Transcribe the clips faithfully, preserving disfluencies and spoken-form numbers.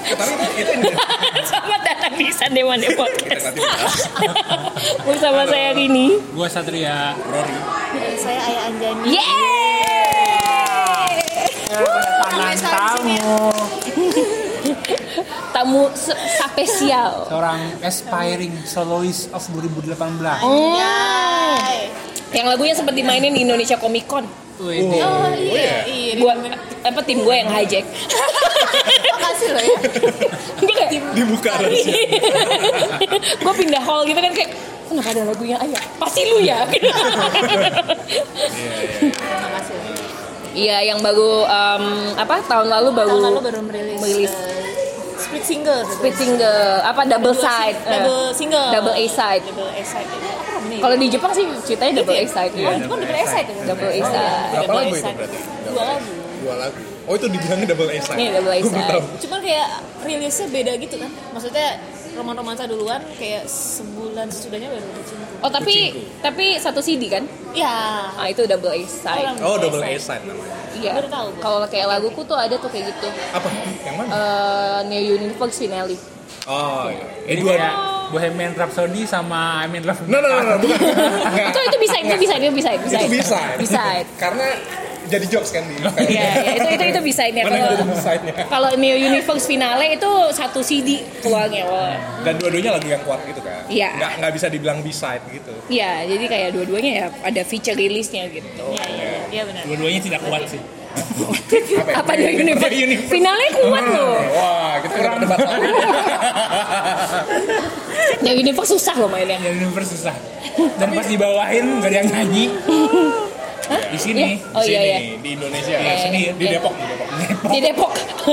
Tapi itu Selamat datang di Sunday Monday Podcast. Bersama saya Rini. Gua Satria. Rory. Saya Ayah Anjani. Yeay! Kedatangan tamu. Tamu se- spesial. Seorang aspiring soloist of dua ribu delapan belas. Oh. Yang lagunya sempat dimainin di Indonesia Comic Con. Wih, Oh iya, iya. Gua apa tim gue yang hijack. Makasih loh ya. Gue kayak Dibuka rahasia. gue pindah hall gitu kan kayak kenapa ada lagunya Ayah? Pasti lu ya. Makasih. Iya, yang baru um, apa tahun lalu baru Tahun lalu baru merilis, merilis uh, split single. split single apa double side, sing- double single. double A side. Double A side. Itu apa namanya? Kalau di Jepang sih ceritanya double A side Oh, ya. itu kan double A side. ya? Double A side. Berapa lagu itu berarti? Dua lagu. Dua lagu. Oh itu dibilangnya double A side. Ini double A Gua belum side. tahu. Cuman kayak rilisnya beda gitu kan. Maksudnya roman-romansa duluan, kayak sebulan sesudahnya baru Kucingku. Oh tapi tapi satu C D kan? Ya. Ah itu double A side. Oh double A side namanya. Iya. Baru tahu gua. Kalau kayak laguku tuh ada tuh kayak gitu. Apa? Yang mana? Eh New Universe Finale. Oh iya. Eh Ini dua. kayak Bohemian Rhapsody sama I'm in Love. No no no, no bukan. Enggak. Itu itu bisa itu bisa itu bisa bisa. Itu bisa. Bisa. Karena jadi jokes kan di. Iya, iya, itu itu itu bisa ini Mana yang kalau jadi side-nya? kalau New Universe Finale itu satu C D keluarnya. Wah. Dan dua-duanya lagu yang kuat gitu kan. Iya. Nggak nggak bisa dibilang B-side gitu. Iya, jadi kayak dua-duanya ya ada feature release-nya gitu. Iya, iya. Iya benar. Dua-duanya tidak kuat sih. Apa? ya? Apa New Universe? Universe. Finale kuat loh. Wah, kita kurang debat soal ini. New Universe susah loh mainnya. Yang universe susah. Dan pas dibawain gak ada yang nyanyi. Di sini. Iya. Oh Di iya sini, iya. di Indonesia. Eh, Sini di eh. Depok, di Depok. Di Depok.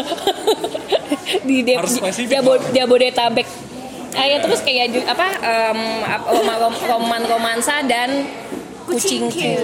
di Depok. Harus spesifik. Jabo- Jabodetabek. Ah ya terus kayak ju- apa um, ap- rom- roman romansa dan kucingku.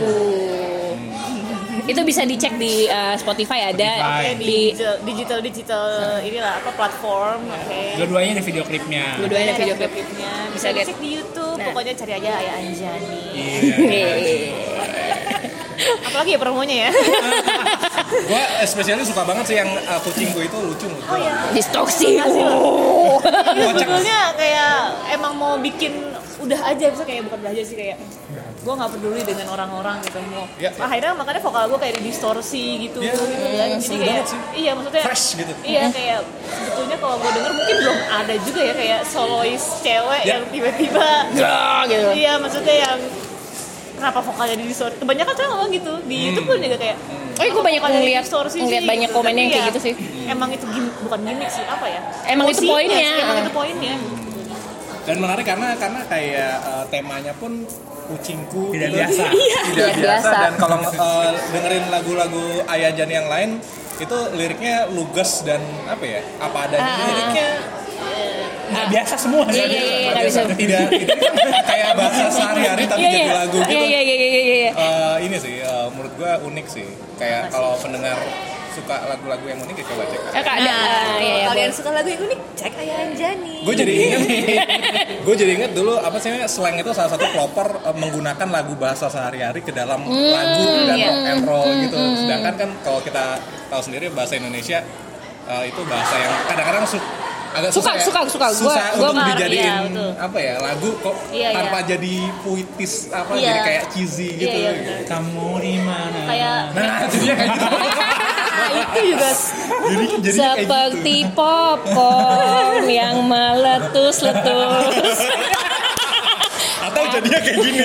Itu bisa dicek di uh, Spotify ada Spotify. di digital digital digital inilah apa platform. Oke. Dua-duanya ada video klipnya. dua-duanya ada video Ada klip. klipnya. Bisa Bisa lihat. dicek di YouTube. Nah. Pokoknya cari aja Ayah Anjani. Iya. Apalagi ya promonya ya. Gua especially suka banget sih yang uh, kucingku itu lucu menurut Oh gua. ya. Distorsi. Oh. Ini sebetulnya kayak emang mau bikin udah aja, bisa kayak bukan belajar sih kayak gue nggak peduli dengan orang-orang gitu mau. Ya, ya. Akhirnya makanya vokal gue kayak distorsi gitu. Ya, gitu kan. Jadi seru kayak banget sih. iya maksudnya Fresh gitu. Iya kayak sebetulnya kalau gue denger mungkin belum ada juga ya kayak solois cewek Ya. yang tiba-tiba Gah, gitu. iya maksudnya yang kenapa vokalnya di distorsi. Kebanyakan tuh ngomong gitu di YouTube pun juga kayak Oh, gue banyak vokalnya ngeliat distorsi ngeliat sih, banyak gitu. komennya yang Tapi kayak ya, gitu sih. Emang itu gim- bukan gimmick sih apa ya? Emang itu Emosinya poinnya. sih, Emang itu poinnya. Dan menarik karena karena kayak uh, temanya pun kucingku Tidak gitu. biasa. Tidak Tidak biasa. biasa. Dan kalau uh, dengerin lagu-lagu Ayah Anjani yang lain itu liriknya lugas dan apa ya? Apa adanya Ah. liriknya. Nggak biasa semua. Iya, iya, iya, nggak bisa. Tidak, tidak kayak bahasa sehari-hari tapi Iya, jadi iya. lagu gitu. Iya iya iya iya iya. Eh, ini sih uh, menurut gua unik sih. Kayak kalau pendengar suka lagu-lagu yang unik ya coba cek. Eh, Kak, ada. Nah, ah, kalau iya, iya, kalian boleh. suka lagu yang unik, cek Ayah Anjani. Gue jadi inget, gue jadi inget dulu apa sih slang itu salah satu pelopor uh, menggunakan lagu bahasa sehari-hari ke dalam lagu dan iya. rock and roll gitu. Sedangkan kan kalau kita tahu sendiri bahasa Indonesia uh, itu bahasa yang kadang-kadang su- agak Suka, susah, ya, suka, suka. Gua- susah gua untuk marah, dijadiin iya, betul. apa ya lagu kok Iya, iya. tanpa jadi puitis apa Iya. jadi kayak cheesy Iya, gitu. iya, benar. Kamu di mana? Kayak Nah, jadinya kayak gitu. nah, itu juga jadi jadi kayak gitu. Seperti popcorn yang meletus-letus. Atau jadinya kayak gini.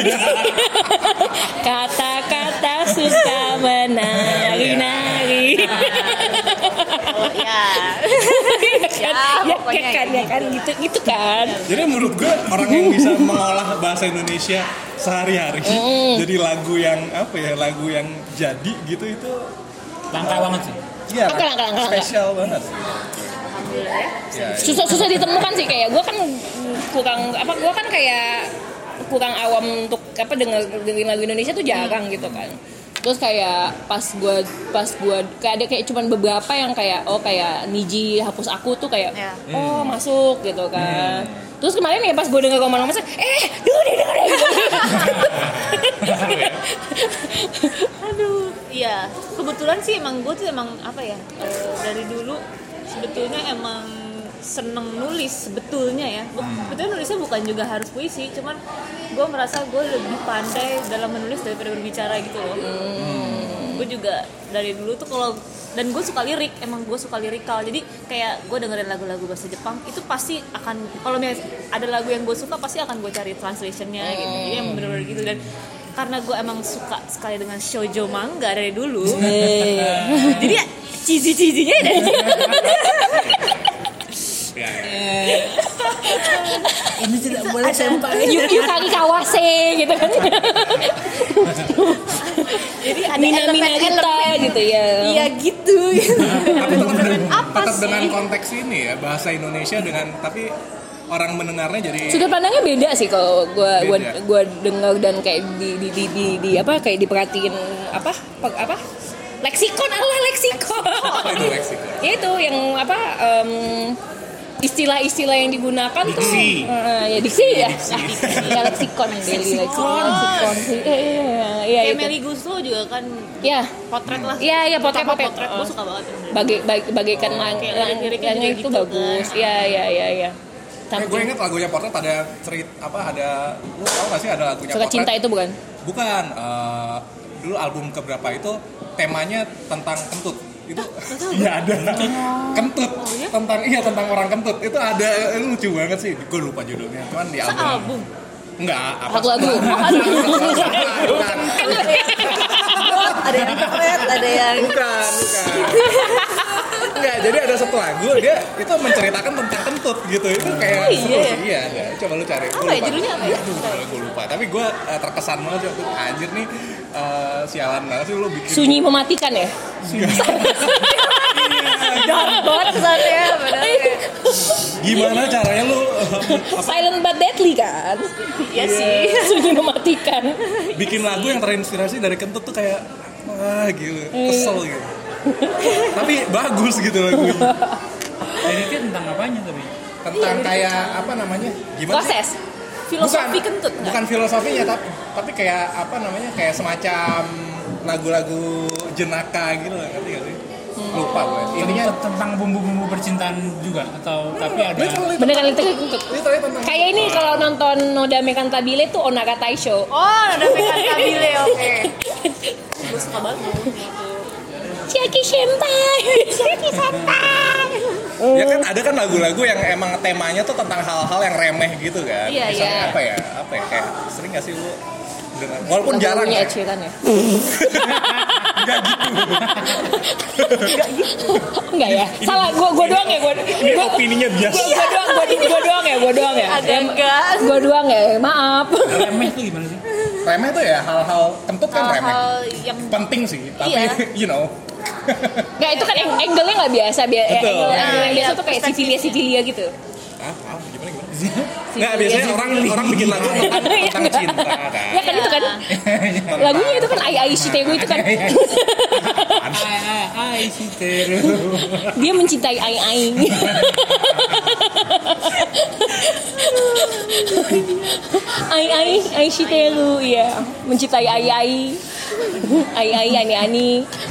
Kata-kata suka menari-nari. oh, ya. Ya, Ya, ya, pokoknya kan, ya kan, gitu, gitu kan. Jadi menurut gue orang yang bisa mengolah bahasa Indonesia sehari-hari jadi lagu yang apa ya lagu yang jadi gitu itu Langka banget sih. iya Langka, langka, langka, langka. spesial banget. Alhamdulillah ya. Ya, Susah susah ditemukan sih kayak gue kan kurang apa gue kan kayak kurang awam untuk apa denger dengerin lagu Indonesia tuh jarang gitu kan. Terus kayak pas gue pas gue kayak ada kayak cuman beberapa yang kayak oh kayak Niji hapus aku tuh kayak Ya. oh masuk gitu kan. Terus kemarin ya pas gue denger ngomong-ngomong eh denger deh denger deh gitu. Aduh, iya. Kebetulan sih emang gue tuh emang apa ya? eh, dari dulu sebetulnya emang seneng nulis sebetulnya ya. Sebetulnya nulisnya bukan juga harus puisi, cuman gue merasa gue lebih pandai dalam menulis daripada berbicara gitu loh. Hmm. Gue juga dari dulu tuh kalau dan gue suka lirik, emang gue suka lirikal. Jadi kayak gue dengerin lagu-lagu bahasa Jepang itu pasti akan kalau ada lagu yang gue suka pasti akan gue cari translationnya gitu. Jadi yang bener-bener gitu dan karena gue emang suka sekali dengan shoujo manga dari dulu. Jadi ya cheesy-cheesy-nya dari Ini tidak boleh sampai Yukari Kawase gitu kan. Jadi ada Mina-mina kita gitu ya. Iya gitu. Tapi tetap dengan, Apa tetap sih? dengan konteks ini ya, bahasa Indonesia dengan tapi orang mendengarnya jadi Sudut pandangnya beda sih kalau gue gue Beda. gue dengar dan kayak di di, di di di apa kayak diperhatiin apa pe- apa leksikon Allah leksikon. apa itu leksikon? Ya itu yang apa em, istilah-istilah yang digunakan Diksi. tuh uh, ya diksi ya. Diksi. Ya leksikon daily leksikon leksikon sih. Iya iya iya Kayak itu. Melly Guslo juga kan Ya. potret lah. Iya iya potret Terutama potret. gue suka banget. Bagai bag- bagaikan lang- Kayak lang- lirik-liriknya langit juga itu gitu bagus. kan. Iya iya iya iya. Eh, gue inget lagunya Portrait ada cerita apa ada lu tau gak sih ada lagunya Suka Portrait? cinta itu bukan? Bukan, eh, dulu album keberapa itu temanya tentang kentut. Itu iya ada. Kentut. Tentang iya tentang orang kentut. Itu ada itu lucu banget sih. Gue lupa judulnya. Cuman di album. Album. Enggak, apa? Lagu-lagu. Bukan. Ada yang potret, ada yang Bukan, bukan. Enggak, jadi ada satu lagu dia itu menceritakan tentang kentut gitu. Itu kayak Oh, iya seru ya? sih. Iya, ada. Coba lu cari. Gua Apa ya, lupa. judulnya apa ya? Aduh, gue lupa. Tapi gue uh, terkesan banget waktu itu. Anjir nih uh, sialan banget sih lu bikin. Sunyi mematikan ya? dark banget kesannya padahal kayak Gimana caranya lu uh, Silent but deadly kan? iya sih. Sunyi mematikan. bikin lagu yang terinspirasi dari kentut tuh kayak wah gila, kesel gitu. Tapi bagus gitu lagunya. Liriknya tentang apanya tapi? Tentang kayak apa namanya? Gimana? sih? Proses. Filosofi bukan, kentut nggak? bukan filosofinya tapi tapi kayak apa namanya kayak semacam lagu-lagu jenaka gitu lah, ngerti gak sih? Lupa gue. Intinya Tentang- tentang bumbu-bumbu percintaan juga atau tapi ada literally Beneran itu kentut. literally tentang Kayak ini kalau nonton Nodame Cantabile tuh Onaka Taisho. Oh, ada pekan kabile, oke. Gue suka banget itu. Chiaki Senpai. Chiaki Senpai. ya kan ada kan lagu-lagu yang emang temanya tuh tentang hal-hal yang remeh gitu kan. Iya, Misalnya iya. apa ya? Apa ya? Kayak sering gak sih lu dengar? Walaupun jarang Lagunya ya. Ed Sheeran ya? Enggak gitu. Enggak ya? Salah, gua gua doang ya, gua. Ini Gua, opininya biasa. gua doang, gua, gua doang ya, gua doang ya. Ada Ya, enggak? Gua doang ya, maaf. remeh tuh gimana sih? Remeh tuh ya hal-hal kentut kan remeh. Hal-hal yang Penting sih, tapi Iya. you know. Enggak, itu kan ang- angle-nya enggak biasa, biasa Betul. angle, angle yang Ah, biasa iya, tuh kayak sifilia-sifilia gitu. Hah? Ah, gimana gimana? Enggak, biasanya orang orang bikin lagu tentang, tentang cinta kan. Ya kan itu kan. Lagunya itu kan Ai Ai Shiteru itu kan. Ai ai ai si teru. Dia mencintai Ai Ai. Ai Ai Ai Shiteru, iya. Mencintai Ai Ai. Ai Ai Ani Ani.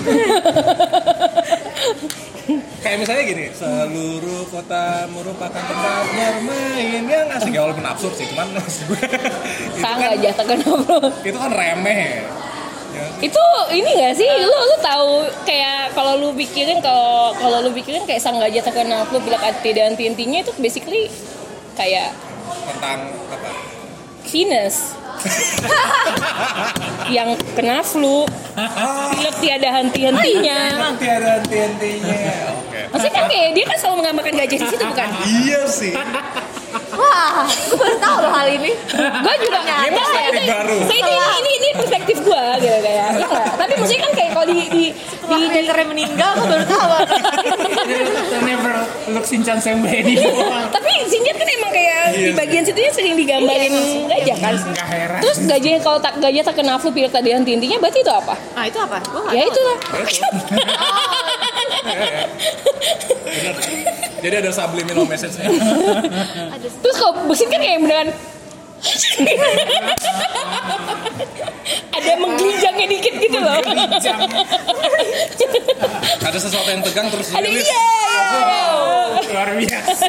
Kayak misalnya gini, seluruh kota merupakan tempat bermain yang asik ya walaupun absurd sih, cuman maksud gue itu kan Sangat aja kenapa? itu kan remeh. Ya. Itu ini gak sih lu lu tahu kayak kalau lu pikirin kalau kalau lu pikirin kayak sang gajah terkenal lu bilang arti dan intinya itu basically kayak Tentang apa? Venus yang kena flu pilek tiada henti-hentinya. Emang tiada henti-hentinya. Oke. Maksudnya kan kayak dia kan selalu menggambarkan gajah di situ bukan? Iya sih. wah, gue baru tahu loh hal ini. Gue juga Ini nggak perspektif baru. Saya ini, ini ini perspektif gue gitu kayak. Ya nggak? Tapi maksudnya kan kayak kalau di di Setelah karakternya meninggal, gue baru tahu. Never look Shinchan Senbei anymore. tapi Shinjan kan emang kayak Iya di bagian situnya sering digambarin gajah kan. Enggak heran. Terus gajahnya kalau tak gajah terkena flu pilek tadi henti-hentinya berarti itu apa? Nah itu apa? Gue nggak Ya tahu. itu lah. Bener. Jadi ada subliminal message-nya. Ada Terus kalau bersin kan kayak beneran ada menggelinjangnya dikit gitu loh. Ada sesuatu yang tegang terus Ada rilis. iya. Keluar Luar biasa.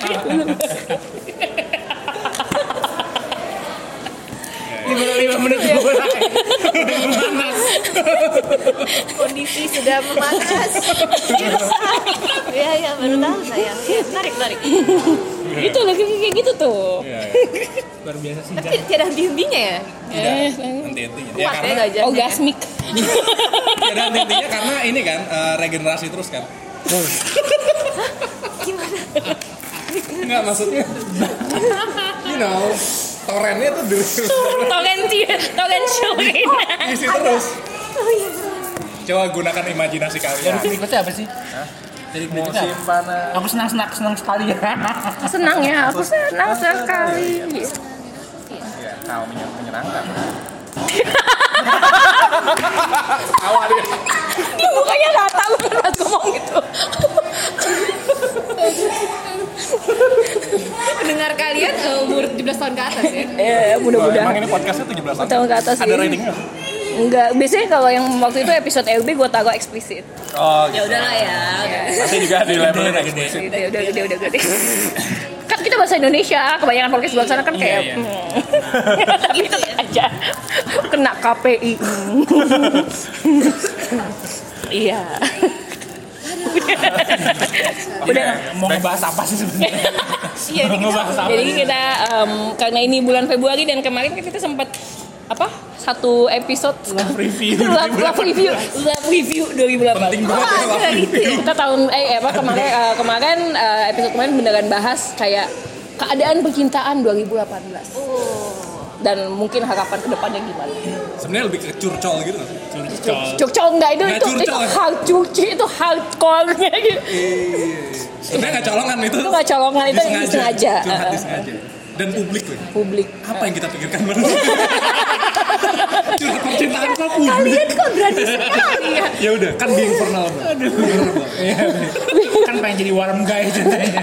lima menit mulai. Memanas. Kondisi sudah memanas. Iya, iya, baru tahu saya. Ya, menarik, menarik. Gitu loh, kayak gitu tuh. Iya, iya. Luar biasa sih. Tapi tidak ada henti-hentinya ya? Eh, Henti-hentinya. Ya Kuat ya karena gajahnya. orgasmik. tidak ada henti-hentinya karena ini kan eh, regenerasi terus kan. Gimana? Enggak maksudnya. You know, torrentnya tuh dari Togenci, togencuin. isi terus. Oh iya. Coba gunakan imajinasi Jadi kalian. berikutnya apa sih? Jadi berikutnya apa? Simpanan. Aku senang senang senang sekali ya. Senang ya, aku senang sekali. Iya, kau menyen- menyenangkan. Awalnya. Dia mukanya nggak tahu pas ngomong gitu. Pendengar kalian uh, umur tujuh belas tahun ke atas ya? Eh, Emang mudah-mudahan. ini podcastnya tujuh belas tahun? Tahun ke atas Ada sih. ratingnya? Enggak, biasanya kalau yang waktu itu episode L B gue taruh eksplisit. Oh, Ya udahlah ya. Nanti juga di labelin Gede, eksplisit. Udah, udah gede, udah gede. Kan kita bahasa Indonesia, kebanyakan podcast luar sana kan kayak Iya, iya. hmm. Tapi tetap aja kena K P I. Iya. Udah. Mau ngebahas apa sih sebenarnya? Iya, Mau ngebahas apa? Jadi kita em, karena ini bulan Februari dan kemarin kan kita sempat apa satu episode Love review. love, love review love review dua ribu delapan Penting banget ya love review. kita tahun eh apa kemarin eh, kemarin eh, episode kemarin beneran bahas kayak keadaan percintaan dua ribu delapan belas dan mungkin harapan kedepannya gimana. Sebenarnya lebih ke curcol gitu nggak sih? Curcol. Curcol enggak itu Nggak itu itu curcol. hard curci itu hardcore-nya gitu. Iya. Sebenarnya nggak colongan itu. Itu nggak colongan, itu disengaja. Curhat disengaja. Dan publik loh. Publik. Apa yang kita pikirkan manusia? Curhat percintaan kok publik. Kalian kok berani sekali ya? Ya udah, kan di infernal bang. Iya. Kan pengen jadi warm guy ceritanya.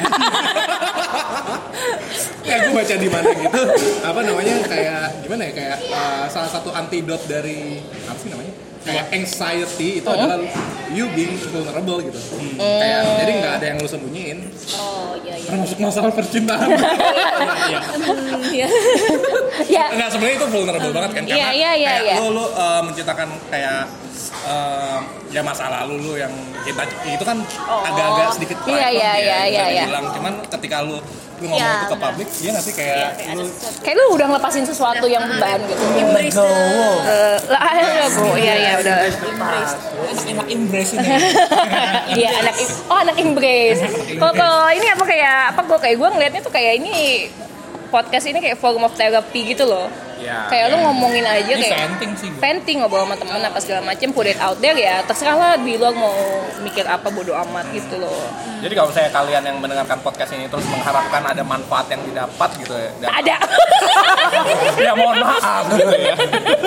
Ya gue baca di mana gitu, apa namanya kayak gimana ya kayak uh, salah satu antidot dari apa sih namanya? Kayak anxiety itu adalah you being vulnerable gitu. Kayak jadi nggak ada yang lu sembunyiin. Oh iya iya. Termasuk masalah percintaan. Iya. Iya. Ya, Enggak sebenarnya itu vulnerable banget kan karena Iya, iya, iya, kayak iya. lu lu uh, menciptakan kayak uh, ya masa lalu lu yang kita itu kan agak-agak sedikit Iya, private iya, ya, iya, bisa iya, iya. dibilang. Cuman ketika lu lu ngomong Iya, itu ke benar. publik, dia nggak sih kayak lu kayak lu udah ngelepasin sesuatu yang beban gitu. Embrace the Eh, lah ayo go. Iya iya udah. Enak embrace ini. Iya anak im- oh anak embrace. Kalau kalau ini apa kayak apa gue kayak gue ngelihatnya tuh kayak ini podcast ini kayak form of therapy gitu loh. ya Kayak lu ngomongin aja Ini kayak venting sih gue. venting ngobrol sama temen apa segala macem, put it out there ya terserah lah di luar mau mikir apa bodo amat gitu loh. Jadi kalau misalnya kalian yang mendengarkan podcast ini terus mengharapkan ada manfaat yang didapat gitu ya. dan- Ada. ya mohon maaf gitu ya.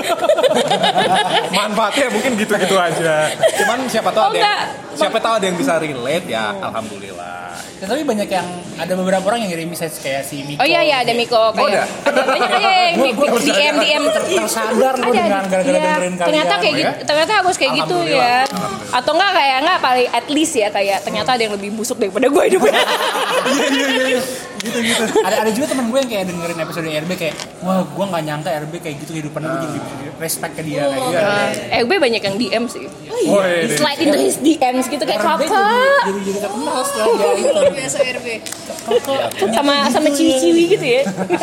Manfaatnya mungkin gitu-gitu aja. Cuman siapa tahu Oh, ada yang, enggak. siapa tahu ada yang bisa relate ya alhamdulillah. Ya, tapi banyak yang ada beberapa orang yang ngirim message kayak si Miko. Oh iya iya ada Miko kayak ada? ada banyak kayak yang Gua- di gua di D M D M Tersadar lu Ada, dengan gara-gara iya. dengerin kalian. Ternyata kayak Oh, gitu, ya? ternyata harus kayak gitu Alhamdulillah, ya. alhamdulillah. Atau enggak kayak enggak paling at least ya kayak ternyata ada yang lebih busuk daripada gue hidupnya. Gitu-gitu. ada ada juga teman gue yang kayak dengerin episode R B kayak wah gue nggak nyangka R B kayak gitu kehidupannya gue jadi respect ke dia kayak gitu. Eh gue banyak yang D M sih. Woi, Slide into his D Ms gitu kayak R B jadi kakak jadi jadi terkenal setelah dia itu. biasa R B. sama sama ciwi-ciwi gitu ya.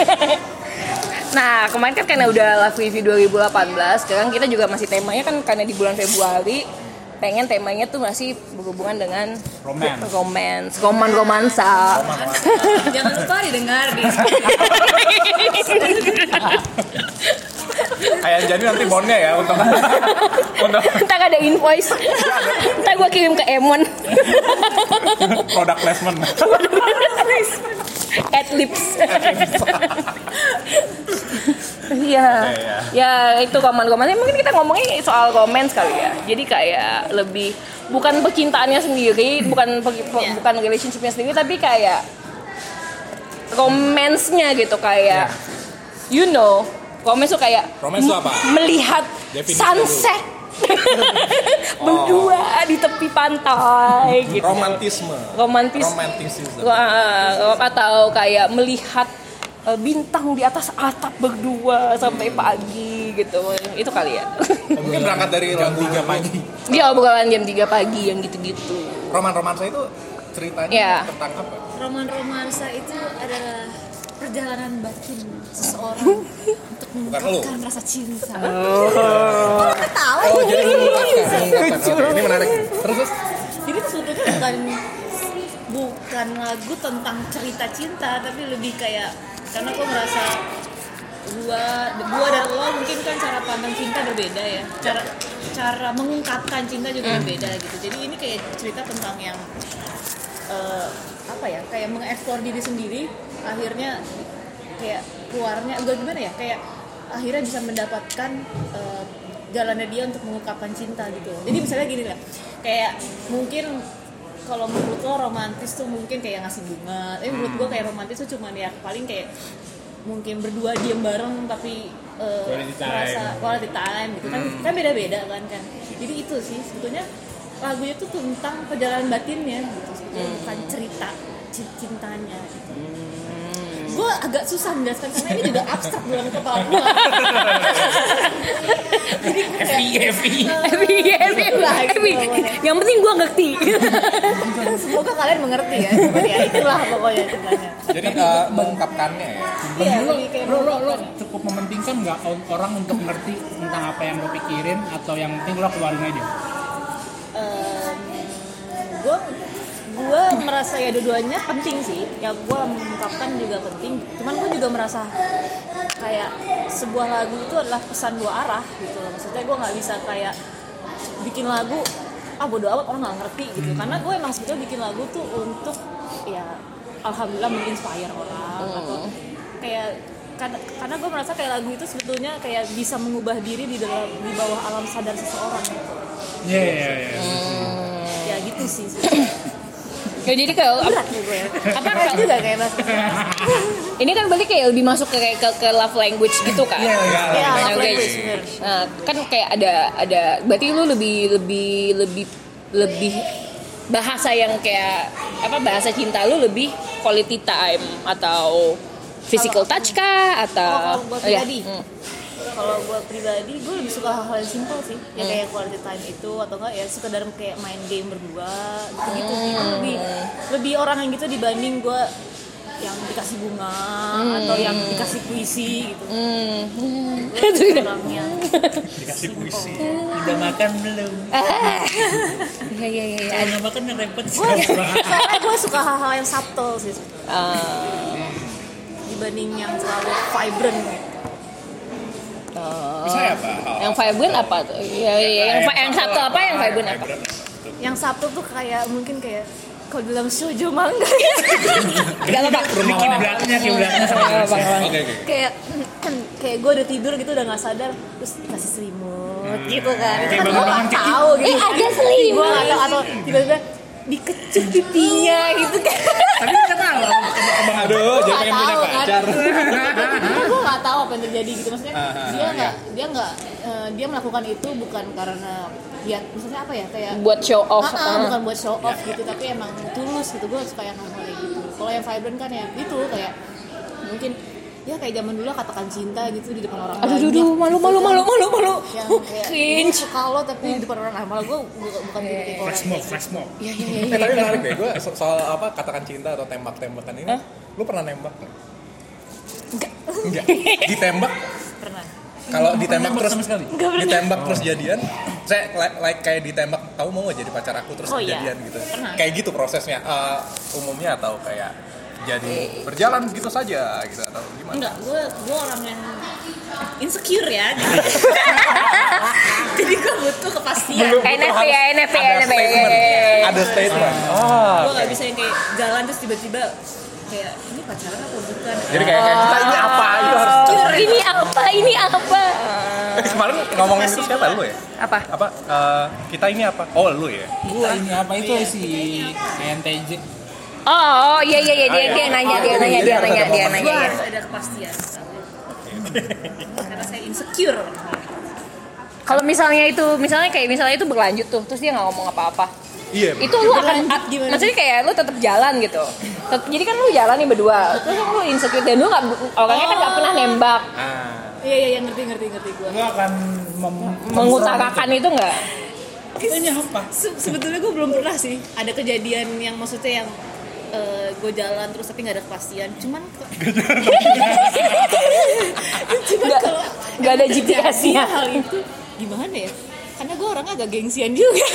Nah kemarin kan karena udah live review dua ribu delapan belas, sekarang kita juga masih temanya kan karena di bulan Februari pengen temanya tuh masih berhubungan dengan Romance. romance, roman romansa. Jangan lupa didengar di Kayak jadi nanti bondnya ya untuk untuk Ntar ada invoice. Ntar gue kirim ke Emon. product placement. Adlibs. Iya. Iya. Ya itu roman-roman. Mungkin kita ngomongin soal romance kali ya. Jadi kayak lebih bukan percintaannya sendiri, bukan pe- pe- bukan relationshipnya sendiri, tapi kayak romance-nya gitu kayak you know, romance tuh kayak Romance tuh apa? melihat Definisi sunset Berdua di tepi pantai gitu. Romantisme. Romantis. Romantisisme. Wah, atau kayak melihat uh, bintang di atas atap berdua sampai pagi gitu. Itu kali ya. Mungkin berangkat dari jam lagu tiga pagi. Dia obrolan jam tiga pagi yang gitu-gitu. Roman-romansa itu ceritanya Ya. tentang apa? Roman romansa itu adalah perjalanan batin seseorang untuk mengungkapkan rasa cinta. Oh. Kok ketawa? Oh, jadi mengungkapkan, mengungkapkan. Oke, ini menarik. Terus terus Jadi itu sebetulnya bukan bukan lagu tentang cerita cinta, tapi lebih kayak karena gue merasa gua gua dan lo mungkin kan cara pandang cinta berbeda ya, cara cara mengungkapkan cinta juga berbeda gitu. Jadi ini kayak cerita tentang yang uh, apa ya, kayak mengeksplor diri sendiri, akhirnya kayak keluarnya enggak gimana ya, kayak akhirnya bisa mendapatkan uh, jalannya dia untuk mengungkapkan cinta gitu. Jadi misalnya gini lah, kayak mungkin kalau menurut lo romantis tuh mungkin kayak ngasih bunga, tapi menurut gue kayak romantis tuh cuman ya paling kayak mungkin berdua diem bareng tapi uh, Quality time. merasa quality time gitu kan, kan beda-beda kan kan. Jadi itu sih sebetulnya lagunya tuh tentang perjalanan batinnya gitu, sebetulnya bukan cerita cintanya gitu. Gue agak susah menjelaskan karena ini juga abstrak dalam kepala gue. Jadi gue kayak, Heavy, Happy, happy, Itulah, happy. gitu. Yang penting gue ngerti. semoga kalian mengerti ya. Seperti ya itulah pokoknya ceritanya. jadi uh, mengungkapkannya ya. Iya, lo, lebih kayak lo, lo, lo mengungkapkan. cukup mementingkan nggak orang untuk ngerti tentang apa yang lo pikirin atau yang penting lo keluarin aja? Gue gue merasa ya dua-duanya penting sih, ya gue mengungkapkan juga penting, cuman gue juga merasa kayak sebuah lagu itu adalah pesan dua arah gitu loh. Maksudnya gue nggak bisa kayak bikin lagu ah bodo amat orang nggak ngerti gitu, karena gue emang sebetulnya bikin lagu tuh untuk ya alhamdulillah menginspire orang atau kayak karena, karena gue merasa kayak lagu itu sebetulnya kayak bisa mengubah diri di dalam di bawah alam sadar seseorang gitu. Iya iya iya. Ya gitu sih. Ya jadi kalau Berat nih gue ya. apa Berat kalau- juga kayak bahas. ini kan berarti kayak lebih masuk ke ke, ke love language gitu kan? Iya, iya, Ya, love Oke. language, bener. Nah, kan kayak ada ada berarti lu lebih lebih lebih lebih bahasa yang kayak apa bahasa cinta lu lebih quality time atau physical touch kah atau Oh, kalau buat oh, ya. pribadi. Hmm. Kalau gue pribadi, gue lebih suka hal-hal yang simple sih, ya kayak quality time itu atau enggak ya sekedar kayak main game berdua gitu-gitu. Itu lebih lebih orang yang gitu dibanding gue yang dikasih bunga atau yang dikasih puisi gitu. Hmm. Gue lebih orangnya Dikasih puisi. Udah makan belum? Iya iya iya. Kalau nggak makan yang repot sih. soalnya gue suka hal-hal yang subtle sih Ah, dibanding yang terlalu vibrant gitu. Misalnya apa? Hal- yang vibrant apa tuh? Ya, ya, yang yang satu apa yang vibrant apa? Yang subtle tuh kayak mungkin kayak kalau dalam shoujo manga Gak apa-apa. Ini kiblatnya kiblatnya sama Gak apa-apa. Oke oke. kayak kayak gue udah tidur gitu udah nggak sadar terus dikasih selimut gitu kan itu Kayak kan gue bangun-bangun nggak kayak, tahu gitu eh, ada selimut. gue nggak tahu atau tiba-tiba dikecup pipinya gitu kan Tapi kita tahu. Aduh, jadi pengen punya tahu, kan. pacar. gue nggak tahu apa yang terjadi gitu maksudnya Ah, ah, dia ah, nggak dia nggak eh, dia melakukan itu bukan karena dia maksudnya apa ya kayak Buat show off. Ah, ah, ah. bukan buat show off gitu tapi emang tulus gitu. Gue suka yang hal-hal kayak gitu. Kalau yang vibrant kan ya itu kayak mungkin ya kayak zaman dulu katakan cinta gitu di depan orang Aduh, banyak. aduh, aduh, malu, gitu malu, kan. malu, malu, malu. Yang Huh, kayak cringe. gue suka lo tapi di depan orang, malah gue bukan tipe-tipe orang Flash kayak mob, gitu. flash mob. Iya iya Eh, tapi menarik deh, gue so- soal apa katakan cinta atau tembak-tembakan ini. Hah? Lu pernah nembak nggak? Enggak. Enggak. Ditembak? Pernah. Kalau ditembak nembak terus sama sekali? ditembak terus jadian, saya like, like kayak ditembak, tahu mau nggak jadi pacar aku terus Oh, iya. jadian gitu. Pernah. Kayak gitu prosesnya. Eh, umumnya atau kayak jadi berjalan gitu saja gitu atau gimana? Enggak, gue gue orang yang insecure ya. Jadi, jadi gue butuh kepastian. Belum, N F P harus ya, N F P, ada N F P, statement. iya, iya, iya. Ada statement. Ah. Gue nggak bisa yang kayak jalan terus tiba-tiba kayak ini pacaran apa bukan? Jadi kayak, kayak kita ini apa? Itu harus. Oh, ini apa? Ini apa? Eh, kemarin ngomongin itu siapa lu ya? Apa? Apa? eh, kita ini apa? Oh lu ya. Gua ini apa itu si N T J. Oh, oh iya iya iya dia dia nanya dia nanya dia nanya dia nanya. Gue ya. harus ada kepastian. Karena saya insecure. Kalau misalnya itu, misalnya kayak misalnya itu berlanjut tuh, terus dia nggak ngomong apa-apa. Iya. Itu lu akan, gimana? Maksudnya kayak lu tetap jalan gitu. Tet- jadi kan lu jalan nih berdua, terus lu insecure dan lu nggak, orangnya kan nggak pernah nembak. Ah. Iya iya ngerti ngerti ngerti gue. Gue akan mem- Mengutarakan itu nggak? Kitanya apa? Se- sebetulnya gue belum pernah sih ada kejadian yang maksudnya yang uh, gue jalan terus tapi nggak ada kepastian. Cuman cuman Nggak- kalau nggak ada G P S-nya. hal itu gimana ya? Karena gue orangnya agak gengsian juga.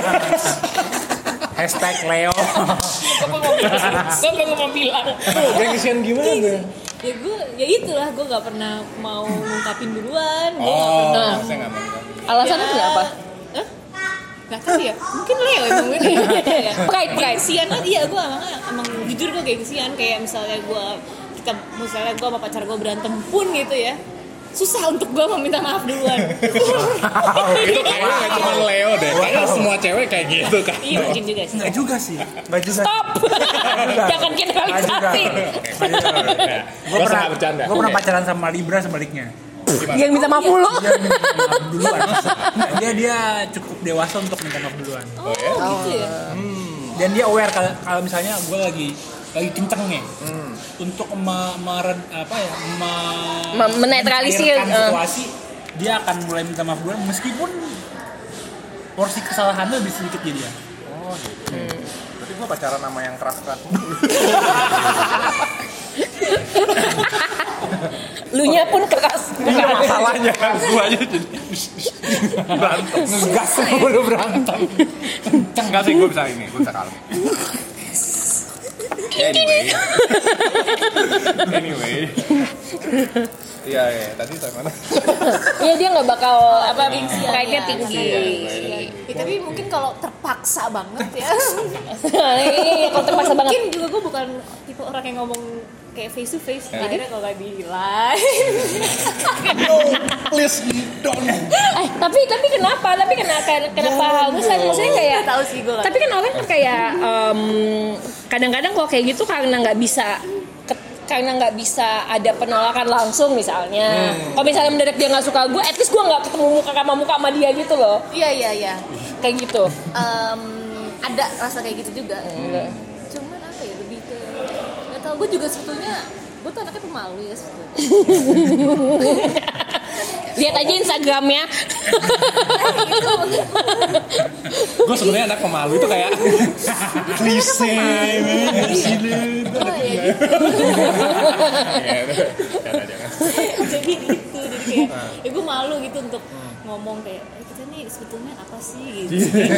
Hashtag Leo. Gue baru mau bilang. Gengsian gimana? Ya gue ya itulah gue nggak pernah mau ngungkapin duluan. Gue nggak Oh, pernah. saya nggak mau. Alasannya Ya. kenapa? Hah? Gak tahu ya, mungkin Leo emang gue ya. Pride, pride. Gengsian kan, iya gue emang, emang jujur gue gengsian. Kayak misalnya gue, kita misalnya gue sama pacar gue berantem pun gitu ya, susah untuk gue meminta maaf duluan. Itu kayaknya nggak cuma Leo deh. Kayaknya semua cewek kayak gitu kan. Iya mungkin juga sih. Enggak juga sih. Enggak juga. Stop. Jangan generalisasi. Gue Gua pernah sangat bercanda. Gue pernah Oke. pacaran sama Libra sebaliknya. Yang minta maaf mulu. Dia minta maaf duluan. Nggak, dia dia cukup dewasa untuk minta maaf duluan. Oh, gitu ya. Dan dia aware kalau kalau misalnya gue lagi lagi kenceng nih untuk me, meren- apa ya me- Me- menetralisir, mencairkan eh. situasi, dia akan mulai minta maaf duluan meskipun porsi kesalahannya lebih sedikit jadi ya. Oh gitu. Berarti gua pacaran sama yang keras-keras. Lunya pun keras. Masalahnya gua aja jadi berantem. Ngegas sebelum berantem. Enggak sih, gua bisa ini, gua bisa kalem. Anyway. Anyway. Iya, iya. Tadi sampai mana? Iya dia nggak bakal apa Gengsian, pride-nya ya. tinggi. Ya, tapi mungkin kalau terpaksa banget ya. Iya kalau terpaksa banget. Mungkin juga gue bukan tipe orang yang ngomong kayak face to face. Akhirnya kalau nggak di live. No, please don't. Eh tapi tapi kenapa? Tapi kenapa kenapa harus maksudnya kayak Tahu sih gue. tapi kan orang kan kayak em, kadang-kadang kalau kayak gitu karena nggak bisa ke- karena nggak bisa ada penolakan langsung misalnya. Kalau misalnya mendadak dia nggak suka gue, at least gue nggak ketemu muka sama muka sama dia gitu loh. Iya iya iya. Kayak gitu. Em, ada rasa kayak gitu juga. Cuman apa ya lebih ke nggak tahu. Gue juga sebetulnya gue tuh anaknya pemalu ya sebetulnya. Lihat aja Instagramnya. Gue sebenarnya anak pemalu itu kayak klise. Oh ya gitu. Jadi gitu. Jadi kayak ya gue malu gitu untuk ngomong kayak eh, kita nih sebetulnya apa sih gitu.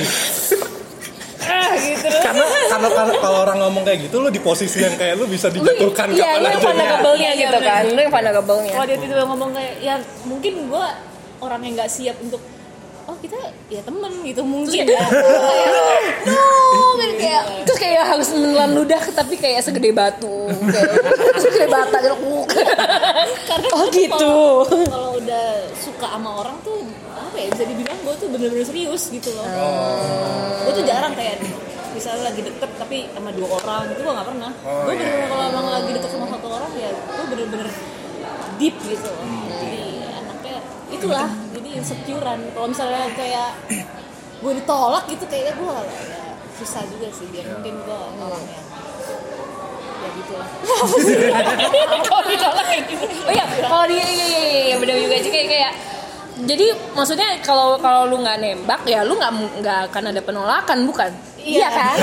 Ah gitu. Karena karena karena kalau orang ngomong kayak gitu, lu di posisi yang kayak lu bisa dijatuhkan Iya, kapan lu yang aja. vulnerable-nya Iya, gitu iya, kan. Lu yang vulnerable-nya. Kalau dia tiba-tiba ngomong kayak ya mungkin gue orang yang nggak siap untuk oh kita ya temen gitu mungkin ya. Kayak, no gitu kayak Terus kayak harus menelan ludah tapi kayak segede batu. Kayak segede bata gitu. karena Oh, tuh gitu. kalau- kalau udah suka sama orang tuh apa ya bisa dibilang gue tuh bener-bener serius gitu loh. Gue tuh jarang kayak misalnya lagi deket tapi sama dua orang itu gue nggak pernah. Oh, Gue iya. bener-bener kalau emang lagi deket sama satu orang ya gue bener-bener deep gitu loh. Jadi anaknya itulah jadi insecurean. Kalau misalnya kayak gue ditolak gitu kayaknya gue ya, susah juga sih biar mungkin gue orang yang ya gitu lah. Kalau ditolak kayak gitu. Oh iya, kalau dia iya iya iya iya, benar juga sih kayak kayak jadi maksudnya kalau kalau lu nggak nembak ya lu nggak nggak akan ada penolakan bukan? Iya kan?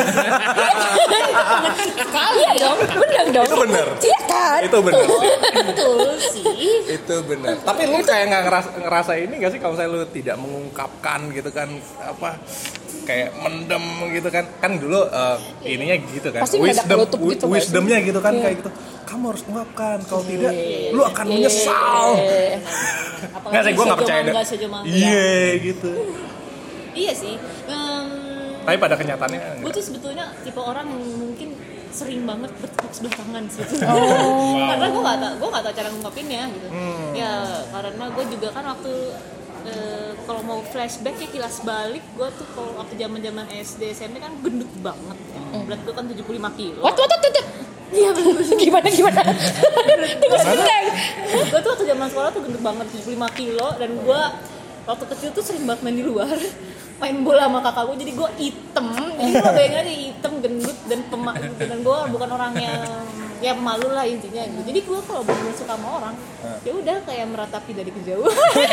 Iya dong, benar dong. Itu benar. Iya kan? Itu benar. Betul sih. Itu benar. Tapi lu kayak nggak ngerasa, ngerasa ini nggak sih kalau misalnya lu tidak mengungkapkan gitu kan apa kayak mendem gitu kan kan dulu uh, ininya gitu kan Pasti mendadak wisdom meletup gitu, wi- wisdomnya gitu kan Iya. kayak gitu kamu harus ungkapkan kalau tidak lu akan menyesal. Nggak sih gue nggak percaya deh. Iya gitu. Iya sih. Um, Tapi pada kenyataannya gue tuh sebetulnya tipe orang yang mungkin sering banget bertepuk sebelah tangan sebetulnya. Oh. Karena gue nggak tau, gue nggak tau cara ngungkapinnya gitu. Hmm. Ya karena gue juga kan waktu eh, kalau mau flashback ya kilas balik, gue tuh kalau waktu zaman zaman S D S M P kan gendut banget. Ya. Berat gue kan tujuh puluh lima kilo. What what what what? Iya bener-bener. Gimana gimana? Tunggu sebentar. Gue tuh waktu zaman sekolah tuh gendut banget tujuh puluh lima kilo dan gue waktu kecil tuh sering banget main di luar, main bola sama kakak gue, jadi gue item, jadi gue bayangin aja item, gendut dan pemalu, dan gue bukan orang yang ya pemalu lah intinya gitu. Jadi gue kalau bener suka sama orang, ya udah kayak meratapi dari kejauhan.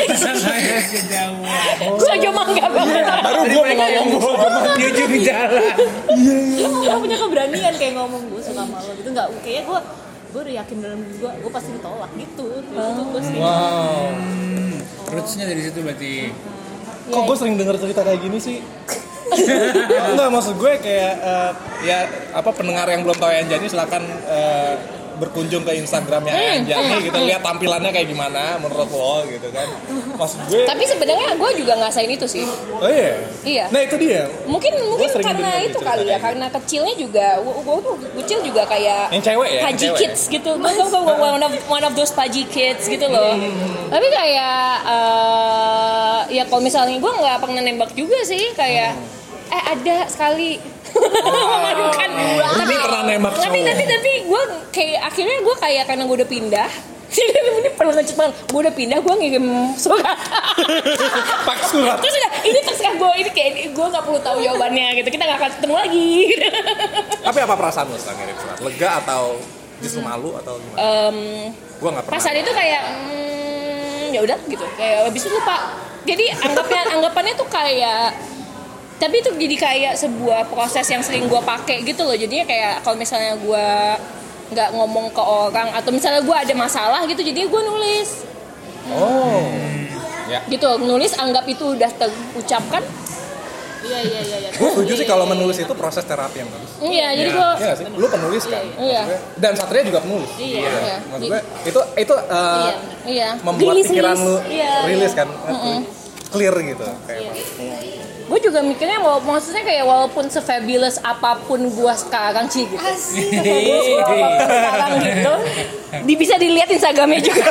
Kejauhan. Gue aja mangga banget. Baru gue mau ngomong gue di ujung jalan. Lo nggak punya keberanian kayak ngomong gue suka sama lo gitu, nggak? Kayaknya gue gue udah yakin dalam diri gue, gue pasti ditolak gitu. Itu gue sih. wow Rootsnya dari situ berarti. kok gue sering denger cerita kayak gini sih. Enggak, maksud gue kayak uh, ya apa pendengar yang belum tahu Anjani silakan uh, berkunjung ke Instagramnya Anjani gitu, lihat tampilannya kayak gimana menurut lo gitu kan. Maksud gue Tapi sebenarnya gue juga ngerasain itu sih. oh iya. Iya. Nah itu dia. Mungkin mungkin sering karena dengar itu cerita kali ya, kayak karena kecilnya juga, gue tuh kecil juga kayak Yang cewek ya, yang pudgy cewek kids gitu. Gue gue one of one of those pudgy kids gitu loh. Tapi kayak uh, ya kalau misalnya gue nggak pernah nembak juga sih, kayak eh ada sekali. Memalukan. Ini pernah nembak Tapi cowok. tapi tapi gue kayak akhirnya gue kayak karena gue udah pindah. Ini perlu lanjut banget. Gue udah pindah, gue ngirim surat. Pak surat. Terus udah, ini terserah gue, ini kayak gue gak perlu tahu jawabannya gitu. Kita gak akan ketemu lagi. Tapi apa perasaan lo setelah ngirim surat? Lega atau justru malu atau gimana? Um, Gue nggak pernah. perasaan itu kayak hmm, ya udah gitu. Kayak habis itu lupa. Jadi anggapnya anggapannya tuh kayak, tapi itu jadi kayak sebuah proses yang sering gue pakai gitu loh. Jadinya kayak kalau misalnya gue nggak ngomong ke orang atau misalnya gue ada masalah gitu, jadinya gue nulis. Oh. Ya. Gitu, nulis anggap itu udah terucapkan. Iya iya iya. iya. Gue setuju sih kalau menulis itu proses terapi yang bagus. Iya, jadi gue Iya nggak sih? Lu penulis kan? Iya. Maksudnya- Dan Satria juga penulis. Iya. Iya. Maksud gue itu itu uh, Iya, iya. membuat Rilis, pikiran rilis. lu Iya, rilis kan, clear gitu. Kayak Gue juga mikirnya mau maksudnya kayak walaupun se-fabulous apapun gue sekarang sih gitu. Se-fabulous gua apapun sekarang gitu. Di, bisa dilihat Instagramnya juga.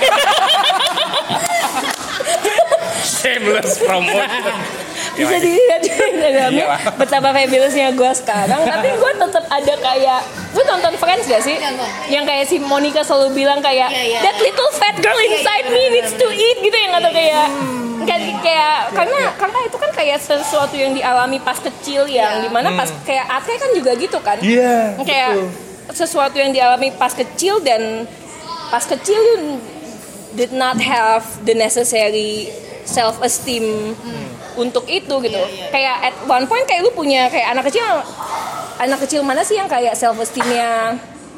Shameless promotion. Bisa dilihat di Instagramnya betapa fabulousnya gue sekarang. Tapi gue tetap ada kayak, lu nonton Friends gak sih? Nonton. Yang kayak si Monica selalu bilang kayak Iya, iya. that little fat girl inside me needs to eat gitu, yang atau kayak kayak, kayak karena karena itu kan kayak sesuatu yang dialami pas kecil yang Iya. dimana pas kayak Ate kan juga gitu kan. Iya, Kayak betul. sesuatu yang dialami pas kecil dan pas kecil you did not have the necessary self esteem untuk itu gitu. Iya, iya. Kayak at one point kayak lu punya kayak anak kecil, anak kecil mana sih yang kayak self esteemnya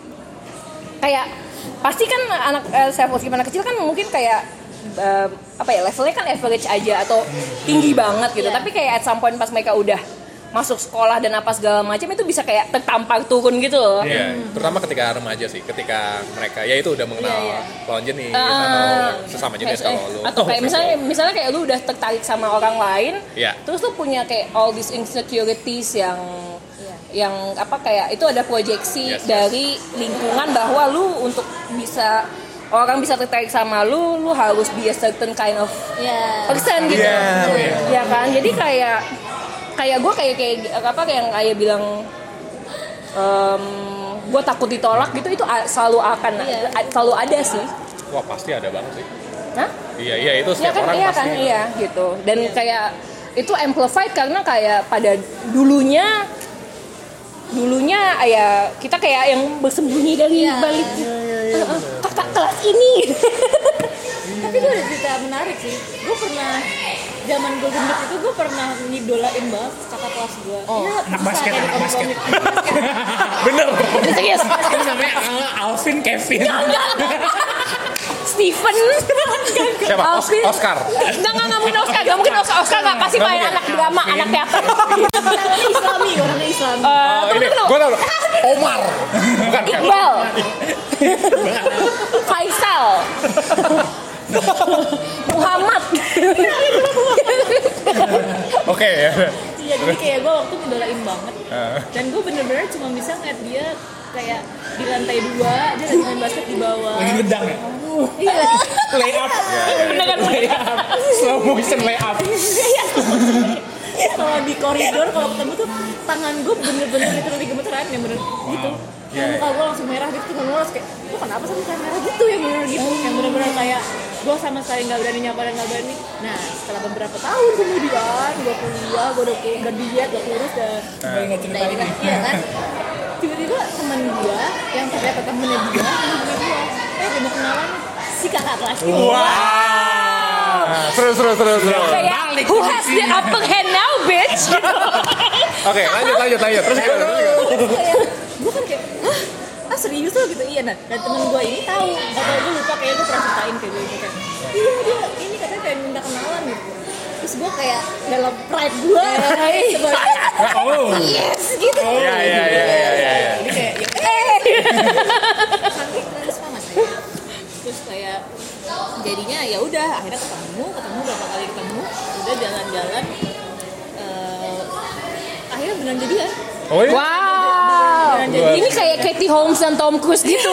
kayak pasti kan anak uh, self esteem anak kecil kan mungkin kayak uh, apa ya, levelnya kan average aja atau tinggi banget gitu. Iya. Tapi kayak at some point pas mereka udah masuk sekolah dan apa segala macam itu bisa kayak tertampar turun gitu loh. Iya, terutama ketika remaja sih, ketika mereka ya itu udah mengenal Iya, iya. lawan jenis Ah, atau sesama jenis kayak- kalau lu. atau kayak misalnya misalnya kayak lu udah tertarik sama orang lain, Iya. terus lu punya kayak all these insecurities yang Iya. yang apa kayak itu ada proyeksi Yes, yes. dari lingkungan bahwa lu untuk bisa orang bisa tertarik sama lu, lu harus be a certain kind of Iya. person gitu. Iya, iya. Ya kan? Jadi kayak kayak gue kayak kayak apa kayak yang kayak bilang um, gue takut ditolak gitu, itu a- selalu akan Iya. a- selalu ada sih. Wah pasti ada banget sih. Hah? Iya iya itu Ya setiap kan, orang iya pasti. kan, iya gitu. Dan kayak itu amplified karena kayak pada dulunya dulunya ya kita kayak yang bersembunyi dari Iya. balik "Eh, eh, kakak kelas ini. Tapi itu ada cerita menarik sih. Gue pernah zaman gue gendut itu gue pernah ngidolain banget kakak kelas gue. Oh, Ya, anak bisa basket, kayak anak di basket. komik. Anak basket. Bener. Ini serius. Itu namanya Al- Alvin Kevin. Steven. Siapa? Os- Alvin. Oscar. Enggak, enggak, enggak mungkin Oscar. Enggak mungkin Oscar. Oscar enggak pasti main anak drama, anak teater. Orangnya Islami, orangnya Islami. Eh, Oh, tunggu, ini tunggu. gue tau. Omar. Bukan kan? Iqbal. Faisal. Muhammad. Oke ya. Iya, jadi kayak gue waktu ngidolain banget. Ah. Dan gue bener-bener cuma bisa ngeliat dia kayak di lantai dua, dia lagi main basket di bawah. Lagi ngedang ya? Iya, Lay up. Beneran Lay up. Slow motion lay up. kalau di koridor kalau ketemu tuh tangan gue bener-bener literally gemeteran ya bener gitu. yang muka gue langsung merah gitu, temen gue kayak gue kenapa sih muka merah gitu, yang bener gitu, yang bener-bener kayak gue sama sekali nggak berani nyapa dan nggak berani. Nah setelah beberapa tahun kemudian gue kuliah, gue udah udah diet, udah kurus dan Gue ingat cerita ini. iya kan, tiba-tiba temen gue yang ternyata temennya dia temen gue eh dia mau kenalan si kakak kelas itu. Wow. Seru seru seru seru. Kayak who has the upper hand now bitch. Oke, lanjut lanjut lanjut. Terus gimana? Terus gimana? Kayak gue kan kayak hah ah serius lo gitu, iya. Nah dan temen gue ini tahu, atau gue lupa kayak gue pernah ceritain kayak gue gitu kan, iya dia ini katanya kayak minta kenalan gitu. Terus gue kayak dalam pride gue sebagai Oh. yes gitu. Iya iya iya iya iya. Jadi kayak ya eh cantik terus banget saya. Terus kayak jadinya ya udah akhirnya ketemu ketemu berapa kali ketemu, udah jalan-jalan, uh, akhirnya beneran jadian. Oh iya? Wow. Ini kayak Katie Holmes dan Tom Cruise gitu.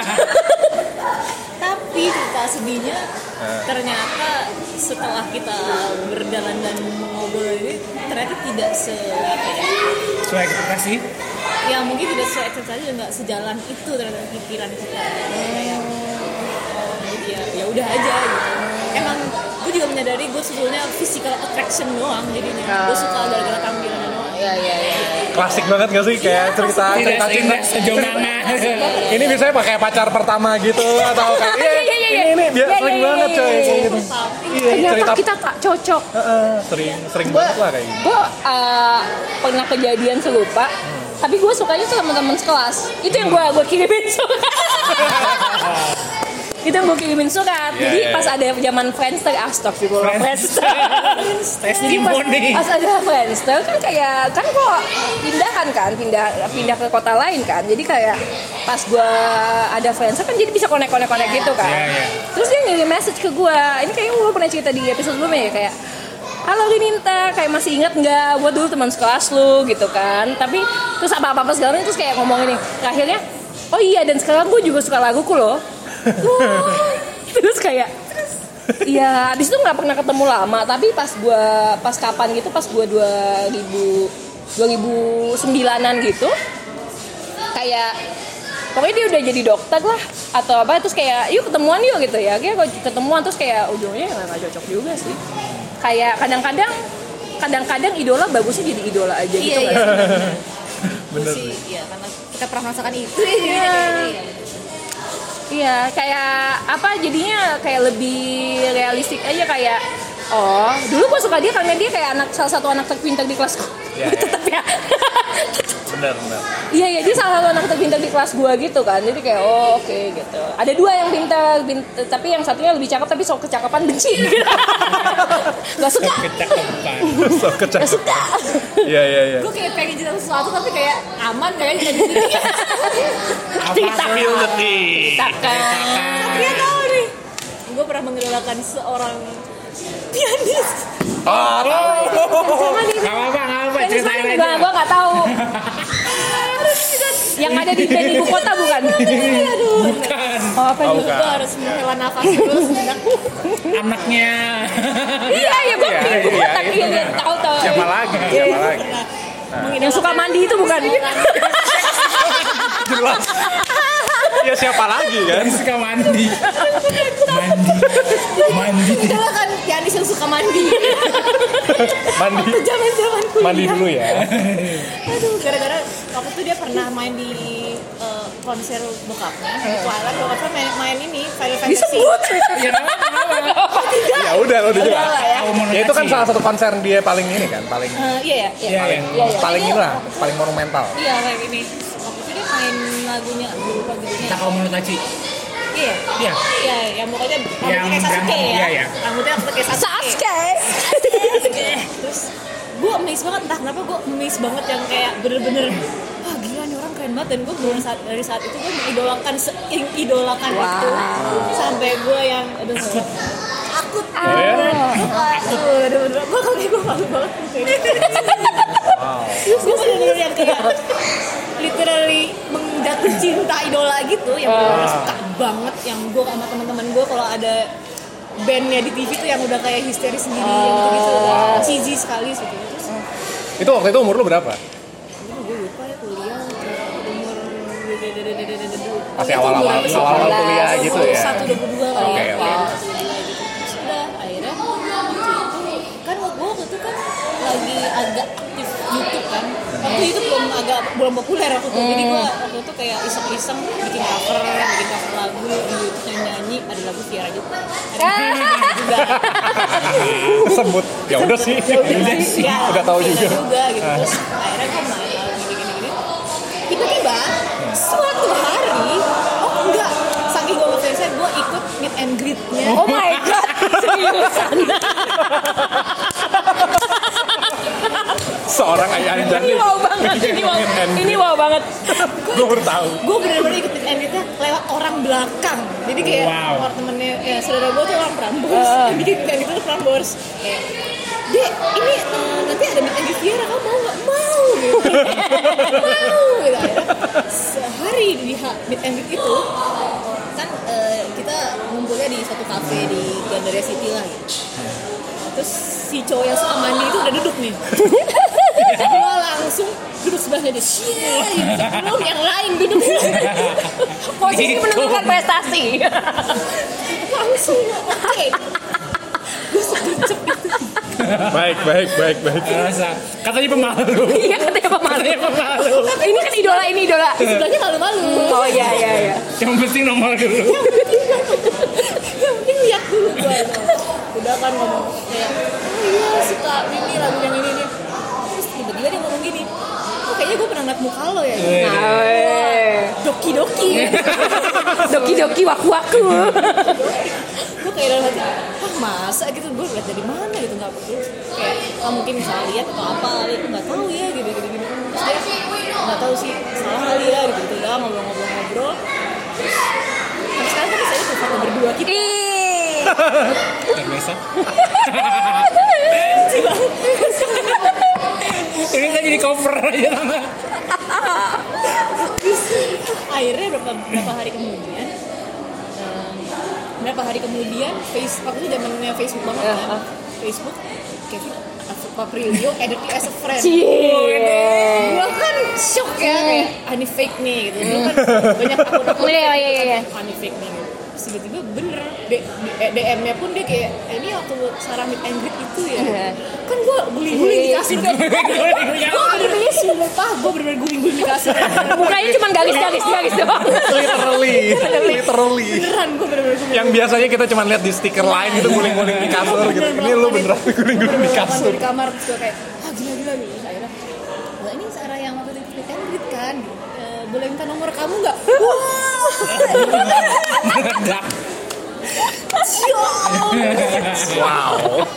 Tapi cerita sedihnya ternyata setelah kita berjalan dan ngobrol ini ternyata tidak se apa ya, Sesuai ekspektasi. ya mungkin tidak sesuai ekspektasi dan nggak sejalan itu ternyata pikiran kita. Kayak oh jadi ya ya udah aja gitu. Emang gue juga menyadari gue sebetulnya physical attraction doang jadinya. Gue suka gara-gara tampilan doang. Iya iya iya. Klasik banget gak sih kayak cerita cerita cinta. Tidak sejauh mana. Ini biasanya pakai pacar pertama gitu atau kayak iya Iya, iya, iya. ini ini biasa Iya, sering iya, banget iya, coy iya, kayak iya. gitu. Iya Ternyata cerita kita tak cocok. Heeh, sering sering Gue banget lah kayak gitu. gue uh, pernah kejadian serupa. Tapi gue sukanya tuh sama teman sekelas. Itu yang gue gue kirimin surat. Itu yang gue kirimin surat. Yeah, Jadi yeah, pas yeah. ada zaman Friendster, astagfirullah Friendster. Jadi pas, Testimoni. pas ada Friendster kan kayak kan kok pindahan kan, pindah pindah ke kota lain kan. Jadi kayak pas gue ada Friendster kan jadi bisa connect connect connect gitu kan. Yeah, yeah. Terus dia ngirim message ke gue. Ini kayaknya gue pernah cerita di episode sebelumnya ya kayak, halo Rininta, kayak masih ingat nggak? Gue dulu teman sekelas lu gitu kan. Tapi terus apa-apa segala macam terus kayak ngomong ini. Akhirnya, oh iya dan sekarang gue juga suka laguku loh. Wah, terus kayak, iya, abis itu nggak pernah ketemu lama. Tapi pas gue, pas kapan gitu, pas gue dua ribu sembilanan gitu, kayak pokoknya dia udah jadi dokter lah atau apa. Terus kayak, yuk ketemuan yuk gitu ya. Kayak ketemuan terus kayak ujungnya nggak cocok juga sih. Kayak kadang-kadang kadang-kadang idola bagusnya jadi idola aja gitu Iya nggak iya. sih? Bener sih, sih. ya karena kita pernah merasakan itu ya. Iya. Iya. Iya, kayak apa jadinya kayak lebih realistik aja kayak oh, dulu gue suka dia karena dia kayak anak salah satu anak terpintar di kelas gue. Iya, iya. Tetap ya. Bener bener. Iya, iya dia salah satu anak terpintar di kelas gue gitu kan. Jadi kayak oh oke okay, gitu. Ada dua yang pintar, pintar, tapi yang satunya lebih cakep tapi soal kecakapan benci. Gak suka. Kecakapan. So kecak. Gak suka. Iya iya iya. Gue kayak pengen cerita sesuatu tapi kayak aman kayak kita jadi. Apa Feel the tea. Dia tahu nih. Gue pernah mengidolakan seorang pianis. Oh, tahu. Sama nih. Gak apa-apa, gak apa-apa, Pianis ceritain mana aja. juga gue gak tahu. Yang ada di band ibu kota bukan? Aduh. Bukan. Oh apa Oh, nih? bukan. Gue harus menghela nafas dulu sebentar. Anaknya. Iya, iya gue Iya, ibu iya, kota iya, iya bener. tahu tahu. Siapa lagi? Siapa lagi? Yang suka mandi itu bukan? Jelas. Ya siapa lagi kan? Yang suka mandi. Mandi. Mandi. Itulah kan pianis yang suka mandi. Mandi. Waktu zaman-zaman kuliah. Mandi dulu ya. Aduh, gara-gara waktu itu dia pernah main di uh, konser bokapnya di Twilight. Bokapnya main, main ini Final Fantasy. Disebut. Ya apa-apa. Ya udah lo udah juga. lah ya. Ya itu kan salah satu konser dia paling ini kan, paling Uh, iya ya. Iya, paling iya. paling ini lah, paling monumental. Iya kayak gini. Waktu itu dia main lagunya, gue lupa judulnya. Takao Monotachi. Iya. Iya. Iya, yang pokoknya rambutnya Yang kayak Sasuke ganteng, ya. iya, iya. Rambutnya rambutnya kayak Sasuke. Sasuke. Terus gue amazed banget, entah kenapa gue amazed banget yang kayak bener-bener wah gila nih orang keren banget. Dan gue bener saat, dari saat itu gue mengidolakan seidolakan Wow. itu sampai gue yang aduh takut Oh, ya? aduh aduh aduh gue kayak gue malu banget gitu. Wow. Gue bener-bener yang kayak literally menjatuh cinta idola gitu yang bener-bener suka banget, yang gue sama teman-teman gue kalau ada bandnya di T V tuh yang udah kayak histeris sendiri yang gitu-gitu cheesy sekali gitu. Terus Itu waktu itu umur lu berapa? gue lupa ya kuliah umur Masih awal-awal awal-awal kuliah gitu ya. satu dua puluh dua kali Oke, ya. oke. Terus udah akhirnya waktu itu kan gue waktu itu kan lagi agak aktif YouTube kan. Waktu itu belum agak belum populer waktu itu. Jadi gue waktu itu kayak iseng-iseng bikin cover, bikin cover lagu di YouTube nyanyi, ada lagu Viera juga. Ada juga. Sebut. Ya udah sih. Udah sih. Ya, Udah tahu Viera juga. juga gitu. Terus akhirnya gue main gini-gini. Tiba-tiba suatu hari, oh enggak, saking gue ngefansnya gue ikut meet and greet-nya. Oh my god, seriusan. Seorang ayah anjani. Ini wow banget, ini wow, ini wow banget. Gue baru tahu. Gue bener-bener ikut meet and greet-nya lewat orang belakang. Jadi kayak Wow. orang temennya, ya saudara gue tuh orang Prambors. Uh. Bikin meet and greet tuh Prambors. Kayak, Dek, ini uh, nanti ada meet and greet Viera, kamu mau gak? Mau gitu. Mau gitu. Akhirnya, sehari di meet and greet itu kan uh, kita ngumpulnya di suatu kafe di Gandaria City lah gitu. Terus si cowok yang suka mandi itu udah duduk nih. Gue langsung duduk sebelahnya dia. Shhh, gitu. Belum yang lain duduk. Posisi menentukan prestasi. Langsung, oke. Gue segercep gitu. Baik, baik, baik, baik. Rasa katanya pemalu. Iya katanya pemalu. Katanya pemalu. Ini kan idola, ini idola. Sebelahnya malu-malu. Oh iya iya iya. Yang penting nongol dulu. Yang penting lihat dulu gue. Udah kan ngomong kayak, oh iya suka ini lagu yang ini nih. Terus tiba-tiba dia ngomong gini, oh kayaknya gue pernah ngeliat muka lo ya. Nah, Doki-doki. doki-doki waku-waku. Gue kayak dalam hati, ah masa gitu, gue liat dari mana gitu, nggak perlu kayak ah, mungkin salah lihat atau apa kali, aku nggak tahu ya gitu gitu gitu. Terus dia nggak tahu sih salah kali ya gitu gitu lah, ngobrol-ngobrol-ngobrol. Terus sampai sekarang kan saya tuh foto berdua kita. Terbiasa. Ini saya jadi cover aja sama. Akhirnya berapa berapa hari kemudian, um, berapa hari kemudian Facebook itu zamannya Facebook banget kan, Facebook Kevin Aprilio added me as a friend. Gue kan shock ya kayak ah, ini fake nih gitu. Gue kan banyak akun-akun Iya, iya, iya. ah, ini fake nih gitu. Terus tiba-tiba bener D- D- D M-nya pun dia kayak eh, ini waktu Sarah meet and greet itu ya. Kan gue guling-guling di kasur kan. Gue bener-bener sumpah, gue bener-bener guling-guling di kasur. Mukanya cuma garis-garis garis doang. Literally, literally. Beneran gue bener-bener guling. Yang biasanya kita cuma lihat di stiker lain gitu guling-guling di kasur gitu. Ini lu beneran guling-guling di kasur. Di kamar terus gue kayak ah gila-gila gitu. Terus akhirnya wah ini Sarah yang waktu itu meet and greet kan. Eh, boleh minta nomor kamu nggak? Meledak. Wow.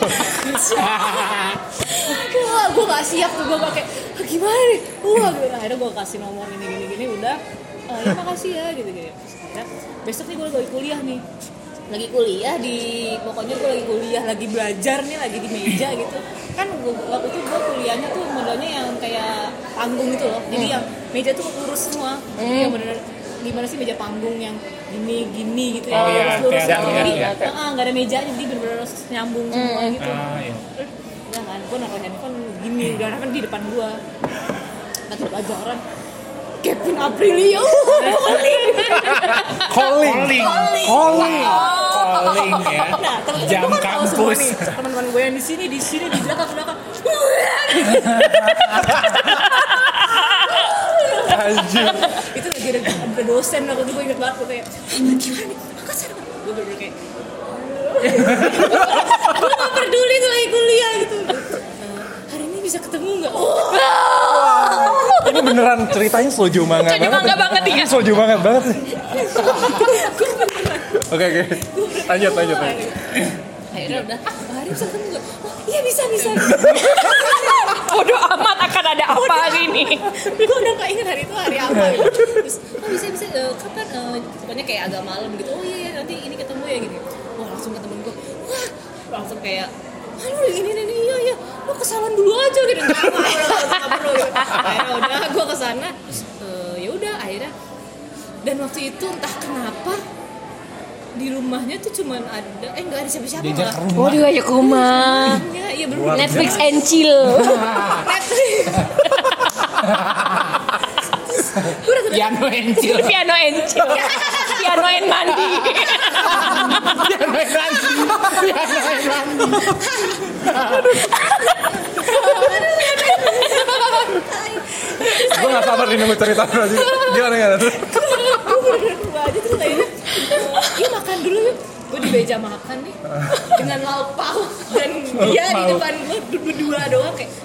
Wah, gue gak siap tuh, gue kayak ah, gimana nih? Wah, gue akhirnya gue kasih nomor ini gini gini udah. Ah, ya makasih ya gitu gitu. Terus akhirnya besok nih gue lagi kuliah nih. Lagi kuliah di pokoknya gue lagi kuliah lagi belajar nih lagi di meja gitu. Kan gua, waktu itu gue kuliahnya tuh modelnya yang kayak panggung gitu loh. Jadi yang meja tuh lurus semua. Jadi yang bener gimana sih meja panggung yang gini gini gitu ya. Oh, iya, Lurus-lurus. teater, Jadi iya, heeh, enggak ada mejanya jadi bener-bener nyambung semua gitu. Ah, iya. Ya kan, gue naruh handphone gini, udah kan di depan gue. Nanti pelajaran Kevin Aprilio calling. Calling. Calling. Calling. Calling ya. Nah, temen-temen Jam gue kan tahu semua kampus. nih. Teman-teman gue yang di sini, di sini, di belakang, belakang. Anjir. Itu lagi ada, ada dosen waktu itu gue inget banget gue kayak gimana nih, angkat sana gue bener-bener kayak gue gak peduli tuh lagi kuliah gitu. Uh, hari ini bisa ketemu nggak? Oh. Ini beneran ceritanya slow banget. Jadi bangga banget nih. Slow banget banget sih. Oke oke. Lanjut lanjut. lanjut. Akhirnya udah, ah hari bisa ketemu nggak? Oh iya bisa bisa. Bodoh amat akan ada apa hari ini. Gue udah gak ingat hari itu hari apa gitu. Terus oh bisa bisa uh, kapan uh, pokoknya kayak agak malam gitu. Oh iya, iya nanti ini ketemu ya gitu. Wah langsung ke temen gue. Wah langsung kayak halo ini ini iya iya lo kesalahan dulu aja gitu. Nggak perlu gitu. Akhirnya udah gue kesana. Terus uh, ya udah akhirnya dan waktu itu entah kenapa di rumahnya tuh cuman ada eh nggak ada siapa-siapa Diajak malah. ke rumah. Oh dia aja ke rumah. Iya iya bener. Netflix and chill. Gue udah Piano Encil. Piano Encil. Piano en mandi. Piano en mandi. Piano en mandi. Gue gak sabar nih nunggu cerita lu aja. Gimana gimana tuh? Gue aja terus akhirnya iya makan dulu yuk. Gue di meja makan nih dengan lauk pauk dan dia di depan gue berdua doang kayak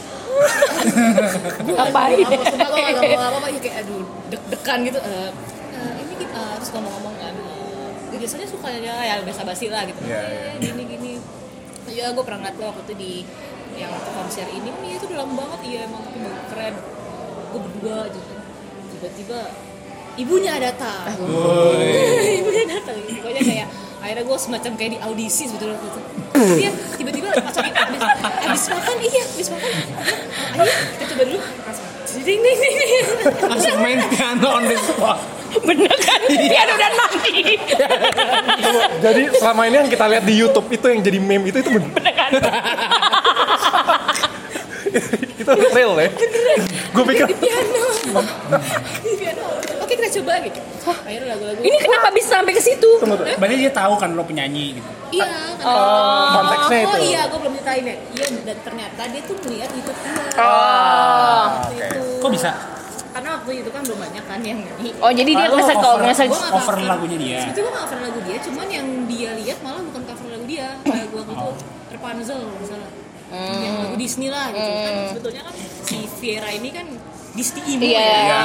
Ngapain? Gue gak mau apa-apa ya kayak aduh deg-degan gitu. Uh, uh, ini kita uh, terus ngomong-ngomong kan. Uh, biasanya suka ya ya biasa basi lah gitu. Iya, Ya, gini-gini. Ya gue pernah ngeliat lo waktu itu di yang konser ini nih itu udah lama banget iya emang tapi keren. Gue berdua aja kan. Tiba-tiba ibunya datang. Ibunya datang. Pokoknya kayak akhirnya gue semacam kayak di audisi sebetulnya gitu. Dia tiba-tiba pas lagi abis, abis makan iya abis makan ayo kita coba dulu ding ding ding ding Langsung main piano on the spot. Bener kan? Piano dan mandi. Jadi selama ini yang kita lihat di YouTube itu yang jadi meme itu itu bener. Bener kan? Itu real ya. Gue pikir di piano di piano oke kita coba gitu akhirnya lagu-lagu Ini kenapa bisa sampai ke situ? Berarti dia tahu kan lo penyanyi gitu. iya kan konteksnya oh itu. iya gue belum ceritain ya iya dan ternyata dia tuh melihat YouTube gue Oh. itu Kok bisa? karena waktu itu kan belum banyak kan yang nyanyi. Oh, jadi dia Lo nge-search cover- nge-search. Gua nggak cover cover. lagunya dia. Sebetulnya gue gak cover lagu dia, cuman yang dia lihat malah bukan cover lagu dia. Kayak gue waktu itu Rapunzel misalnya. Yang lagu Disney lah gitu kan. Sebetulnya kan si Viera ini kan Disney emo Iya. ya. Iya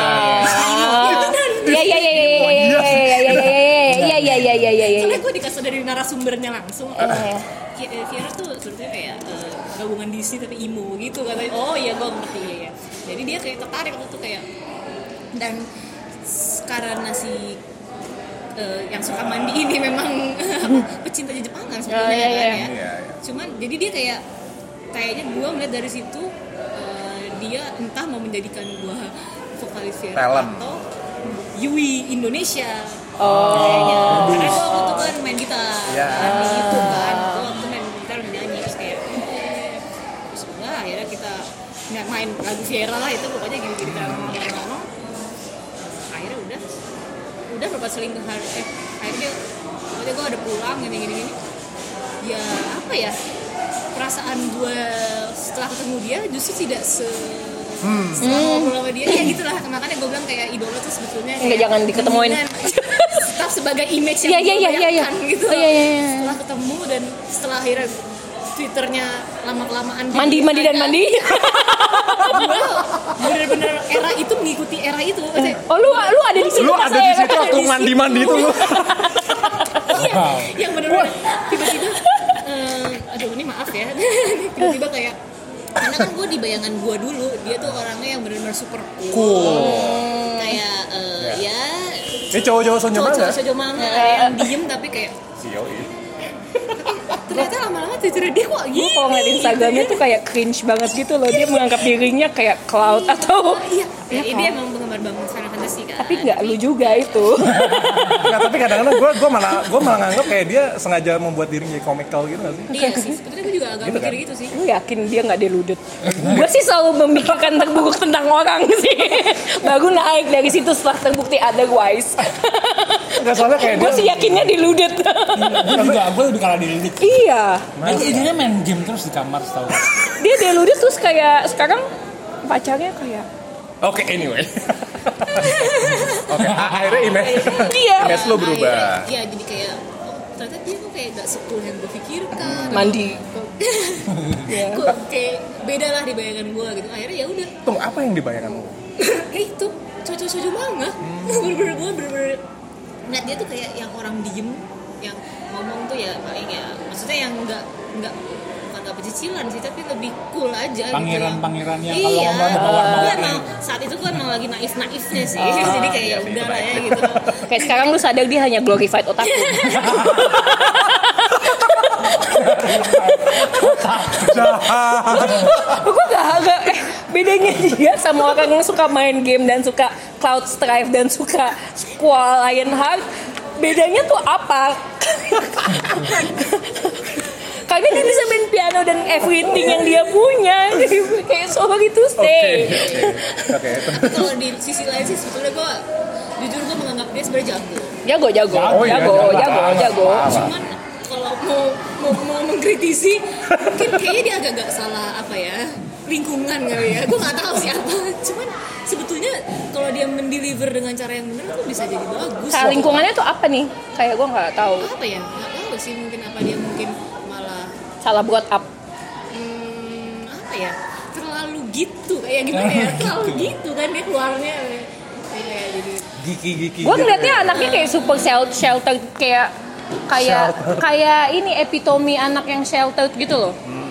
iya iya iya iya iya iya iya iya iya iya iya iya. Soalnya gue dikasih dari narasumbernya langsung. Iya. Ki- Viera tuh sebetulnya kayak eh, gabungan Disney tapi emo gitu katanya. Oh iya gue ngerti ya, ya. Jadi dia kayak tertarik waktu itu kayak dan s- karena si uh, yang suka mandi ini memang pecinta Jepangan sebenarnya Oh, iya, kan iya. ya. Iya, iya. Cuman jadi dia kayak kayaknya gue melihat dari situ uh, dia entah mau menjadikan gue vokalis Viera Talent. atau Yui Indonesia. Oh. Kayaknya. Karena gue waktu itu kan main gitar, Iya. kan di YouTube kan. Gue waktu itu main gitar dan nyanyi terus kayak eh, terus udah akhirnya kita nggak main lagu Viera lah itu pokoknya gini-gini ngomong-ngomong. Akhirnya udah udah berapa selingkuh hari eh akhirnya pokoknya gue ada pulang gini-gini gini. Ya apa ya perasaan gue setelah ketemu dia justru tidak se Hmm. setelah ngobrol sama dia ya gitulah makanya gue bilang kayak idola tuh sebetulnya Enggak, jangan diketemuin. tetap sebagai image yang Iya, iya, iya, iya, iya. dibayangkan gitu Oh, iya, iya, iya. setelah ketemu dan setelah akhirnya Twitternya lama-kelamaan Mandi mandi dan mandi. gue bener-bener era itu mengikuti era itu Maksudnya, Oh lu lu ada di situ. Lu pas ada di saya- situ waktu mandi-mandi itu lu. iya yang bener-bener tiba-tiba eh, aduh ini maaf ya tiba-tiba kayak karena kan gue di bayangan gue dulu dia tuh orangnya yang bener-bener super cool kayak eh, ya Ini cowok-cowok Sonja Mangga. cowok-cowok Sonja Mangga yang diem tapi kayak Yoi. ternyata lama-lama Twitter dia kok Gue gitu kalau ngeliat Instagramnya tuh kayak cringe banget gitu loh. Dia menganggap dirinya kayak cloud atau iya ya, dia emang penggemar banget Final Fantasy kan tapi nggak lu juga itu. Nggak, tapi kadang-kadang gue gue malah gue malah nganggap kayak dia sengaja membuat dirinya jadi komikal gitu nggak sih? iya sih sebetulnya gue juga agak Gitu mikir kan? gitu sih Lu yakin dia nggak deluded? Gue sih selalu memikirkan terburuk tentang orang sih. Baru naik dari situ setelah terbukti otherwise. Nggak, soalnya kayak Gue dia sih yakinnya deluded. Gue juga, gue lebih kalah diri. Iya. Dia dia main game terus di kamar setahu. Dia deluded terus kayak sekarang pacarnya kayak Oke, anyway. Oke, a- akhirnya image dia image lu berubah. iya jadi kayak oh, ternyata dia tuh kayak gak secool yang gue pikirkan Mandi. Iya. Kok kayak beda lah di bayangan gue gitu akhirnya ya udah Tunggu, apa yang dibayangkan lu? eh itu cocok-cocok banget bener-bener gue bener-bener ngeliat dia tuh kayak yang orang diem yang ngomong tuh ya paling ya maksudnya yang nggak nggak bukan nggak pecicilan sih tapi lebih cool aja Pangeran-pangeran gitu yang kalau iya ngomong ada mawar-mawar. gue emang saat itu gue emang lagi naif-naifnya sih jadi kayak ya udah lah ya gitu kayak sekarang lu sadar dia hanya glorified otaku. Gue gak, gak eh, bedanya dia sama orang yang suka main game dan suka Cloud Strife dan suka Squall Lionheart, bedanya tuh apa? karena dia bisa main piano dan everything yang dia punya. Jadi kayak sorry to say. Oke, oke. Kalau di sisi lain sih sebetulnya gue jujur gue menganggap dia sebenarnya jago. Jago, jago, Oh, iya, jago, jago. jago, jago. Cuman kalau mau mau mau mengkritisi mungkin kayaknya dia agak-agak salah apa ya lingkungan kali ya. Gue nggak tahu siapa. Cuman sebetulnya kalau dia mendeliver dengan cara yang benar tuh bisa jadi bagus. Salah lingkungannya tuh apa nih? Kayak gue nggak tahu. Apa ya? Nggak tahu sih, mungkin apa dia mungkin malah Salah brought up. hmm, apa ya? Terlalu gitu kayak gimana ya? Terlalu gitu kan dia keluarnya kayak jadi Giki-giki. Gue gitu ngeliatnya ya. anaknya kayak super shel- shelter kayak kayak kayak ini epitome anak yang sheltered gitu loh.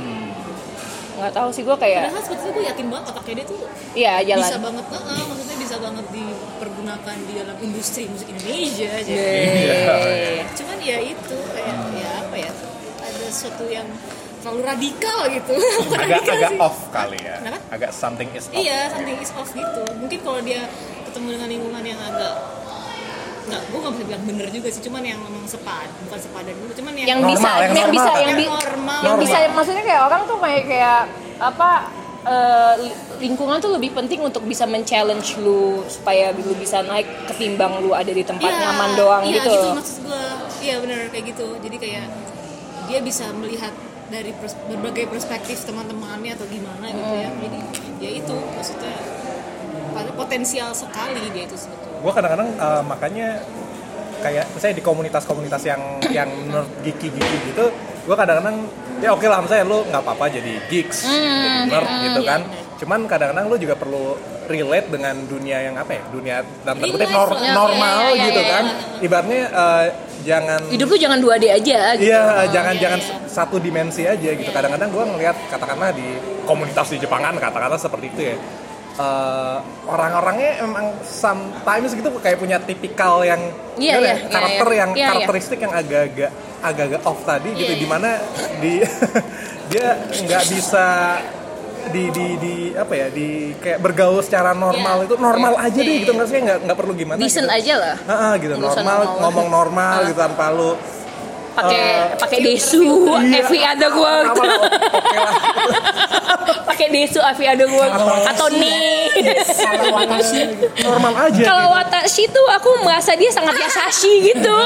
Nggak tahu sih gue kayak padahal sebetulnya gue yakin banget otaknya dia tuh iya jalan. bisa banget, uh, maksudnya bisa banget dipergunakan di dalam industri musik Indonesia aja. Yeay. Cuman ya itu kayak ya apa ya? Ada sesuatu yang terlalu radikal gitu. Bukan agak radikal agak sih. off kali ya. Kenapa? Agak something is off. Iya, something is off gitu. Mungkin kalau dia ketemu dengan lingkungan yang agak nggak, gue nggak bisa bilang bener juga sih, cuman yang memang sepad, bukan sepadan dulu, cuman yang yang Normal, bisa yang yang, normal. bisa yang, yang bi- normal, yang bisa Normal. maksudnya kayak orang tuh kayak kayak apa eh, lingkungan tuh lebih penting untuk bisa men-challenge lu supaya lu bisa naik ketimbang lu ada di tempat Iya, nyaman doang iya, gitu. gitu maksud gue. Iya benar kayak gitu. Jadi kayak dia bisa melihat dari pers- berbagai perspektif teman-temannya atau gimana gitu ya. Jadi ya itu maksudnya potensial sekali dia itu sebetulnya. Gue kadang-kadang uh, makanya kayak misalnya di komunitas-komunitas yang yang nerd geeky-geeky gitu, gue kadang-kadang ya oke lah misalnya lu nggak apa-apa jadi geeks, jadi nerd gitu kan. Cuman kadang-kadang lu juga perlu relate dengan dunia yang apa ya, dunia dalam tanda kutip Real nor- life lah. normal Ya, ya, ya, gitu ya, kan. Ibaratnya uh, jangan Hidup lu jangan dua D aja gitu. Iya, jangan iya, jangan iya. satu dimensi aja gitu. Kadang-kadang gue ngelihat katakanlah di komunitas di Jepangan katakanlah seperti itu ya. Uh, orang-orangnya emang sometimes gitu kayak punya tipikal yang Iya, gimana iya, ya, iya, karakter iya. yang Iya, iya. karakteristik yang agak-agak agak-agak off tadi gitu, Iya, iya. dimana di dia nggak bisa di di di apa ya di kayak bergaul secara normal Iya. itu normal aja deh Iya. gitu, maksudnya nggak nggak perlu gimana Decent gitu. aja lah. Heeh, gitu Urusan normal, normal. ngomong normal Ah. gitu tanpa lu Pakai pakai desu, iya. every other word. apa lah, oke lah. Pakai desu every other word atau nih. Kalau watashi Normal aja Kalau gitu. watashi tuh aku merasa dia sangat yasashi gitu.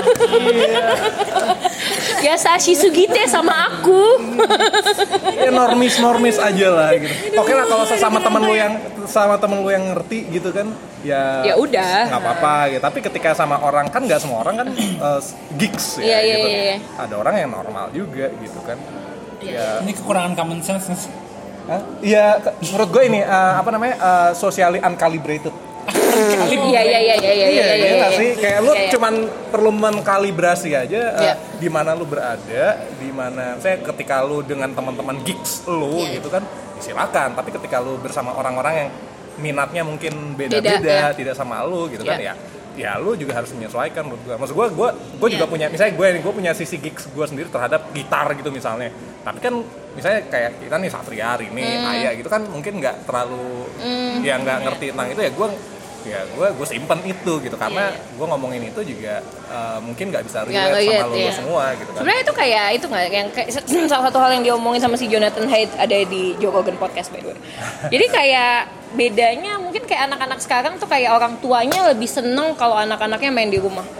Yasashi Sugite sama aku. Ya normis normis aja lah gitu. Oke lah kalau sama temen lu yang sama temen lu yang ngerti gitu kan, ya Ya udah. nggak apa-apa gitu. Tapi ketika sama orang kan nggak semua orang kan uh, geeks Iya, ya iya, gitu. iya, iya. Ada orang yang normal juga gitu kan. Ya, ini kekurangan common sense. Hah? Iya, ke- menurut gue ini uh, apa namanya uh, socially uncalibrated. Iya iya iya iya iya iya Iya, iya nggak sih? Kayak lu Iya, iya. cuman perlu mengkalibrasi aja uh, Iya. di mana lu berada, di mana saya ketika lu dengan teman-teman geeks lu Iya. gitu kan, silakan. Tapi ketika lu bersama orang-orang yang minatnya mungkin Beda, beda-beda, ya. tidak sama lu gitu kan Iya. ya. Ya lu juga harus menyesuaikan menurut gue. Maksud gue, gue gue juga Iya. punya, misalnya gue gue punya sisi geeks gue sendiri terhadap gitar gitu misalnya. Tapi kan misalnya kayak kita nih Satria hari ini, Hmm. Aya gitu kan mungkin nggak terlalu ya nggak ngerti tentang itu ya gue ya gue gue simpen itu gitu karena gue ngomongin itu juga uh, mungkin nggak bisa Nggak relate relate, sama lu iya. semua gitu kan. Sebenarnya itu kayak itu nggak yang kayak salah satu hal yang diomongin sama si Jonathan Haidt ada di Joe Rogan podcast by the way. Jadi kayak bedanya mungkin kayak anak-anak sekarang tuh kayak orang tuanya lebih seneng kalau anak-anaknya main di rumah.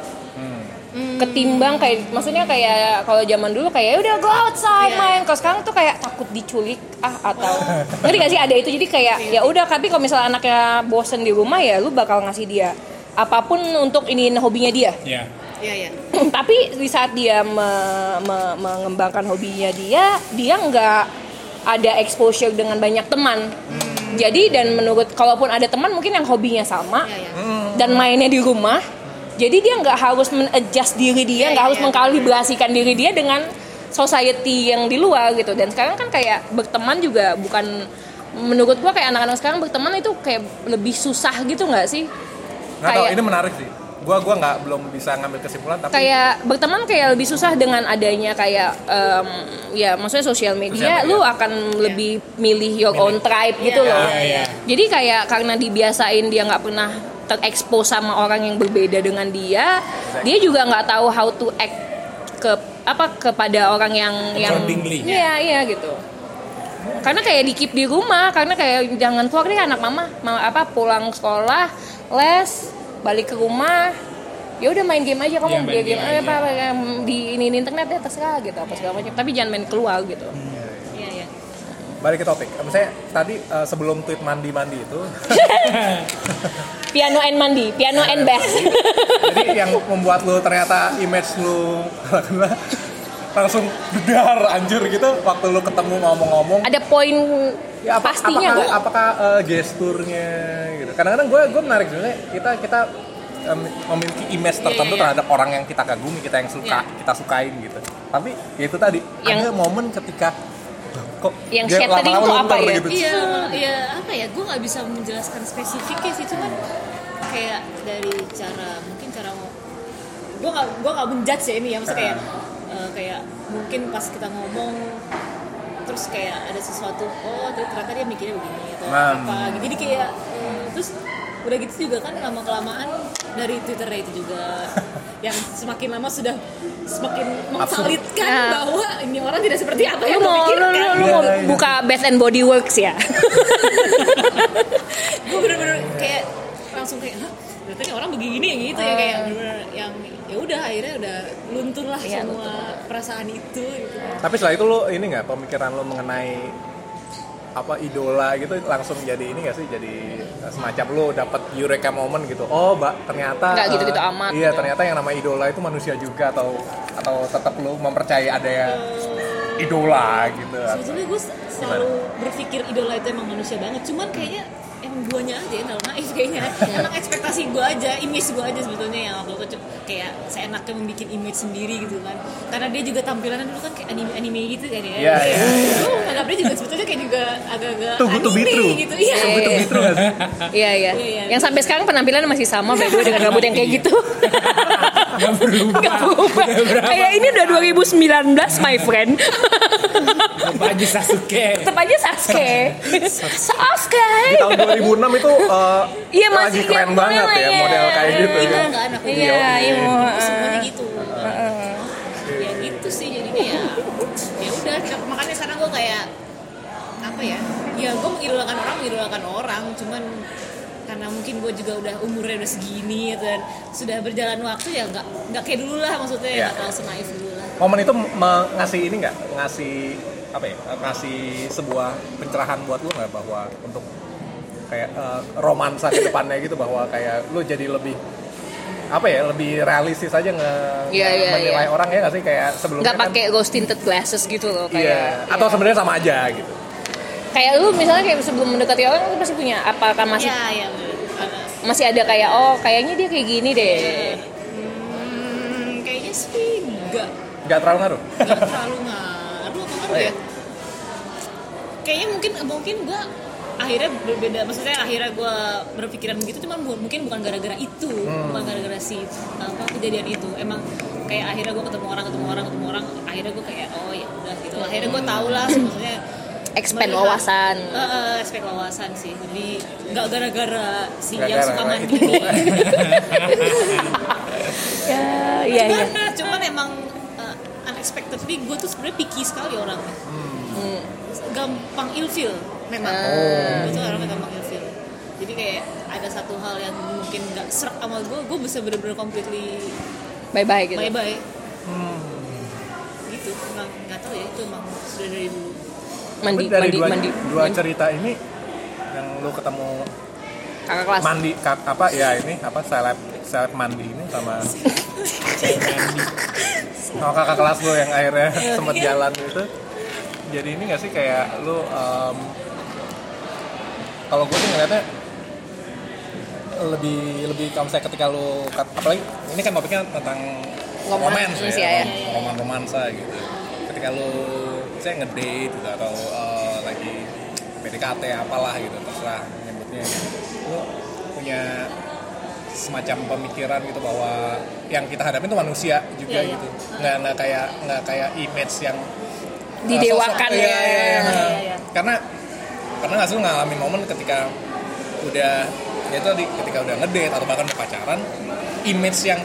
Ketimbang kayak maksudnya kayak kalau zaman dulu kayak udah go outside Iya. main. Kalau sekarang tuh kayak takut diculik ah atau ngerti gak sih ada itu jadi kayak ya udah tapi kalau misalnya anaknya bosen di rumah ya lu bakal ngasih dia apapun untuk ini hobinya dia. Ya. Iya iya. Tapi di saat dia me- me- mengembangkan hobinya dia, dia nggak ada exposure dengan banyak teman. Jadi dan menurut kalaupun ada teman mungkin yang hobinya sama Iya iya. dan mainnya di rumah, jadi dia nggak harus men-adjust diri dia, Iya, nggak iya, harus iya. mengkalibrasikan diri dia dengan society yang di luar gitu. Dan sekarang kan kayak berteman juga bukan menurut gua kayak anak-anak sekarang berteman itu kayak lebih susah gitu nggak sih? Nggak tahu, Kayak- ini menarik sih. Gua gua nggak belum bisa ngambil kesimpulan tapi kayak berteman kayak lebih susah dengan adanya kayak em, ya maksudnya sosial media, Sosial media. lu akan lebih milih your own tribe gitu Iya, loh. iya, iya. Jadi kayak karena dibiasain dia nggak pernah terekspos sama orang yang berbeda dengan dia, dia juga nggak tahu how to act ke apa kepada orang yang yang Accordingly. iya iya gitu. Karena kayak di keep di rumah, karena kayak jangan keluar deh anak mama, mama apa pulang sekolah, les, balik ke rumah, ya udah main game aja kamu Ya, main main game, game eh, aja. apa, apa di ini internet ya terserah gitu apa segala macam, tapi jangan main keluar gitu. Iya, iya. Balik ke topik. Misalnya tadi uh, sebelum tweet mandi-mandi itu, Piano and mandi, piano and bath. jadi yang membuat lu ternyata image lu langsung dedar anjir gitu waktu lu ketemu ngomong-ngomong. Ada poin Ya, apa, pastinya apakah, nggak? apakah uh, gesturnya gitu. Kadang-kadang gue gue menarik juga kita kita um, memiliki image tertentu iya, iya. terhadap orang yang kita kagumi, kita yang suka, Iya. kita sukain gitu. Tapi ya itu tadi Yang- ada momen ketika kok Yang dia shattering lama-lama tuh apa luntur ya? gitu. Iya, iya apa ya? Gue nggak bisa menjelaskan spesifiknya sih, cuman kayak dari cara mungkin cara gue nggak gue nggak menjudge ya ini ya, maksudnya kayak eh, kayak mungkin pas kita ngomong terus kayak ada sesuatu, oh ternyata dia mikirnya begini atau Nah. apa gitu. Jadi kayak eh, terus udah gitu juga kan lama kelamaan dari Twitter itu juga yang semakin lama sudah semakin memvalidkan Nah. bahwa ini orang tidak seperti apa Lu yang mau lu, memikirkan. lu, lu Iya, mau iya. buka Bath and Body Works ya? Gue bener-bener kayak langsung kayak, hah berarti ini orang begini yang gitu ya, kayak bener-bener yang ya udah akhirnya udah luntur lah Iya, semua perasaan itu gitu. Tapi setelah itu lo ini nggak pemikiran lo mengenai apa idola gitu langsung jadi ini nggak sih, jadi semacam lo dapat eureka moment gitu, oh mbak ternyata Nggak gitu-gitu eh, amat iya gitu. ternyata yang nama idola itu manusia juga, atau atau tetap lo mempercayai ada yang idola gitu. Sebetulnya gue selalu berpikir idola itu emang manusia banget, cuman kayaknya emang guanya aja yang terlalu naif kayaknya. Emang ekspektasi gue aja, image gue aja sebetulnya yang waktu itu kayak seenaknya membuat image sendiri gitu kan. Karena dia juga tampilannya dulu kan kayak anime-anime gitu kan ya. Iya, Kayak, iya. gue menganggap dia juga sebetulnya kayak juga agak-agak Too good to be anime true. gitu. Iya. Too good to be true nggak sih? Iya iya. Iya, iya. Yang sampai sekarang penampilannya masih sama, baik gue dengan rambut yang kayak gitu. Gak berubah. Gak berubah. Kayak ini udah dua ribu sembilan belas my friend. Apa aja Sasuke. Tetap aja Sasuke. Sasuke. Di tahun dua ribu enam itu eh, Iya, lagi masih keren yang banget mana ya ya? model kayak gitu Itu ya. enggak anak Iya, iya. Itu semuanya gitu. Ya gitu sih jadinya ya. Ya udah, makanya sekarang gue kayak apa ya? Ya gue mengidolakan orang, mengidolakan orang, cuman karena mungkin gue juga udah umurnya udah segini dan sudah berjalan waktu ya nggak nggak kayak dulu lah, maksudnya Iya. nggak terlalu senaif dulu lah. Momen itu me- ngasih ini nggak, ngasih apa ya, ngasih sebuah pencerahan buat lu nggak bahwa untuk kayak eh, romansa ke depannya gitu, bahwa kayak lu jadi lebih apa ya, lebih realistis aja nge Iya, iya, menilai iya. orang ya nggak sih, kayak sebelumnya Nggak kan, pakai rose tinted glasses gitu loh kayak. iya, atau iya. sebenarnya sama aja gitu. Kayak lu misalnya kayak sebelum mendekati orang lu pasti punya apakah masih Ya ya ada. masih ada kayak oh kayaknya dia kayak gini deh. Hmm, kayaknya sih nggak Nggak terlalu ngaruh. nggak terlalu ngaruh apa ngaruh Oh, ya? iya. Kayaknya mungkin mungkin gue akhirnya berbeda, maksudnya akhirnya gue berpikiran begitu, cuman bu- mungkin bukan gara-gara itu, Hmm. bukan gara-gara si apa kejadian itu. Emang kayak akhirnya gue ketemu orang, ketemu orang, ketemu orang, akhirnya gue kayak oh ya udah gitu. Akhirnya gue tahu lah maksudnya Expand melihat- wawasan. Eh, eh, expand wawasan sih. Jadi nggak gara-gara si Nggak yang suka gara-gara mandi itu. ini. Ya, iya iya. Cuman, cuman emang uh, unexpectedly gue tuh sebenarnya picky sekali orangnya. Hmm. Gampang ilfeel memang. Ah. Gue tuh orangnya gampang ilfeel. Jadi kayak ada satu hal yang mungkin nggak serak sama gue, gue bisa bener-bener completely Bye bye gitu. bye bye. Gitu. Emang nggak tahu ya, itu emang sudah dari dulu. Mandi Tapi dari mandi dua, mandi. dua cerita ini yang lu ketemu Kakak kelas. mandi ka- apa ya ini apa seleb seleb mandi ini sama sama kakak kelas lu yang akhirnya sempet jalan gitu, jadi ini nggak sih kayak lu em, kalau gue sih ngeliatnya lebih lebih kalau misalnya ketika lu kat- apalagi ini kan topiknya tentang Romance romance ya, ya. roman romansa gitu, ketika lu saya ngedate gitu atau eh, lagi P D K T apalah gitu terserah nyebutnya gitu. Lu punya semacam pemikiran gitu bahwa yang kita hadapin itu manusia juga Iya, iya. gitu, nggak nggak kayak nggak kayak image yang eh, Didewakan sosok- ya. iya, iya, iya. Iya, iya. Karena karena nggak sih lu ngalamin momen ketika udah ya itu tadi ketika udah ngedate atau bahkan udah pacaran, image yang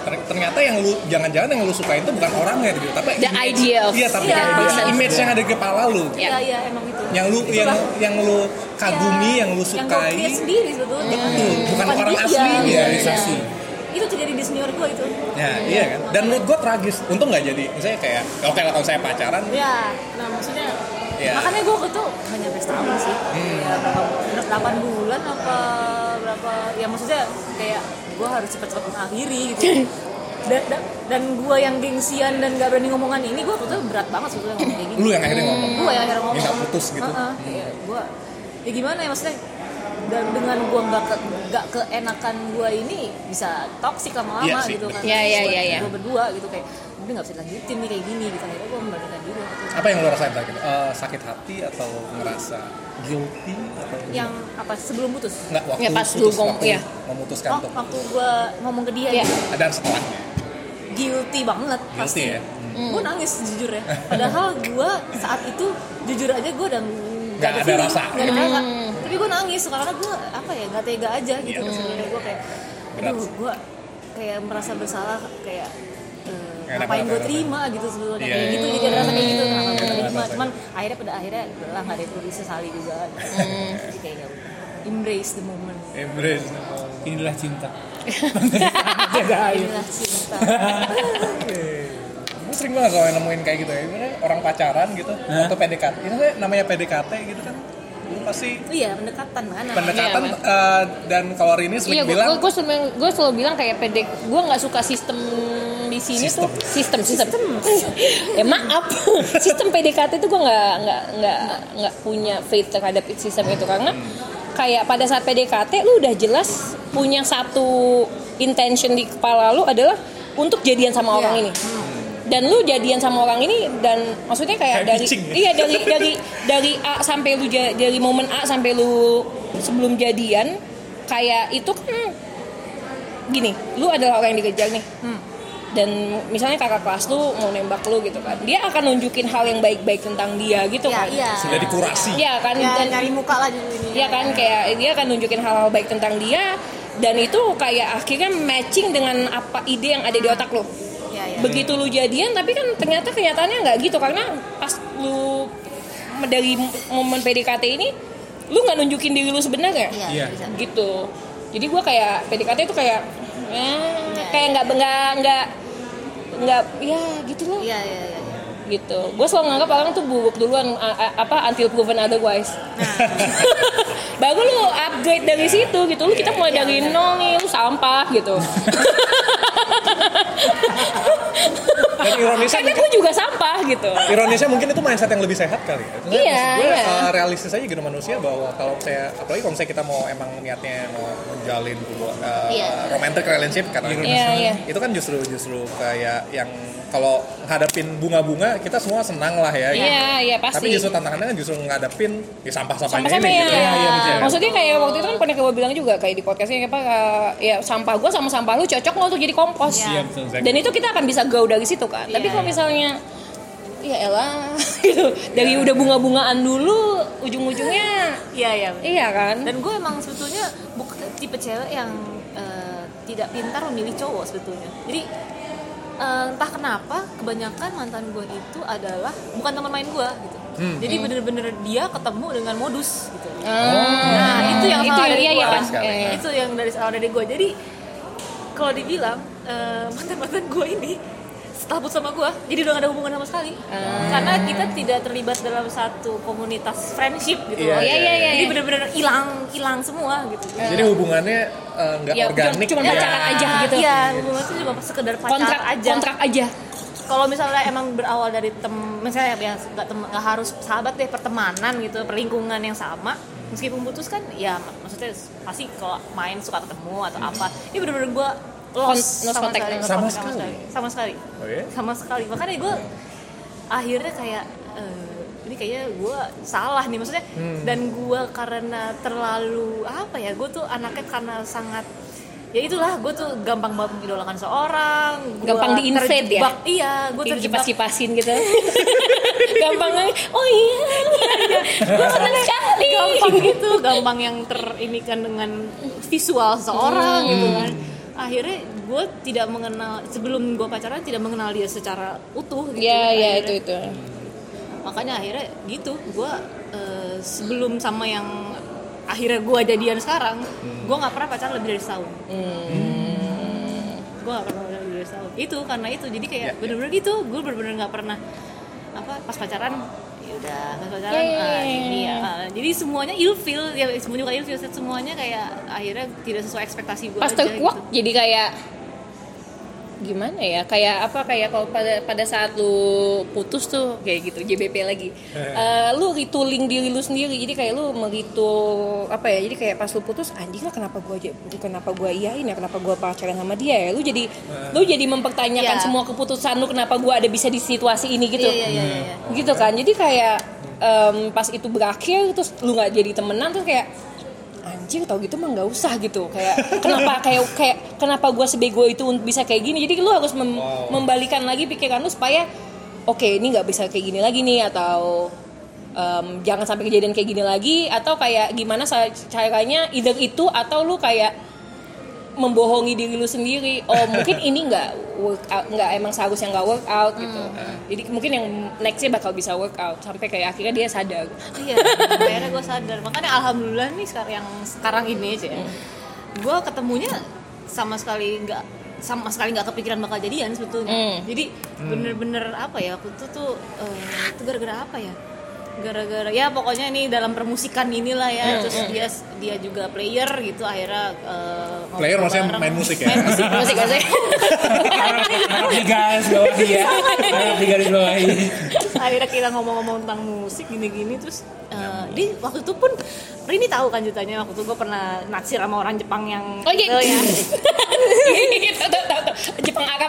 ternyata yang lu jangan-jangan yang lu sukain itu bukan orangnya gitu, tapi The idea of- iya tapi Iya. image, image yang ada di kepala lu. Iya iya emang itu. Yang lu yang Itulah. yang lu kagumi, Iya, yang lu Yang gue sukai. create sendiri sebetulnya. Betul, bukan orang dia. aslinya. Iya. Realisasi. Itu terjadi di senior gue itu. Ya, iya kan. Dan menurut gue tragis. Untung nggak jadi. Misalnya kayak oke lah kalau saya pacaran, Ya, nah maksudnya Iya. makanya gue waktu itu nggak nyampe setahun sih. Ya berapa delapan bulan apa berapa? Ya maksudnya kayak gue harus cepet-cepet mengakhiri gitu. dan, dan, dan gue yang gengsian dan gak berani ngomongan ini, gue waktu itu berat banget sebetulnya ngomong kayak gini. lu yang akhirnya ngomong. Gue yang akhirnya ngomong. Minta putus gitu. Uh-uh, kayak gue, ya gimana ya maksudnya. Dan dengan gue nggak ke, nggak keenakan gue ini bisa toksik lama-lama Iya sih, gitu kan. Iya, iya, iya, iya. Gue berdua gitu kayak udah nggak bisa dilanjutin nih kayak gini gitu. Akhirnya gue membandingkan diri waktu itu. Apa yang lu rasain terakhir? Eh, sakit hati atau ngerasa guilty atau Yang apa sebelum putus? nggak waktu Ya, pas putus, lu ngomong, waktu iya. memutuskan Oh, tuh. waktu gue ngomong ke dia Iya. gitu, Dan setelahnya. guilty banget pasti. ya? Gue nangis jujur ya. Padahal gue saat itu jujur aja gue udah Nggak ada feeling, rasa. nggak ada rasa. Tapi gue nangis karena gue apa ya nggak tega aja gitu. Iya. Sebenarnya gue kayak, Berat aduh sih. gue kayak merasa bersalah kayak eh, Nggak enak ngapain banget gue rasanya. terima gitu sebetulnya Iya, kayak iya. gitu jadi ada rasa kayak gitu kenapa gue Nggak enak terima. rasanya. Cuman akhirnya pada akhirnya lah nggak ada itu disesali juga. Jadi kayak ya udah. Embrace the moment. Embrace. Inilah cinta. Inilah cinta. Gue sering banget soalnya nemuin kayak gitu ya. Sebenarnya orang pacaran gitu atau P D K T. Itu kan namanya P D K T gitu kan. Lu pasti Iya pendekatan kan. namanya. pendekatan Iya, eh, dan kalau Rini sering Iya, gue bilang gue selalu gue selalu bilang kayak pedek, gue nggak suka sistem di sini Sistem. tuh sistem sistem. Ya maaf, sistem P D K T itu gue nggak nggak nggak nggak punya faith terhadap sistem itu karena kayak pada saat P D K T lu udah jelas punya satu intention di kepala lu adalah untuk jadian sama orang Iya. ini. Dan lu jadian sama orang ini dan maksudnya kayak, Kayak dari pitching ya? iya dari dari dari A sampai lu ja- dari momen A sampai lu sebelum jadian kayak itu kan gini, lu adalah orang yang dikejar nih. Dan misalnya kakak kelas lu mau nembak lu gitu kan. Dia akan nunjukin hal yang baik-baik tentang dia gitu Iya, kan. iya. sudah dikurasi. Iya kan Ya, dan nyari muka lah dulu ini. Iya kan kayak dia akan nunjukin hal-hal baik tentang dia dan itu kayak akhirnya matching dengan apa ide yang ada di otak lu. Iya, iya. Begitu lu jadian tapi kan ternyata kenyataannya nggak gitu karena pas lu dari momen P D K T ini lu nggak nunjukin diri lu sebenarnya Iya, Iya. bisa. gitu. Jadi gue kayak P D K T itu kayak eh, kayak nggak nggak nggak nggak ya gitu loh Iya, iya, iya. gitu. Gue selalu nganggap orang tuh buruk duluan a- a- apa until proven otherwise. Baru lu upgrade dari situ gitu. Lu kita mulai dari nol nih, lu sampah gitu. Dan ironisnya Karena mungkin, gue juga sampah gitu. ironisnya mungkin itu mindset yang lebih sehat kali ya. Maksudnya, Iya, maksud gue iya. eh, realistis aja gitu manusia bahwa kalau saya apalagi kalau misalnya kita mau emang niatnya mau menjalin hubungan eh, Iya. romantic relationship karena Iya, iya. itu kan justru justru kayak yang kalau ngadepin bunga-bunga kita semua senang lah ya. gitu. Iya, iya pasti. Tapi justru tantangannya kan justru ngadepin ya sampah-sampahnya Sama-sama ini ya. gitu. Iya, iya, betul. Maksudnya kayak waktu itu kan pernah gue bilang juga kayak di podcastnya apa uh, ya sampah gue sama sampah lu cocok nggak untuk jadi kompos. Iya, betul. Dan itu kita akan bisa grow dari situ kan. Tapi Iya, kalau iya. misalnya ya elah gitu dari udah bunga-bungaan dulu ujung-ujungnya Iya, iya. bener. iya kan. Dan gue emang sebetulnya bukan tipe cewek yang eh, tidak pintar memilih cowok sebetulnya. Jadi eh, entah kenapa kebanyakan mantan gue itu adalah bukan teman main gue gitu. Jadi bener-bener dia ketemu dengan modus gitu. Nah itu yang itu salah yang dari iya gue. iya kan. sekali. Eh, Itu yang dari salah dari gue. Jadi kalau dibilang eh, mantan-mantan gue ini setelah putus sama gue, jadi udah gak ada hubungan sama sekali. Karena kita tidak terlibat dalam satu komunitas friendship gitu. Iya, loh. iya, iya, iya. Jadi bener-bener hilang, hilang semua gitu. Jadi hubungannya eh, nggak Ya, organik. cuma ya. pacaran aja gitu. Iya, hubungan itu cuma sekedar pacar kontrak aja. kontrak aja. Kalau misalnya emang berawal dari tem, misalnya ya nggak tem- nggak harus sahabat deh, pertemanan gitu, perlingkungan yang sama. Meskipun putus kan, ya mak- maksudnya pasti kalau main suka ketemu atau apa. Ini bener-bener gue Kon- lost lost sama contact. sekali, lost Sama contact sekali? sama sekali, Oh iya? sama sekali. Makanya gue akhirnya kayak eh, ini kayaknya gue salah nih maksudnya. Dan gue karena terlalu apa ya, gue tuh anaknya karena sangat ya itulah, gue tuh gampang banget mengidolakan seorang, gua Gampang di-invade ya? terjebak, iya gue Kayak terjebak kipas-kipasin gitu. Gampang oh iya. Gue senang sekali. gampang gitu, gampang yang terinikan dengan visual seorang gitu kan. Akhirnya gue tidak mengenal sebelum gue pacaran tidak mengenal dia secara utuh gitu. Iya iya Akhirnya- itu itu. makanya akhirnya gitu gue uh, sebelum sama yang akhirnya gue jadian sekarang gue nggak pernah pacaran lebih dari setahun. Hmm. Gue gak pernah lebih dari setahun itu karena itu jadi kayak Ya, bener-bener gitu gue bener-bener nggak pernah apa pas pacaran ya udah pas pacaran Ya, ya, ah, ya, ini ya. ya ah, jadi semuanya ilfeel ya semuanya juga ilfeel semuanya kayak akhirnya tidak sesuai ekspektasi gue Pas aja terkuak gitu. jadi kayak gimana ya, kayak apa, kayak kalau pada pada saat lu putus tuh kayak gitu J B P lagi. Eh, lu retooling diri lu sendiri, jadi kayak lu meritul apa ya, jadi kayak pas lu putus anjing lah kenapa gua aja kenapa gua iyain ya, kenapa gua pacaran sama dia ya, lu jadi lu jadi mempertanyakan Iya. semua keputusan lu, kenapa gua ada bisa di situasi ini gitu. Iya, iya, iya, iya. Gitu kan, jadi kayak em, pas itu berakhir terus lu nggak jadi temenan terus kayak anjir tau gitu mah nggak usah gitu, kayak kenapa kayak kayak kenapa gue sebego itu untuk bisa kayak gini, jadi lu harus mem- Wow. membalikan lagi pikiran lu supaya oke ini nggak bisa kayak gini lagi nih, atau em, jangan sampai kejadian kayak gini lagi, atau kayak gimana sa- caranya either itu atau lu kayak membohongi diri lu sendiri, oh mungkin ini nggak work out, nggak emang seharusnya nggak work out gitu, jadi mungkin yang nextnya bakal bisa work out sampai kayak akhirnya dia sadar. Iya, akhirnya gue sadar. Makanya alhamdulillah nih sekarang yang sekarang ini aja ya. Gue ketemunya sama sekali nggak sama sekali nggak kepikiran bakal jadian sebetulnya. Hmm. Jadi bener-bener apa ya? Waktu itu tuh eh, itu gara-gara apa ya? Gara-gara ya pokoknya ini dalam permusikan inilah ya. Terus dia dia juga player gitu. Akhirnya eh, ngobrol Player maksudnya bareng. main musik ya? Main musik. Musik gak sih? Harap di garis bawahi ya. Harap di garis bawahi. Terus akhirnya kita ngomong-ngomong tentang musik gini-gini terus uh, di waktu itu pun Rini tahu kan ceritanya, waktu itu gue pernah naksir sama orang Jepang yang Oh iya. itu ya. Tahu tahu tahu. Jepang Arab.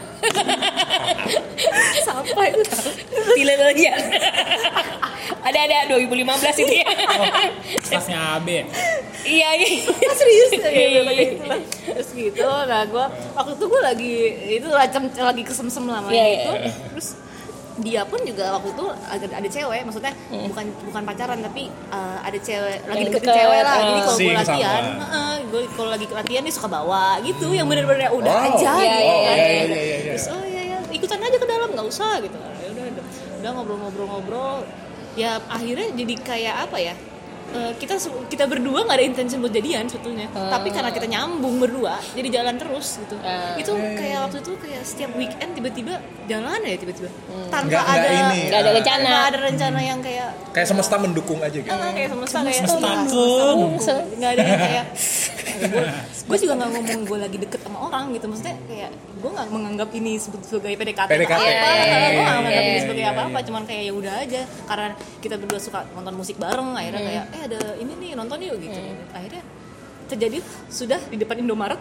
Siapa itu? Tidak lihat. Ada ada dua ribu lima belas itu ya. Kelasnya A B. Iya iya. Ah, serius ya, Iya, iya, kayak gitu lah. Terus gitu, nah gue waktu itu gue lagi itu macam lagi kesem-sem lama Iya, gitu. iya. Terus dia pun juga waktu itu ada, ada cewek, maksudnya bukan bukan pacaran tapi uh, ada cewek lagi Yang deketin deket, cewek lah. Jadi uh. kalau gue Sing latihan, sama. uh, gue kalau lagi latihan dia suka bawa gitu, yang bener-bener udah Wow. aja Iya, gitu. iya, Oh iya, iya iya iya iya. Terus oh iya ya ikutan aja ke dalam nggak usah gitu. Ya udah udah udah ngobrol-ngobrol-ngobrol. Ya akhirnya jadi kayak apa ya? Eh, kita se- kita berdua nggak ada intensi buat jadian sebetulnya, tapi karena kita nyambung berdua jadi jalan terus gitu. Ah. Itu kayak waktu itu kayak setiap weekend tiba-tiba jalan ya tiba-tiba tanpa Nggak- nggak ada ini, Nggak ada ah, rencana. tanpa ada rencana yang kayak Kayak semesta mendukung aja gitu. ah, kayak semesta kayak Semesta ah, pun. semesta mendukung. Nggak ada yang kayak gue juga nggak ngomong gue lagi deket sama orang gitu, maksudnya kayak gue nggak menganggap ini sebagai P D K T, P D K T. apa Iya, apa iya, gue nggak iya, menganggap iya, ini sebagai iya, apa-apa, iya. cuman kayak ya udah aja karena kita berdua suka nonton musik bareng, akhirnya kayak eh ada ini nih nonton yuk gitu. Akhirnya terjadi sudah di depan Indomaret.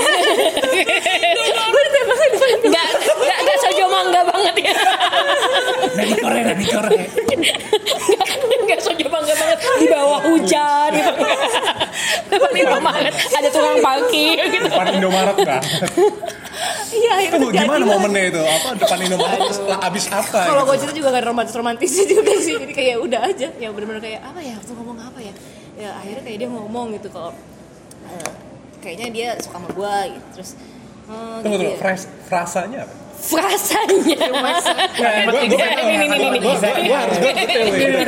Gue ditembaknya di depan Indomaret. Enggak enggak enggak sojo mangga banget ya. Nani Korea, Nani Korea. Enggak sojo mangga banget di bawah hujan gitu. Depan Indomaret ada tukang parkir gitu. Depan Indomaret kan. Iya, akhirnya Tunggu terjadi gimana lah. momennya itu? Apa depan Indomaret terus lah abis apa? Kalau gitu? gue cerita juga gak ada romantis-romantisnya juga sih. Jadi kayak udah aja. Ya bener-bener kayak apa ya, waktu ngomong apa ya. Ya akhirnya kayak dia ngomong gitu kalau eh, kayaknya dia suka sama gue gitu. Terus eh, Tunggu gitu tunggu, ya. fras- frasanya apa? Frasanya. Gue gue Ini, ini, ini, ini. gue harus gue detail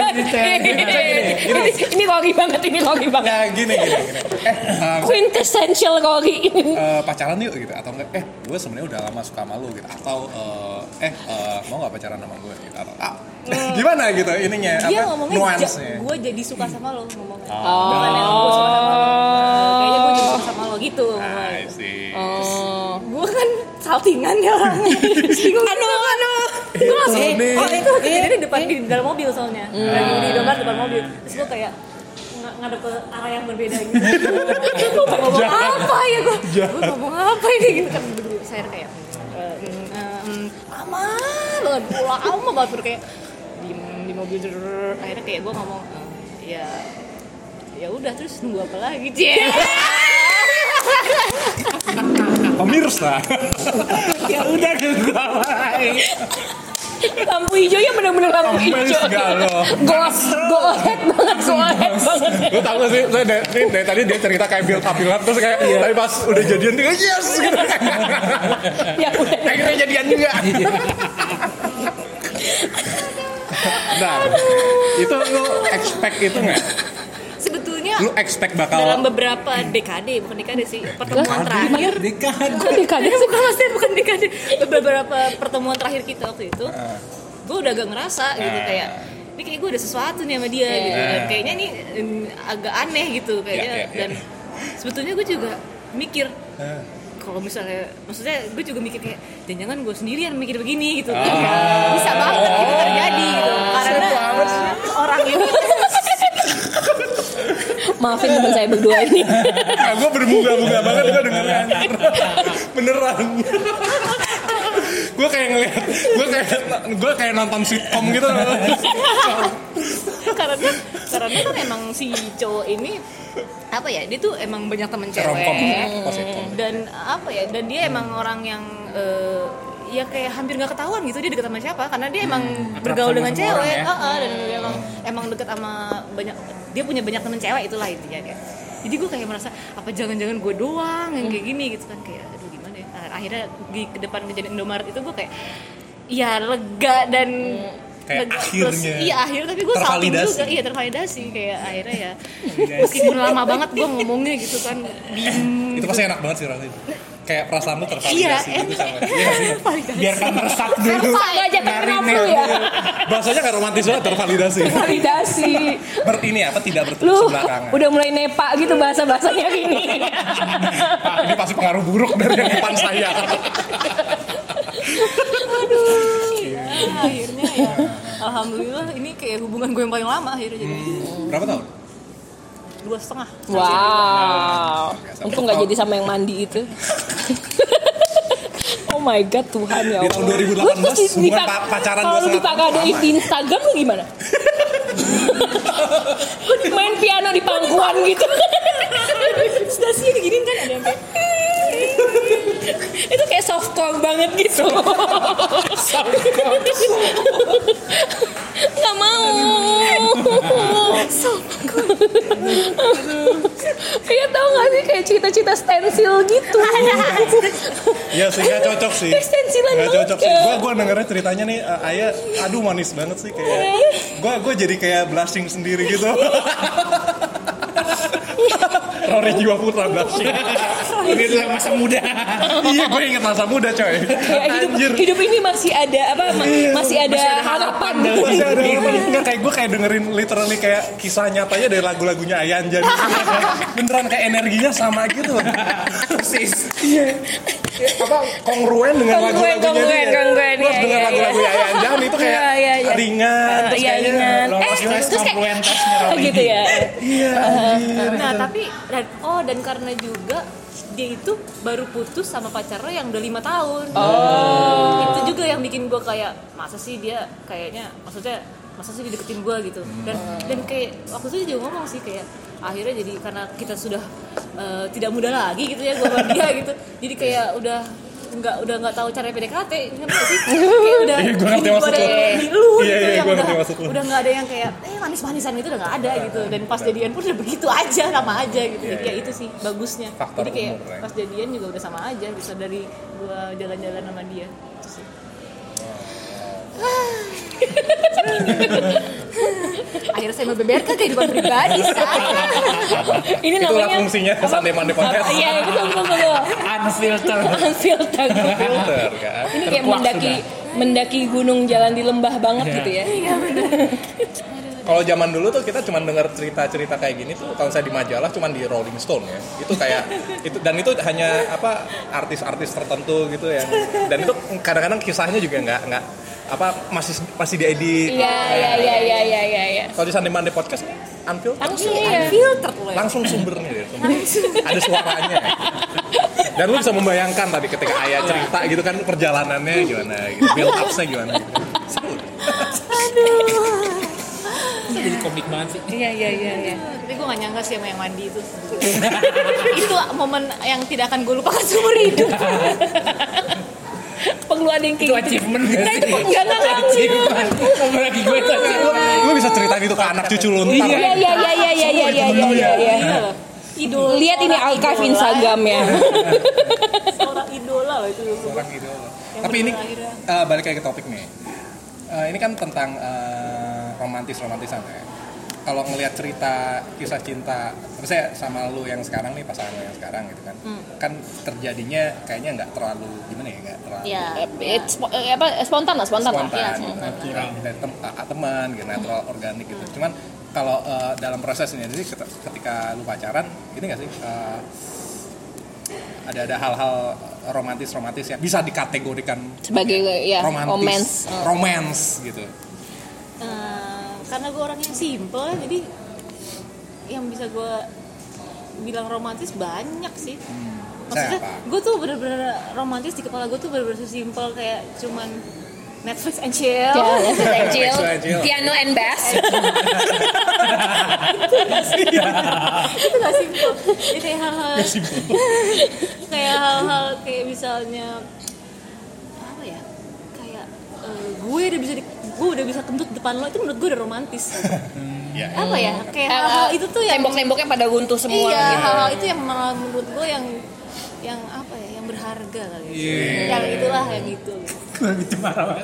nih. Ini Rory banget, ini Rory banget. Nah gini gini gini. Eh uh, Quintessential Rory. uh, pacaran yuk gitu atau enggak? Eh gue sebenarnya udah lama suka sama lu gitu atau uh, eh uh, mau nggak pacaran sama gue gitu atau ah, gimana gitu ininya Dia apa ngomongnya nuansnya? gue jadi suka sama lo ngomongnya. Oh. Bukan yang gue suka sama lo. Eh, Kayaknya gue jadi suka sama lo gitu. I see. Oh. Gue kan saltingan ya orangnya. Bingung Anu, anu. Gue langsung, nih. oh itu kejadiannya di depan di dalam mobil soalnya, lagi di Indomaret depan mobil. Terus gue kayak ng- ngadep ke arah yang berbeda gitu. Gue mau ngomong apa ya gue? Gue ngomong apa ini gitu kan? Saya kayak eh, mm, eh, mm, lama banget, lama banget udah kayak di, di mobil. Akhirnya kayak gue ngomong eh, ya ya udah terus nunggu apa lagi cie? Pemirsa. Ya udah gue Lampu hijaunya bener-bener lampu Amazed hijau. gak lo? Go go ahead banget, go ahead banget. Lu tau gak sih, saya dari, nih, dari tadi dia cerita kayak build up build up terus kayak tapi pas udah jadian dia yes gitu. Ya udah. Akhirnya jadian juga. Nah, itu lu expect itu nggak? Sebetulnya Lu expect bakal dalam beberapa dekade, bukan dekade sih, pertemuan terakhir. Dekade. Kok dekade Bukan bukan maksudnya bukan dekade. Beberapa pertemuan terakhir kita waktu itu, gue udah agak ngerasa gitu kayak ini kayak gue ada sesuatu nih sama dia gitu. Dan kayaknya ini em, agak aneh gitu kayaknya. Ya, ya, ya. Dan sebetulnya gue juga mikir kalau misalnya, maksudnya gue juga mikir kayak jangan-jangan gue sendirian mikir begini gitu. Kayak, bisa banget itu terjadi gitu. Karena orang ini Maafin teman saya berdua ini. nah, gue berbuga-buga banget gue dengerin beneran. Gue kayak ngeliat, gue kayak gue kayak nonton sitcom gitu. karena karena kan emang si cowok ini apa ya, dia tuh emang banyak temen cewek Romcom, pas sitcom. dan apa ya, dan dia emang orang yang eh, ya kayak hampir nggak ketahuan gitu dia deket sama siapa, karena dia emang bergaul dengan sama semua cewek, orang ya. uh-uh, dan dia emang emang deket sama banyak, dia punya banyak temen cewek, itulah intinya kayak. Jadi gue kayak merasa apa jangan-jangan gue doang yang kayak gini gitu kan, kayak aduh gimana ya. Nah, akhirnya di ke depan kejadian Indomaret itu gue kayak ya lega dan Kayak lega, akhirnya terus, iya akhirnya, tapi gue salting tervalidasi. juga, iya tervalidasi kayak akhirnya ya meskipun lama banget gue ngomongnya gitu kan diem Itu pasti enak banget sih rasanya. Kayak perasaan lu iya tervalidasi gitu sama. Iya nggak sih? validasi. Biarkan meresap dulu. Apa aja terkenal lu ya. Bahasanya kayak romantis banget tervalidasi. Validasi. Ber ini apa tidak Lu bertepuk sebelakangan. udah mulai nepa gitu bahasa-bahasanya gini. Pak, ini pasti pengaruh buruk dari yang depan saya. Nah, akhirnya ya alhamdulillah ini kayak hubungan gue yang paling lama akhirnya jadi Berapa tahun? dua setengah. Wow. Untung nggak jadi sama yang mandi itu. Oh my god, Tuhan ya Di Allah. tahun dua ribu delapan belas Lu terus di- hubungan di- pa- pacaran kalau dua lu setengah ditakadain tahun di Instagram lu gimana? Main piano di pangkuan gitu. Stasiun diginin kan ada yang kayak Itu kayak softcore banget gitu. Nggak mau. Kayak tau gak sih kayak cita-cita stensil gitu. Iya sih, nggak cocok sih. Kayak stensilan Nggak cocok sih. banget. Gue gue dengerin ceritanya nih, uh, Ayah, aduh manis banget sih kayak. Gue gue jadi kayak blushing sendiri gitu. Rory Jiwa Putra blushing. Ini adalah masa muda. Iya, gue inget masa muda coy. Kayak hidup, Anjir. hidup ini masih ada apa? ma- Masih ada harapan. Masih ada harapan. Enggak, kayak gue kayak dengerin literally kayak kisah nyatanya dari lagu-lagunya Ayah Anjani. Beneran kayak energinya sama gitu loh. Persis. Iya. Apa kongruen dengan Kongruen, lagu-lagunya kongruen, dia. kongruen, Terus iya, dengan iya, lagu-lagunya Ayah Anjani itu kayak Iya, iya, iya. ringan. Terus Iya, kayaknya ringan. lolos Eh, gitu. terus kayak Kompluentasnya oh, Rory. gitu ya. Iya. nah tapi dan oh dan karena juga dia itu baru putus sama pacarnya yang udah lima tahun. Oh. Itu juga yang bikin gue kayak masa sih dia kayaknya maksudnya masa sih dideketin gue gitu. Dan dan kayak waktu itu dia juga ngomong sih kayak akhirnya jadi karena kita sudah eh, tidak muda lagi gitu ya gue sama dia gitu. Jadi kayak udah nggak udah nggak tahu cara P D K T nggak sih kayak udah Iya, gua ngerti ini maksud gua ada lu. di lu Iya, gitu iya, yang gua udah ngerti maksud lu. udah nggak ada yang kayak eh manis-manisan itu udah nggak ada gitu, dan pas jadian pun udah begitu aja sama aja gitu. Iya, Jadi ya iya. itu sih bagusnya. Faktor Jadi kayak umur, ya. pas jadian juga udah sama aja bisa dari gua jalan-jalan sama dia itu sih. Akhirnya saya membeberkan kehidupan pribadi saya. Ini Itulah namanya fungsinya Sunday Monday Podcast. Iya, itu betul betul. Unfiltered. Unfiltered. Filter kan. Ini kayak Terkuak mendaki mendaki gunung jalan di lembah banget Iya. gitu ya. Kalau zaman dulu tuh kita cuma dengar cerita-cerita kayak gini tuh kalau saya di majalah cuma di Rolling Stone ya. Itu kayak itu dan itu hanya apa artis-artis tertentu gitu yang dan itu kadang-kadang kisahnya juga nggak nggak apa masih masih diedit. Iya, iya, iya, iya, iya, iya, iya. Kalau di Sunday Monday Podcast unfiltered. Langsung ya. Filter loh. Langsung sumbernya deh. Sumbernya. Ada suaranya. Dan lu bisa membayangkan tadi ketika Ayah cerita gitu kan perjalanannya gimana gitu. Build up-nya gimana gitu. Seru. Jadi komik banget sih. Iya, iya, iya, iya. Tapi gue gak nyangka sih sama yang mandi itu. Itu momen yang tidak akan gue lupakan seumur hidup. lu ada yang kayak Itu gitu. achievement gak Nah, sih? itu enggak enggak enggak. Achievement. Sama lagi gue itu achievement. Lu bisa ceritain itu ke anak cucu lu ntar. Iya iya iya iya iya iya iya iya iya. Idol. Lihat ini Seorang archive idola. Instagramnya. Seorang idola loh itu. Seorang idola. Yang Tapi ini bener akhirnya. eh, balik lagi ke topik nih. Eh, ini kan tentang eh, romantis-romantisan ya. Kalau ngelihat cerita kisah cinta, misalnya sama lu yang sekarang nih, pasangan lu yang sekarang gitu kan, Hmm. kan terjadinya kayaknya nggak terlalu gimana ya, nggak terlalu Iya. It's spo- eh, apa spontan lah, spontan lah. spontan, Iya, gitu. spontan. Kayak dari tem- ah, teman, gitu, natural, organik gitu. Cuman kalau eh, dalam prosesnya jadi ket- ketika lu pacaran, gini nggak sih? eh, ada ada hal-hal romantis-romantis yang bisa dikategorikan Sebagai ya romance. romantis, romance gitu. Eh, karena gue orang yang simple ya, jadi yang bisa gue bilang romantis banyak sih. Maksudnya Saya apa? gue tuh bener-bener romantis di kepala gue tuh bener-bener simple kayak cuman Netflix and chill. Ya, Netflix and chill, Netflix and chill. piano and bass. Itu gak simple. Jadi kayak hal-hal kayak hal-hal kayak misalnya apa ya? Kayak eh, gue udah bisa di, gue udah bisa kentut depan lo, itu menurut gue udah romantis. Ya. Apa ya? Kayak Eh, hal-hal itu tuh yang tembok-temboknya pada runtuh semua. iya, gitu. hal-hal itu yang malah menurut gue yang yang apa ya? Yang berharga kali. ya. Iya. Yang itulah yang itu. Gue gitu marah banget.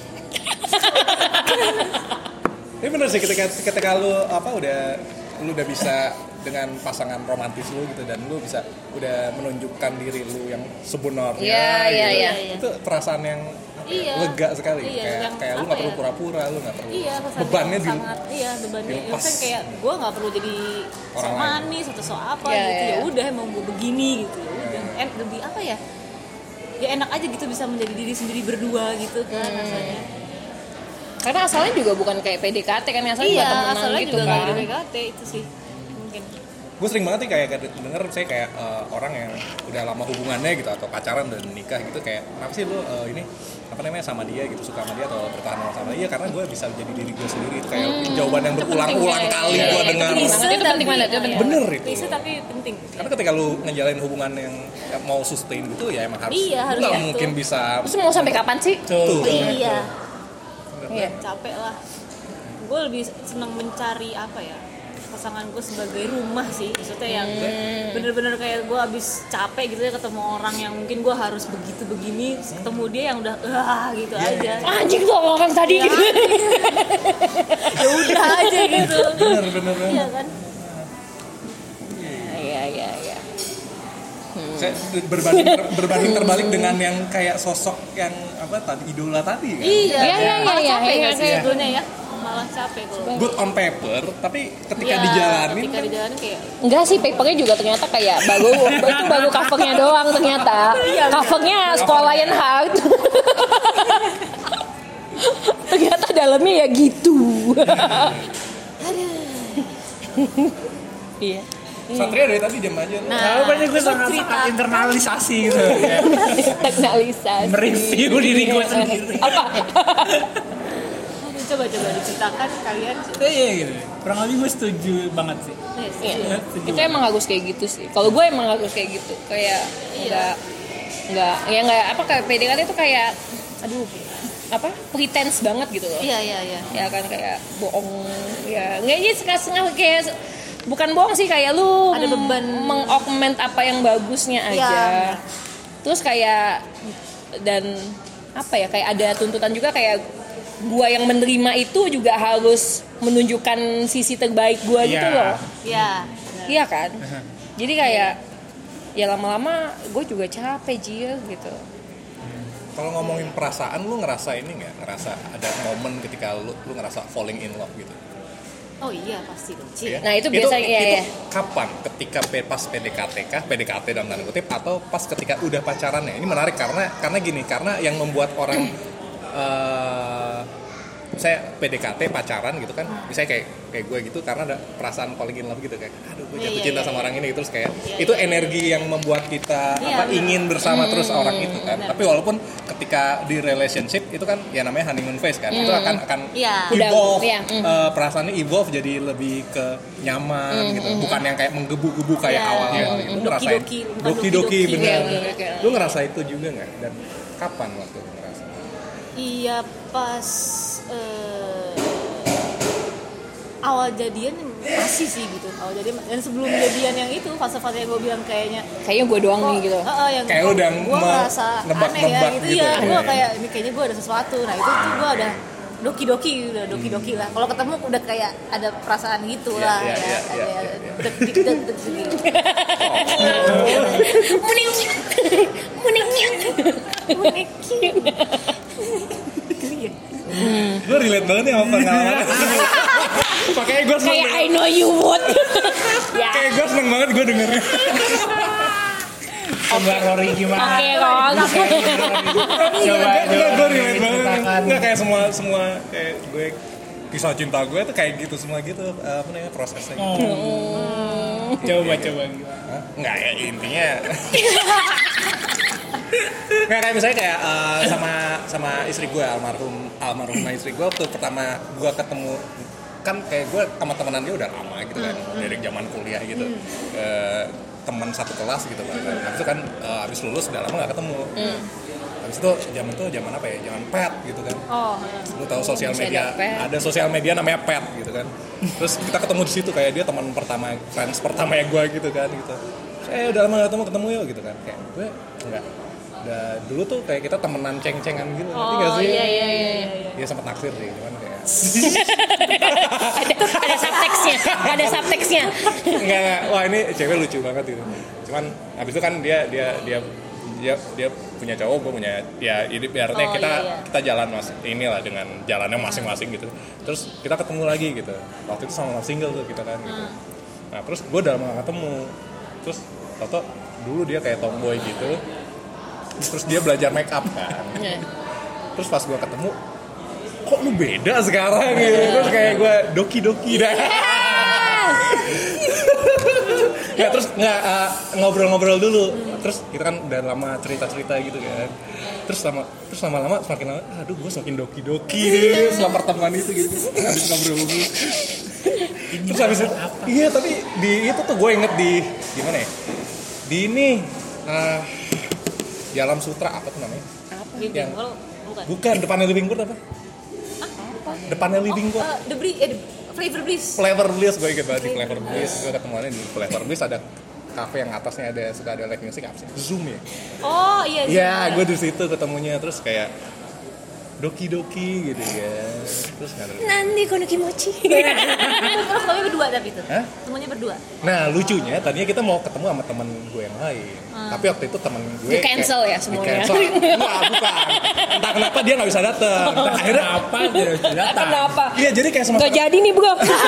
Ini bener sih ketika ketika lu apa udah lu udah bisa dengan pasangan romantis lu gitu dan lu bisa udah menunjukkan diri lu yang sebenarnya Iya, iya, gitu. iya. Itu perasaan yang apa ya, Iya. lega sekali. Iya, kayak yang kayak lu apa nggak perlu ya? pura-pura, lu nggak perlu Iya, pesan bebannya di sangat iya bebannya. Ya, dilepas. kan kayak gue nggak perlu jadi sok Orang lain. manis atau sok apa Iya, gitu. iya. Ya udah emang gue begini gitu. Ya Iya, udah. En, lebih apa ya? Ya enak aja gitu bisa menjadi diri sendiri berdua gitu kan Hmm. rasanya. Karena asalnya juga bukan kayak P D K T kan, asalnya Iya, buat temenan asalnya gitu juga nggak kan. ada P K T itu sih mungkin. gue sering banget nih kayak denger saya kayak eh, orang yang udah lama hubungannya gitu atau pacaran dan nikah gitu kayak kenapa sih lu eh, ini apa namanya sama dia gitu suka sama dia atau bertahan sama dia karena gue bisa jadi diri gue sendiri itu kayak jawaban yang berulang-ulang penting, kali iya, gue iya, dengar itu penting banget, itu penting banget, itu penting bener itu Bisa tapi penting. karena ketika lu ngejalin hubungan yang mau sustain gitu ya emang harus Iya, harus nggak gitu. mungkin bisa Terus mau sampai kapan sih? tuh Iya, Iya. capek lah. Gue lebih senang mencari apa ya? Pasangan gue sebagai rumah sih, maksudnya yang Hmm. bener-bener kayak gue abis capek gitu ya ketemu orang yang mungkin gue harus begitu begini, terus ketemu dia yang udah ah gitu aja. Anjing tuh orang tadi Ya, gitu. ya udah aja gitu. bener bener bener Iya kan? Iya iya iya. saya berbanding berbanding terbalik dengan yang kayak sosok yang apa tadi idola tadi kan Iya, Iya, iya, malah iya, capek iya, nggak sih iya. sebetulnya ya? Malah capek kalau. good on paper tapi ketika Iya, dijalanin ketika kan dijalanin kayak Enggak sih, papernya juga ternyata kayak baru itu baru covernya doang ternyata. Covernya Sekolah Lion Heart. Ternyata dalamnya ya gitu. Iya. Satria dari tadi diam aja lu. Nah, Nah, pokoknya gue itu sangat cerita. sangat internalisasi gitu. Ya. Internalisasi. Mereview diri gue sendiri. Apa? Aduh, coba coba diceritakan kalian. Iya iya gitu. Kurang lebih gue setuju banget sih. Nih, Iya. Ya, setuju. Itu emang harus kayak gitu sih. Kalau gue emang harus kayak gitu. Kayak enggak enggak ya enggak apa kayak P D K T itu kayak aduh apa pretense banget gitu loh. Iya iya iya. Ya kan kayak bohong ya nggak ya setengah-setengah kayak bukan bohong sih kayak lu Ada beban. mengaugment apa yang bagusnya aja Iya. terus kayak dan apa ya kayak ada tuntutan juga kayak gua yang menerima itu juga harus menunjukkan sisi terbaik gua gitu Iya. loh Iya. iya kan jadi kayak ya lama-lama gue juga capek Jil gitu. Kalau ngomongin perasaan, lu ngerasa ini nggak? Ngerasa ada momen ketika lu lu ngerasa falling in love gitu? Oh iya pasti dong. Ci. Ya? Nah, itu biasanya, iya, itu iya. kapan? Ketika pe- pas P D K T kah? P D K T dalam tanda kutip atau pas ketika udah pacarannya? Ini menarik karena karena gini, karena yang membuat orang eh saya P D K T pacaran gitu kan, misalnya kayak kayak gue gitu karena ada perasaan falling in love gitu kayak, aduh gue Iya, jatuh iya, cinta iya, sama iya. orang ini gitu, terus kayak Iya, itu iya. energi yang membuat kita Iya, apa benar. ingin bersama terus orang itu kan. benar. Tapi walaupun ketika di relationship itu kan ya namanya honeymoon phase kan, itu akan akan Iya. Udah, evolve, iya, mm. eh, perasaannya evolve jadi lebih ke nyaman gitu, bukan yang kayak menggebu-gebu kayak Iya, awal-awal iya. gitu. Lu ngerasain Doki-doki, bukan doki-doki doki-doki. bener. Iya, bener, kayak- Lu ngerasa itu juga nggak? Dan kapan waktu lu ngerasa? Iya pas uh, awal jadian masih sih gitu, awal jadian dan sebelum jadian yang itu fase-fase yang gue bilang kayaknya Kayaknya gue doang nih gitu. uh, uh, yang Kayak kok udah gue me- merasa aneh ya gitu, gitu ya ya. gue kayak ini kayaknya gue ada sesuatu, nah itu tuh gue ada doki-doki udah doki-doki lah, kalau ketemu udah kayak ada perasaan gitu Iya, lah iya, ya, iya, ada iya, iya. deg-deg gitu. Muniknya, muniknya, muniknya. Gue relate banget nih sama pengalaman. Makanya gue seneng. Kayak I know you would. Ya. Kayak gue seneng banget gue dengernya. Mbak Rory gimana? Oke kok. Coba Gue gue relate banget. ceritakan. Nggak kayak semua semua kayak gue kisah cinta gue tuh kayak gitu semua gitu apa namanya prosesnya. Gitu. Oh. Coba coba gimana? Hah? Nggak ya intinya. Nggak kayak misalnya kayak uh, sama sama istri gue almarhum almarhumah istri gue waktu pertama gue ketemu kan kayak gue sama temenan dia udah lama gitu kan dari zaman kuliah gitu uh, teman satu kelas gitu kan habis itu kan uh, habis lulus udah lama nggak ketemu habis itu zaman itu zaman apa ya zaman pet gitu kan Oh, lu tahu sosial Masih media ada pet. ada sosial media namanya pet gitu kan terus kita ketemu di situ kayak dia teman pertama friends pertama ya gue gitu kan gitu saya udah lama nggak ketemu ketemu yuk gitu kan kayak gue enggak udah dulu tuh kayak kita temenan ceng-cengan gitu ngerti nggak oh sih iya iya iya iya. dia sempat naksir sih cuman kayak ada ada subteksnya, ada subteksnya. enggak enggak wah ini cewek lucu banget gitu cuman habis itu kan dia dia dia dia dia punya cowok gue punya ya ini biarnya Oh, kita iya, iya. kita jalan mas inilah dengan jalannya masing-masing gitu terus kita ketemu lagi gitu waktu itu sama single tuh kita kan gitu nah terus gue udah lama gak ketemu terus Toto dulu dia kayak tomboy gitu terus dia belajar make up kan terus pas gue ketemu kok lu beda sekarang gitu terus kayak gue doki doki dah nggak terus nggak uh, ngobrol-ngobrol dulu terus kita kan udah lama cerita-cerita gitu kan terus lama terus lama-lama semakin lama aduh gue semakin doki-doki setelah pertemuan itu gitu habis ngobrol dulu terus habis itu iya tapi di itu tuh gue inget di gimana ya di ini uh, di Alam Sutra apa tuh namanya Living Yang- World bukan. bukan depannya Living World apa depannya Living Oh, World uh, the Bri- eh, the Flavor Bliss. Flavor Bliss gue inget banget di Flavor Bliss gue ketemuannya di Flavor Bliss ada kafe yang atasnya ada suka ada live music apa sih Zoom ya Oh iya. iya gue di situ ketemunya terus kayak doki doki gitu ya terus nggak ada Nanti kono kimochi. Terus kami berdua tapi itu. Hah? Semuanya berdua. nah lucunya tadinya kita mau ketemu sama teman gue yang lain tapi waktu itu teman gue Di cancel kayak- ya semuanya? di cancel enggak bukan entah kenapa dia nggak bisa datang akhirnya Apa dia datang? Kenapa? iya jadi kayak semesta Gak jadi nih bro.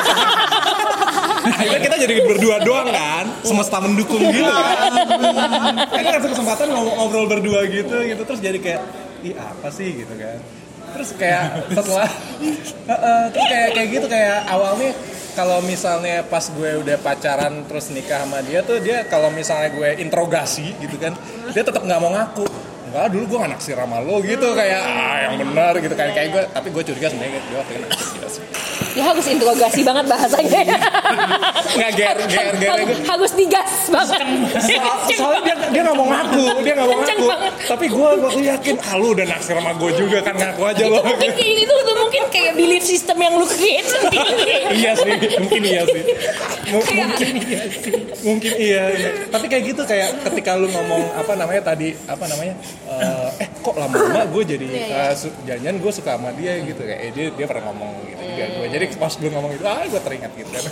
akhirnya kita jadi berdua doang kan semesta mendukung gitu kan akhirnya kasih kesempatan ngom- ngobrol berdua gitu gitu terus jadi kayak ih apa sih gitu kan terus kayak setelah uh, terus kayak kayak gitu kayak awalnya kalau misalnya pas gue udah pacaran terus nikah sama dia tuh dia kalau misalnya gue interogasi gitu kan dia tetap nggak mau ngaku enggak dulu gue nggak naksir sama lo gitu kayak ah yang benar gitu kayak kayak gue tapi gue curiga sebenarnya dia waktu itu naksir gitu sih Ya harus interogasi banget bahasanya. nggak ger ger ger ger Harus digas banget. Soal- soalnya dia dia nggak mau ngaku dia nggak mau Kenceng ngaku banget. tapi gue waktu yakin ah lu udah naksir sama gue juga kan ngaku aja lo Mungkin kayak itu tuh mungkin kayak belief system yang lu create sendiri. iya sih mungkin iya sih M- mungkin iya sih mungkin iya, iya tapi kayak gitu kayak ketika lu ngomong apa namanya tadi apa namanya eh, eh kok lama-lama gue jadi uh, su- jangan gue suka sama dia gitu kayak eh, dia dia pernah ngomong gitu juga gue jadi pas lu ngomong itu ah gue teringat gitu kan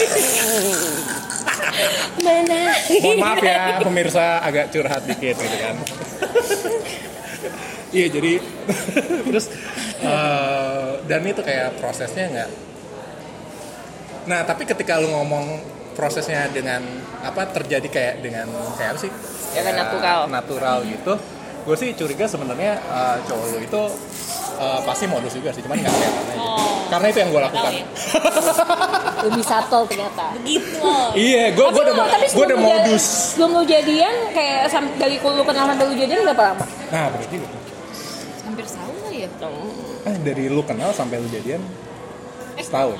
Mana? mohon maaf ya pemirsa agak curhat dikit gitu kan iya jadi terus eh, dan itu kayak prosesnya nggak nah tapi ketika lu ngomong prosesnya dengan apa terjadi kayak dengan kayak apa sih Ya kan Kayak natural. natural gitu gue sih curiga sebenarnya eh, cowok lu itu eh, pasti modus juga sih cuman nggak kelihatan aja karena itu yang gue lakukan Lebih subtle ternyata. Gitu. iya gue gue udah Tapi gue sebelum udah lu jadi- modus Sebelum lu jadian kayak sam- dari lu kenal sampai lu jadian berapa lama? nah berarti gitu Hampir setahun lah ya. eh dari lu kenal sampai lu jadian setahun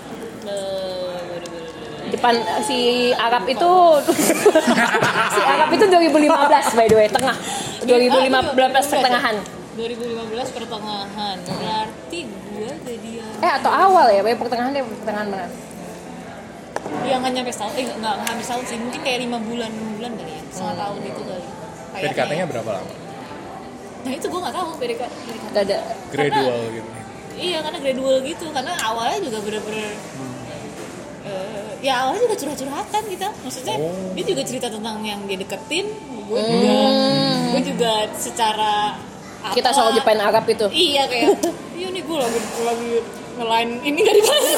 Depan si Arab itu si Arab itu dua ribu lima belas by the way, tengah. dua ribu lima belas pertengahan. dua ribu lima belas pertengahan. Berarti gue jadian. Eh atau awal ya? Baik pertengahan deh, pertengahan mana? Yang nggak nyampe setahun, eh nggak nggak habis tahun sih, mungkin kayak lima bulan, enam bulan kali ya, setengah tahun itu kali. P D K T-nya berapa lama? Nah itu gue nggak tahu P D K T. Gak ada. Gradual gitu. Iya karena gradual gitu, karena awalnya juga bener-bener uh, ya awalnya juga curhat-curhatan gitu, maksudnya Oh. dia juga cerita tentang yang dia deketin, gue juga, gue juga secara apa, Kita soal Jepang Arab itu. iya kayak, iya nih gue lagi lagi ngelain ini nggak dibalas.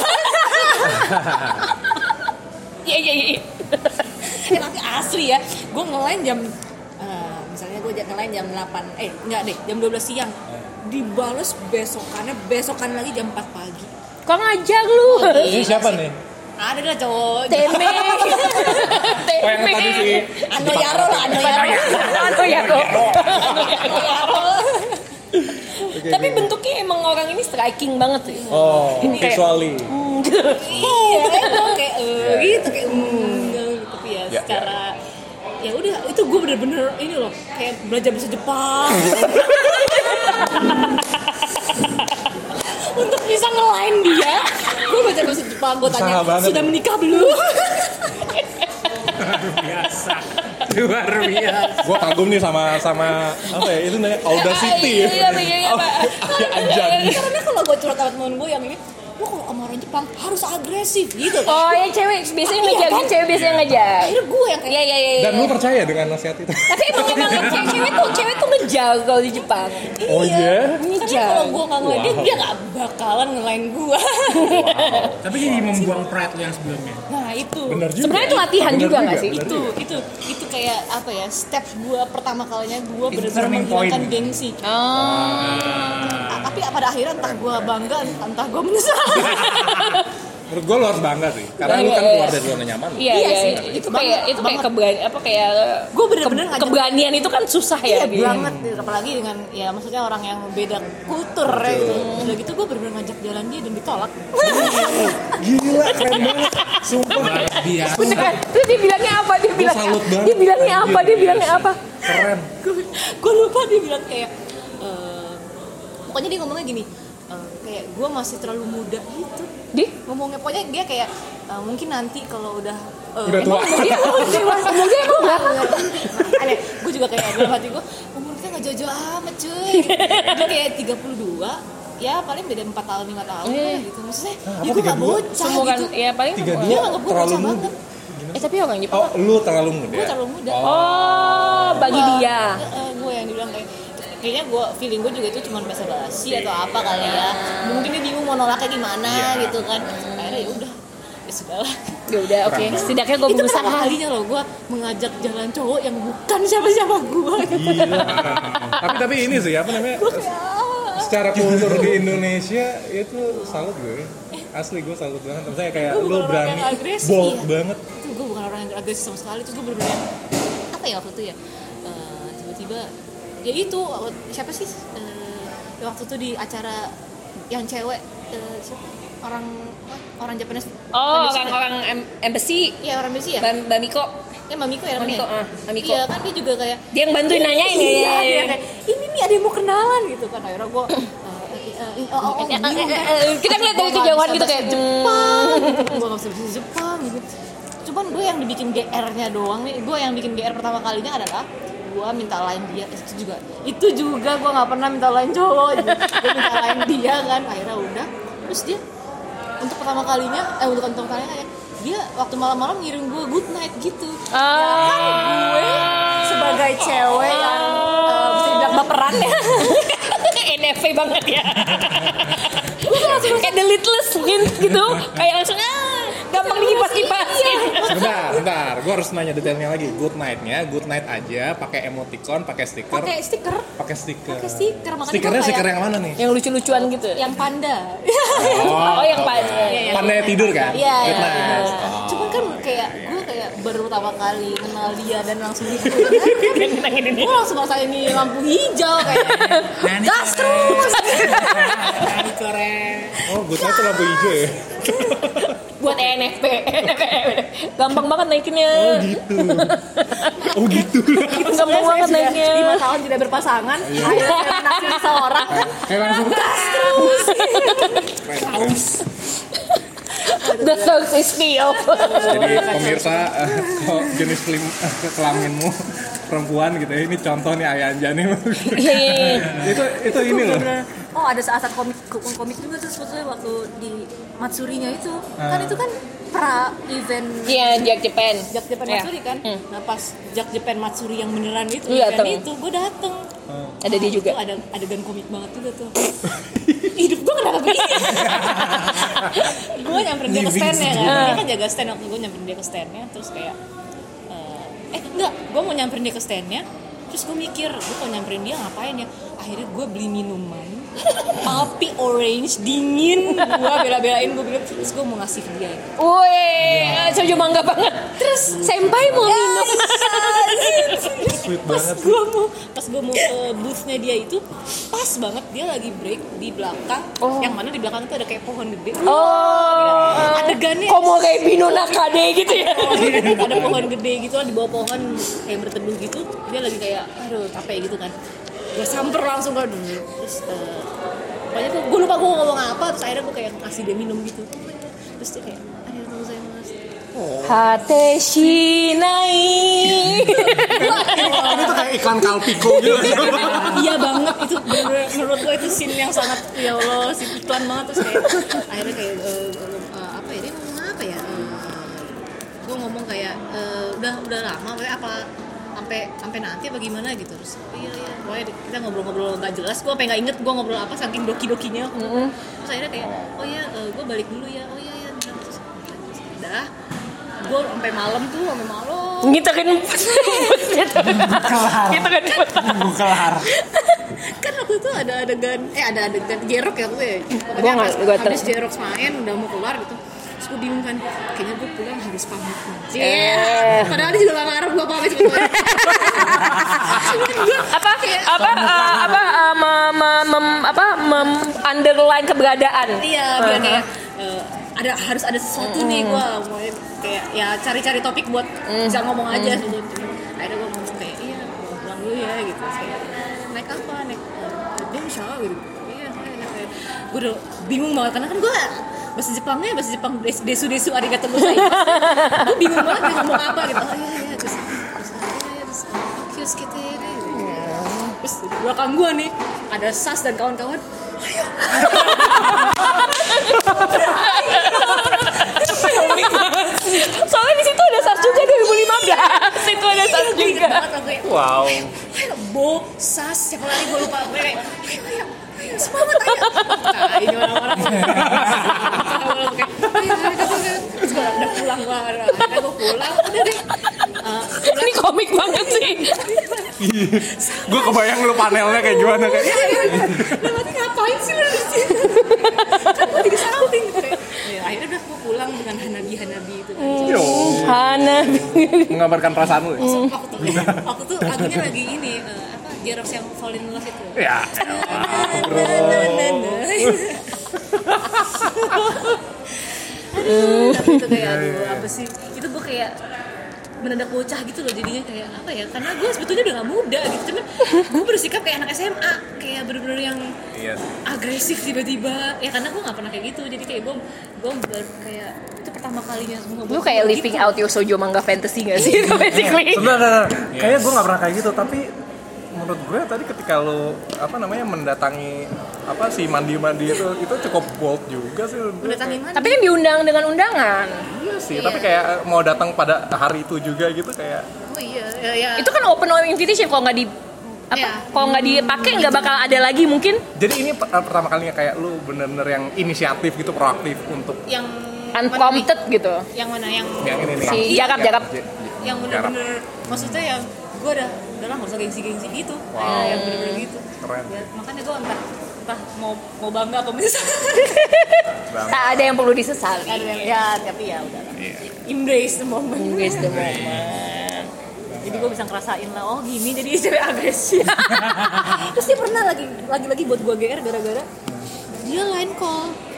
Iya iya iya. Eh, tapi asli ya, gue ngelain jam, uh, misalnya gue ngelain jam delapan, eh enggak deh, jam dua belas siang, dibales besokannya, besokan lagi jam empat pagi. Kok ngajak lu? Ini siapa nih? Ada lah cowok. Teme. Oh yang tadi si Ano Yaro lah, Ano Yaro. Ano Yaro. Ano Yaro. Tapi bentuknya emang orang ini striking banget sih. Oh, Kayak- visually. Iya, emang kayak eh, gitu kayak hmm, tapi ya Ya, secara ya udah itu gue bener-bener ini loh kayak belajar bahasa Jepang. Untuk bisa ngelain dia, gue belajar bahasa Jepang. Gue tanya, Usaha banget. sudah menikah belum? biasa luar biasa. Gue kagum nih sama sama apa ya itu namanya Audacity. Iya, iya, iya, iya, Pak. Ya anjay. Karena kalau gue curhat sama temen gue yang ini, lo kalau sama orang Jepang harus agresif gitu. Oh, yang cewek biasanya Iya, ngejar, kan? cewek biasanya ngejar. Akhirnya gue yang kayak Iya, iya, iya. Dan lu percaya dengan nasihat itu? Tapi emang emang cewek, cewek tuh cewek tuh ngejar kalau di Jepang. Oh iya. Karena Ngejar. kalau gue nggak ngelain dia, Wow. dia nggak bakalan ngelain gue. Tapi jadi membuang pride lo yang sebelumnya. Nah itu. Bener juga. Sebenarnya itu latihan Bener juga nggak sih? bener Itu juga. itu itu kayak apa ya? Step gue pertama kalinya gue Itu benar-benar turning menghilangkan point. gengsi. Oh. Ah, tapi pada akhirnya entah gue bangga, entah gue menyesal. Menurut gue lu harus bangga sih, karena lu kan keluar dari zona nyaman. Iya, Iya iya, sih, itu, itu kayak banget, itu kayak banget. keberani apa kayak Gue bener-bener ke- ngajak- keberanian itu kan susah ya. Iya gitu. banget, apalagi dengan ya maksudnya orang yang beda kultur ya gitu. Udah gitu gue bener-bener ngajak jalan dia dan ditolak. Gila, keren banget. Sumpah. Luar biasa. Beneran. Terus dia bilangnya apa? Dia bilang salut banget. dia bilangnya apa? Dia bilangnya apa? Keren. Gue lupa dia bilang kayak eh, pokoknya dia ngomongnya gini eh, kayak gue masih terlalu muda gitu Di? ngomongnya, pokoknya dia kayak eh, mungkin nanti kalau udah eh, Udah tua. emang umur dia umur dewasa Umurnya emang berapa? aneh, gue juga kayak dalam hati gue umur kita nggak jauh-jauh amat cuy, dia kayak tiga puluh dua ya paling beda empat tahun lima tahun Iya. lah gitu, maksudnya apa ya gue nggak tiga puluh? bocah Seumuran gitu, ya paling tiga dia dua nganggap gue terlalu bocah muda. banget, Eh tapi orang Jepang. Oh, lu terlalu muda. gue terlalu muda. Oh, bagi Gua- dia. eh, eh, gue yang dibilang kayak kayaknya gue feeling gue juga itu cuma basa-basi atau apa kali ya, mungkin dia bingung mau nolaknya gimana gitu kan, akhirnya ya udah ya sudahlah. Ya udah, oke. Setidaknya gue Itu pertama berusaha. kalinya loh gue mengajak jalan cowok yang bukan siapa-siapa gue gitu. Gila. tapi tapi ini sih apa namanya? Gue kayak ah. Secara kultur di Indonesia itu salut gue. Asli gue salut banget. Maksudnya kayak Gue lu bukan orang berani yang agresif, bold iya. banget. Itu gue bukan orang yang agresif sama sekali, terus gue bener-bener apa ya waktu itu ya, eh, tiba-tiba ya itu siapa sih eh, waktu itu di acara yang cewek eh, siapa? orang orang Japanese, Oh, Japanese, orang-orang em- embassy. iya orang Indonesia ya, Bam- Bamiko. ya Mamiko ya Mamiko, namanya, ah, Mamiko. iya kan dia juga kayak Dia yang bantuin nanyain ya. iya dia kayak ini nih ada yang mau kenalan gitu kan, akhirnya gue Kita ngeliat dari kejauhan gitu kayak Jepang gitu. Gue gak bisa bahasa Jepang gitu. Cuman gue yang dibikin G R-nya doang nih, gue yang bikin G R pertama kalinya adalah gue minta line dia, itu juga itu juga gue nggak pernah minta line cowok gitu. Gue minta line dia kan, akhirnya udah, terus dia untuk pertama kalinya eh untuk pertama kalinya ya dia waktu malam-malam ngirim gue good night gitu. Ya kan gue sebagai cewek yang uh, bisa dibilang baperan ya. N F P banget ya. Kayak the littlest hint gitu. Kayak langsung ah, gampang dikipas-kipasin. Bentar, bentar. Gue harus nanya detailnya lagi. Good night-nya, good night aja. Pakai emoticon, pakai stiker. Pakai stiker, Pakai stiker. pakai stiker. Makanya Stikernya gua kayak stiker yang mana nih? Yang lucu-lucuan gitu. yang panda. Oh, yang pada. Pandai tidur kan? Iya, Good iya. night. Oh. Cuman kan kayak gue kayak baru pertama kali kenal dia dan langsung gitu. Gue langsung merasa ini lampu hijau kayak Nani gas terus. Nani keren. Oh, good night tuh lampu hijau ya? buat E N F P. Gampang banget naikinnya. Oh gitu. Oh gitu. Gampang banget naiknya. lima tahun tidak berpasangan, akhirnya naksir seorang Kayak langsung terus. haus. The thirst is filled. Jadi pemirsa eh, kalau jenis kelim, eh, kelaminmu perempuan gitu ya, ini contoh nih Ayah Anja nih. itu itu ini loh. Oh ada saat-saat komik komik juga tuh sebetulnya waktu di Matsurinya itu kan itu kan pra event Iya, Jack Japan. Jak Japan Iya. Matsuri kan. Hmm. Nah pas Jak Japan Matsuri yang beneran itu Lu dateng? event itu gue dateng. Ada dia juga. Itu ada adegan komik banget juga tuh. Hidup gue kenapa begini? Gue nyamperin dia ke standnya kan. Dia kan jaga stand waktu gue nyamperin dia ke standnya terus kayak uh, eh enggak, gue mau nyamperin dia ke standnya. Terus gue mikir, gue kalau nyamperin dia ngapain ya? Akhirnya gue beli minuman Alpi orange dingin, gue bela-belain gue bilang terus gue mau ngasih dia. Wih, soju mangga banget. Terus senpai mau minum. Sweet Pas banget. gue mau, pas gue mau ke boothnya dia itu pas banget dia lagi break di belakang, Oh. yang mana di belakang itu ada kayak pohon gede. Oh, Adegannya Komo kayak Bino Nakade gitu ya. ada pohon gede gitu lah di bawah pohon kayak berteduh gitu, dia lagi kayak aduh capek gitu kan. Gue samper langsung kan dulu terus uh, pokoknya tuh gue lupa gue ngomong apa terus akhirnya gue kayak ngasih dia minum gitu terus dia kayak arigatou gozaimasu. Hate shinai. Ini tuh kayak iklan Kalpiko gitu. Iya banget itu bener-bener menurut gue itu scene yang sangat ya Allah si iklan banget terus kayak akhirnya kayak uh, uh, apa ya dia ngomong apa ya uh, gue ngomong kayak uh, udah udah lama kayak apa sampai sampai nanti apa gimana gitu terus iya iya pokoknya kita ngobrol-ngobrol nggak jelas gue apa nggak inget gue ngobrol apa saking doki-dokinya mm-hmm. Terus akhirnya kayak oh iya uh, gue balik dulu ya oh iya iya terus udah gue sampai malam tuh sampai malam Gitu kan. Gitu kan. kelar. kan waktu itu ada adegan eh ada adegan jerok ya waktu itu ya Gua pokoknya nggak- pas gua habis ter- jerok main udah mau keluar gitu terus gue bingung kan kayaknya gue pulang harus pamit Eh. yeah. Padahal dia juga gak ngarep gue pamit sebetulnya apa apa uh, apa uh, mem, mem, mem- apa mem, underline keberadaan. iya biar kayak uh, ada harus ada sesuatu nih gue mau kayak ya cari-cari topik buat bisa ngomong aja sebetulnya akhirnya gue ngomong kayak iya gue pulang dulu ya gitu terus kayak naik apa naik uh, densha gitu iya saya naik gue udah bingung banget karena kan gue bahasa Jepangnya bahasa Jepang desu desu arigatou gozaimasu gue bingung banget dia ngomong apa gitu oh iya iya terus terus oh iya terus kyos kete gitu terus di belakang gue nih ada Sas dan kawan-kawan ayo Soalnya di situ ada Sas juga dua ribu lima belas. Itu ada Sas juga. Wow. ayo Bo Sas siapa lagi gue lupa gue kayak ayo ayo ayo semangat ayo nah ini orang-orang orang-orang kayak ayo ayo ayo terus gue udah pulang gue akhirnya gue pulang udah deh Uh, Ini komik banget sih. Gue kebayang lu panelnya kayak gimana kayak. Lewatnya ngapain sih lu di sini? Kan gue di samping kayak. Ya, akhirnya udah gue pulang dengan hanabi-hanabi itu kan. Yo. Hana. Menggambarkan perasaan lu. Ya? Waktu tuh, waktu tuh lagunya lagi ini uh, apa Jerox yang Fall in Love itu. Ya. Aduh, tapi itu kayak aduh apa sih? Itu gue kayak mendadak bocah gitu loh jadinya kayak apa ya karena gue sebetulnya udah gak muda gitu cuman gue bersikap kayak anak S M A kayak bener-bener yang Iya. agresif tiba-tiba ya karena gue nggak pernah kayak gitu jadi kayak gue gue ber, kayak itu pertama kalinya semua Lu kayak living out your shoujo manga fantasy gak sih? Itu basically. Sebenarnya kayaknya gue nggak pernah kayak gitu tapi menurut gue tadi ketika lo apa namanya mendatangi apa si mandi-mandi itu itu cukup bold juga sih. udah tangi mana Tapi kan diundang dengan undangan. Iya sih, tapi kayak mau datang pada hari itu juga gitu kayak oh iya ya, ya. Itu kan open invitation kalau nggak di apa? Iya. Kalau nggak dipakai nggak bakal ada lagi mungkin. jadi ini per- pertama kalinya kayak lu bener-bener yang inisiatif gitu proaktif untuk yang Unprompted gitu. mana nih? yang mana yang yang ini nih. Si Iya. Jakap Jakap. yang bener-bener maksudnya yang gue udah udah lah nggak usah gengsi-gengsi gitu kayak yang bener-bener gitu Keren. ya, makanya gue entah entah mau mau bangga atau menyesal Tak ada yang perlu disesali. ada yang ya tapi ya udah lah Iya. embrace the moment Embrace the moment. jadi gue bisa ngerasain lah oh gini jadi cewek agresif terus dia pernah lagi lagi lagi buat gue G R gara-gara dia line call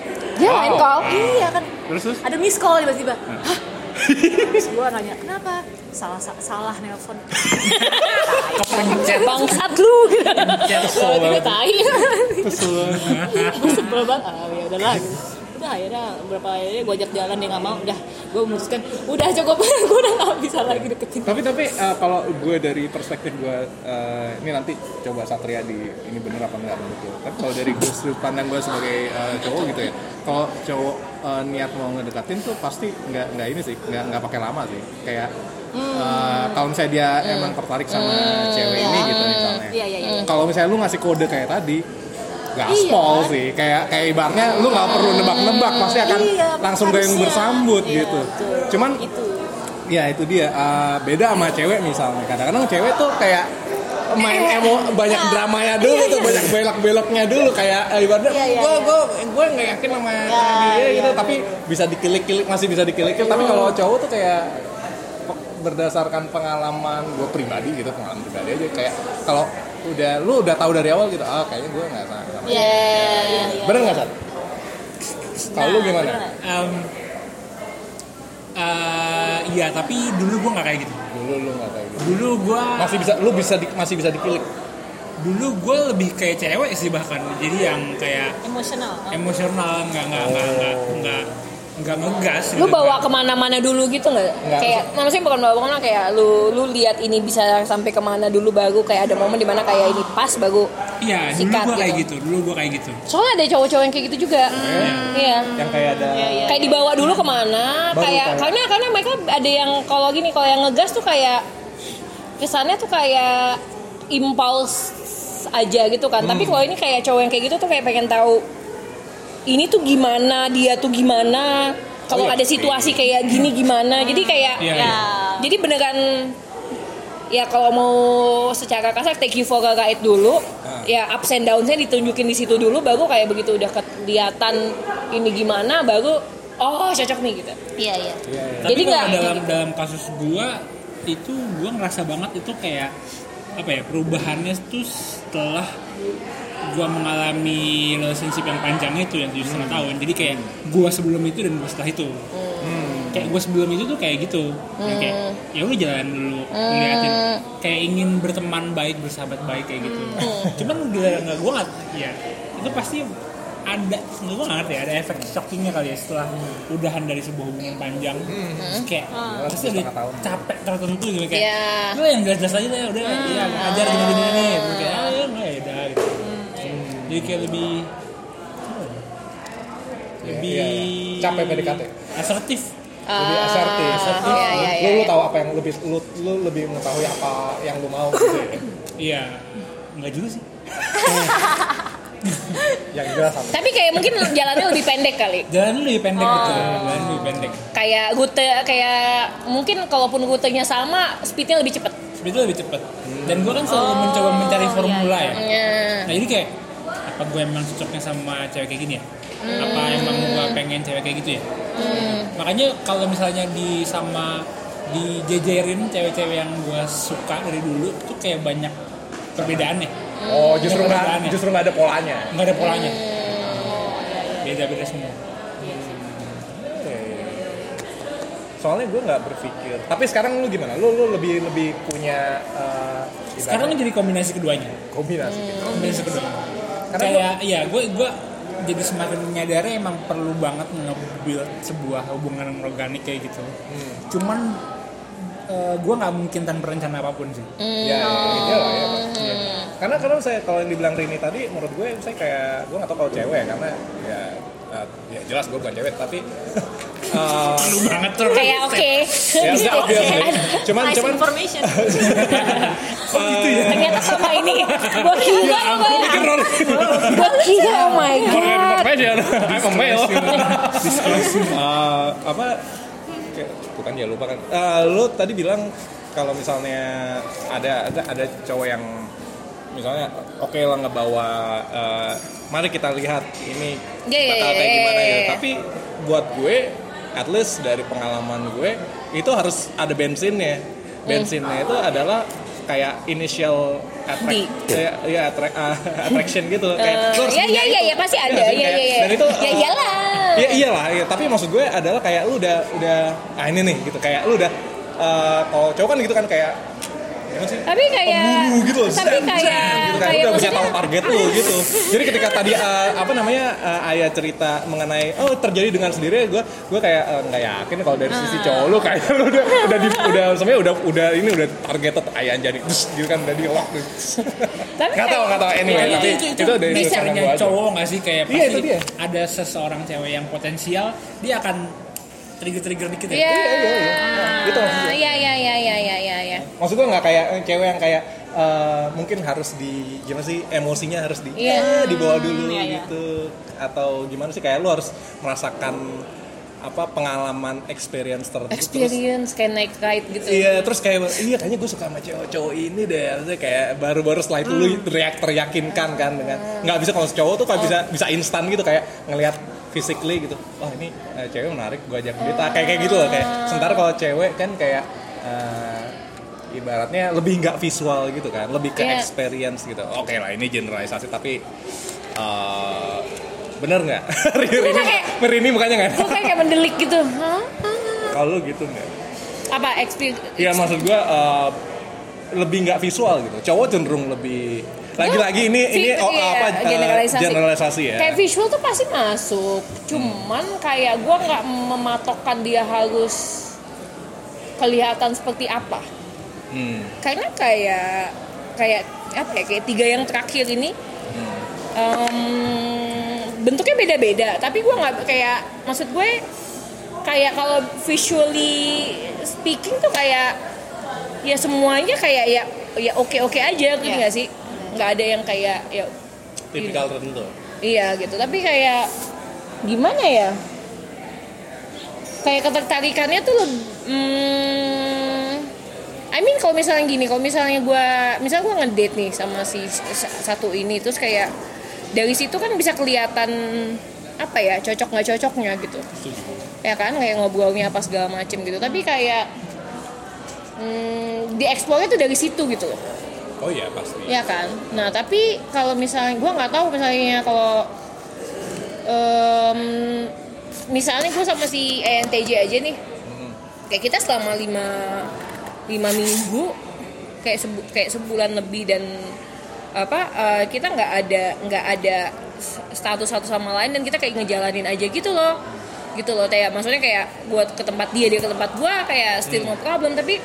Dia main call. Iya kan. Terus terus? Ada miss call tiba-tiba. Hah? Terus gue nanya, kenapa? Salah sa- salah nelpon. Kepencet. Bangsat lu. Kesel Tiba-tiba banget. tai. Kesel. Gue sebel banget. Ah, ya udahlah. Udah akhirnya berapa akhirnya gue ajak jalan dia nggak mau. Udah gue memutuskan udah cukup. Gue udah nggak bisa lagi deketin. Tapi tapi uh, kalau gue dari perspektif gue uh, ini nanti coba Satria di ini bener apa enggak menurut gue. Tapi kalau dari gue sudut pandang gue sebagai uh, cowok gitu ya, kalau cowok uh, niat mau ngedekatin tuh pasti nggak nggak ini sih, nggak nggak pakai lama sih. Kayak uh, kalau misalnya dia hmm. emang tertarik sama hmm. cewek ini gitu misalnya. Iya iya iya. Kalau misalnya lu ngasih kode kayak tadi, gaspol iya. sih, kayak kayak ibaratnya lu nggak perlu nebak-nebak, pasti akan iya, langsung gayung bersambut iya, gitu. Betul. Cuman itu. ya itu dia uh, beda sama cewek misalnya. Kadang-kadang cewek tuh kayak main emo banyak dramanya dulu iya, tuh, iya. banyak belok-beloknya dulu kayak uh, ibaratnya iya, iya, gue iya. gue gue nggak yakin sama iya, dia iya, gitu, iya. tapi bisa dikilik-kilik, masih bisa dikilik-kilik. Tapi kalau cowok tuh kayak berdasarkan pengalaman gue pribadi gitu, pengalaman pribadi aja kayak kalau udah lu udah tahu dari awal gitu, ah kayaknya gue nggak sama sama Iya iya iya. bener nggak Sat? Kalau lu gimana? Um, uh, iya tapi dulu gue nggak kayak gitu. Dulu lu nggak kayak gitu. Dulu gue Masih bisa, lu bisa di, masih bisa dikilik. dulu gue lebih kayak cewek sih bahkan. Jadi yang kayak Emosional. emosional, nggak nggak nggak nggak nggak nggak ngegas. Lu gitu. bawa kemana-mana dulu gitu nggak? Nggak. Kayak, maksudnya bukan bawa kemana, kayak lu lu lihat ini bisa sampai kemana dulu, baru kayak ada momen dimana kayak ini pas baru Iya, dulu sikat gue kayak gitu. gitu. Dulu gue kayak gitu. Soalnya ada cowok-cowok yang kayak gitu juga. Iya. Yang kayak ada Iya iya. Kayak dibawa dulu kemana? Baru Kayak kayak- karena karena mereka ada yang kalau gini, kalau yang ngegas tuh kayak kesannya tuh kayak impulse aja gitu kan. Tapi kalau ini kayak cowok yang kayak gitu tuh kayak pengen tahu ini tuh gimana, dia tuh gimana. Kalau Oh, iya. ada situasi kayak gini gimana. Jadi kayak Iya, ya, iya. jadi beneran ya kalau mau secara kasar take you for a ride dulu. Ya ups and downs-nya ditunjukin di situ dulu, baru kayak begitu udah kelihatan ini gimana, baru oh cocok nih gitu. Iya iya. Tapi Jadi kalau nggak dalam gitu. dalam kasus gue itu gue ngerasa banget itu kayak apa ya, perubahannya tuh setelah gue mengalami relationship yang panjang itu yang tujuh setengah tahun. Jadi kayak gue sebelum itu dan gue setelah itu. Hmm. Kayak gue sebelum itu tuh kayak gitu. Yang kayak ya udah jalan dulu, ngeliatin kayak ingin berteman baik, bersahabat baik kayak gitu. Cuman gue nggak gue nggak ya itu pasti ada, gue nggak ngerti ada efek shockingnya kali ya setelah udahan dari sebuah hubungan panjang. Terus kayak pasti ada capek tertentu gitu kayak Iya. lu yang jelas-jelas aja deh udah ya ajar gini-gini nih. Terus kayak ah ya udah ya udah gitu. Jadi kayak lebih lebih Iya, iya. Capek P D K T. asertif. Lebih asertif. Ah, iya, iya, lu, iya. lu tahu apa yang lebih lu, lu lebih mengetahui apa yang lu mau gitu ya. Iya, enggak juga sih. Yang jelas apa? Tapi kayak mungkin jalannya lebih pendek kali. Jalan lu lebih pendek gitu, jalan lebih pendek. Kayak rute, kayak mungkin kalaupun rutenya sama, speednya lebih cepet. Itu lebih cepet. Dan gue kan selalu mencoba mencari formula ya. Ya. Nah jadi kayak apa gue emang cocoknya sama cewek kayak gini ya? Apa emang gue pengen cewek kayak gitu ya? Makanya kalau misalnya di sama dijejerin cewek-cewek yang gue suka dari dulu tuh kayak banyak perbedaannya. Oh, justru nggak Perbedaannya. justru nggak ada polanya. Nggak ada polanya. Beda-beda semua. Soalnya gue nggak berpikir. Tapi sekarang lu gimana? Lu lu lebih lebih punya uh, Sekarang jadi kombinasi keduanya. kombinasi gitu. Kombinasi keduanya. Karena Kayak iya gue gue jadi semakin menyadari emang perlu banget nge-build sebuah hubungan organik kayak gitu. Hmm. Cuman uh, gue nggak mungkin tanpa rencana apapun sih. Ya, ya, gitu lah ya. Iya. Karena kalau saya kalau yang dibilang Rini tadi, menurut gue saya kayak gue nggak tahu kalau cewek karena ya uh, ya jelas gue bukan cewek tapi uh, Lu banget terus. Kayak oke. ya udah obviously. Cuman Nice cuman information. Oh gitu ya. Ternyata sama ini. Gue kira apa ya? Gue kira oh my god. I'm a male. Uh, apa kayak- bukan ya lupa kan. Uh, lu tadi bilang kalau misalnya ada ada ada cowok yang misalnya oke lah ngebawa uh, mari kita lihat ini Iya, iya, bakal kayak iya, gimana iya, ya. iya. Tapi buat gue at least dari pengalaman gue itu harus ada bensinnya. Bensinnya itu adalah kayak initial attract, Di. ya, ya attract, uh, attraction gitu kayak Eh, lu harus ya, punya ya, ya, itu. ya, pasti ada. sih? Ya, Kayak ya, ya. dan itu ya iyalah. Ya iyalah, ya. Tapi maksud gue adalah kayak lu udah udah ah ini nih gitu kayak lu udah uh, kalau cowok kan gitu kan kayak gimana sih? Tapi kayak pemburu gitu loh. Tapi Zan, kayak zan, gitu kan kayak udah bisa maksudnya- tahu target lu gitu. Jadi ketika tadi uh, apa namanya uh, Ayah cerita mengenai oh terjadi dengan sendiri, gue gue kayak uh, nggak yakin kalau dari sisi cowok lu kayak lu udah udah di, udah sebenarnya udah udah ini udah targeted Ayah jadi terus gitu kan udah di lock tuh. Tapi Nggak tahu kayak- nggak tahu anyway Iya, tapi itu, itu, itu dari bisa sudut pandang gua aja. cowok nggak sih kayak Iya, pasti itu dia. ada seseorang cewek yang potensial dia akan trigger-trigger dikit ya. Iya. Itu maksudnya. Iya iya iya iya iya iya iya. Maksud gue nggak kayak eh, cewek yang kayak eh, mungkin harus di gimana sih emosinya harus di Iya. eh, dibawa dulu Iya, iya. gitu atau gimana sih kayak lu harus merasakan apa pengalaman experience tertentu terus Experience kayak naik kite gitu. iya terus kayak iya kayaknya gue suka sama cowok-cowok ini deh maksudnya kayak baru-baru setelah itu lu teriak teryakinkan kan dengan nggak bisa kalau cowok tuh kayak bisa bisa instan gitu kayak ngelihat physically gitu wah ini eh, cewek menarik gue ajak date kayak kayak gitu loh kayak sementara kalau cewek kan kayak eh, ibaratnya lebih nggak visual gitu kan lebih ke Iya. experience gitu oke lah ini generalisasi tapi eh, bener nggak Rini kayak- Rini mukanya nggak Gue kayak mendelik gitu. Hah? kalau lu gitu nggak Apa experience? Iya maksud gue uh, lebih nggak visual gitu. Cowok cenderung lebih lagi-lagi ini ini oh, apa uh, generalisasi. generalisasi ya. Kayak visual tuh pasti masuk. Cuman kayak gue nggak mematokkan dia harus kelihatan seperti apa. Hmm. Karena kayak kayak apa ya kayak tiga yang terakhir ini em, bentuknya beda-beda. Tapi gue nggak kayak maksud gue kayak kalau visually speaking tuh kayak ya semuanya kayak ya ya oke-oke aja gitu Iya. nggak sih nggak ada yang kayak ya Tipikal tertentu. iya gitu tapi kayak gimana ya kayak ketertarikannya tuh leb- hmm, I mean kalau misalnya gini kalau misalnya gue misalnya gue ngedate nih sama si s- satu ini terus kayak dari situ kan bisa kelihatan apa ya cocok nggak cocoknya gitu ya kan kayak ngobrolnya apa segala macem gitu tapi kayak hmm, dieksplornya tuh dari situ gitu loh Oh iya pasti. ya kan nah tapi kalau misalnya gue nggak tahu misalnya kalau em, misalnya gue sama si E N T J aja nih kayak kita selama lima lima minggu kayak sebu, kayak sebulan lebih dan apa eh, kita nggak ada nggak ada status satu sama lain dan kita kayak ngejalanin aja gitu loh gitu loh kayak maksudnya kayak buat ke tempat dia dia ke tempat gue kayak still no problem tapi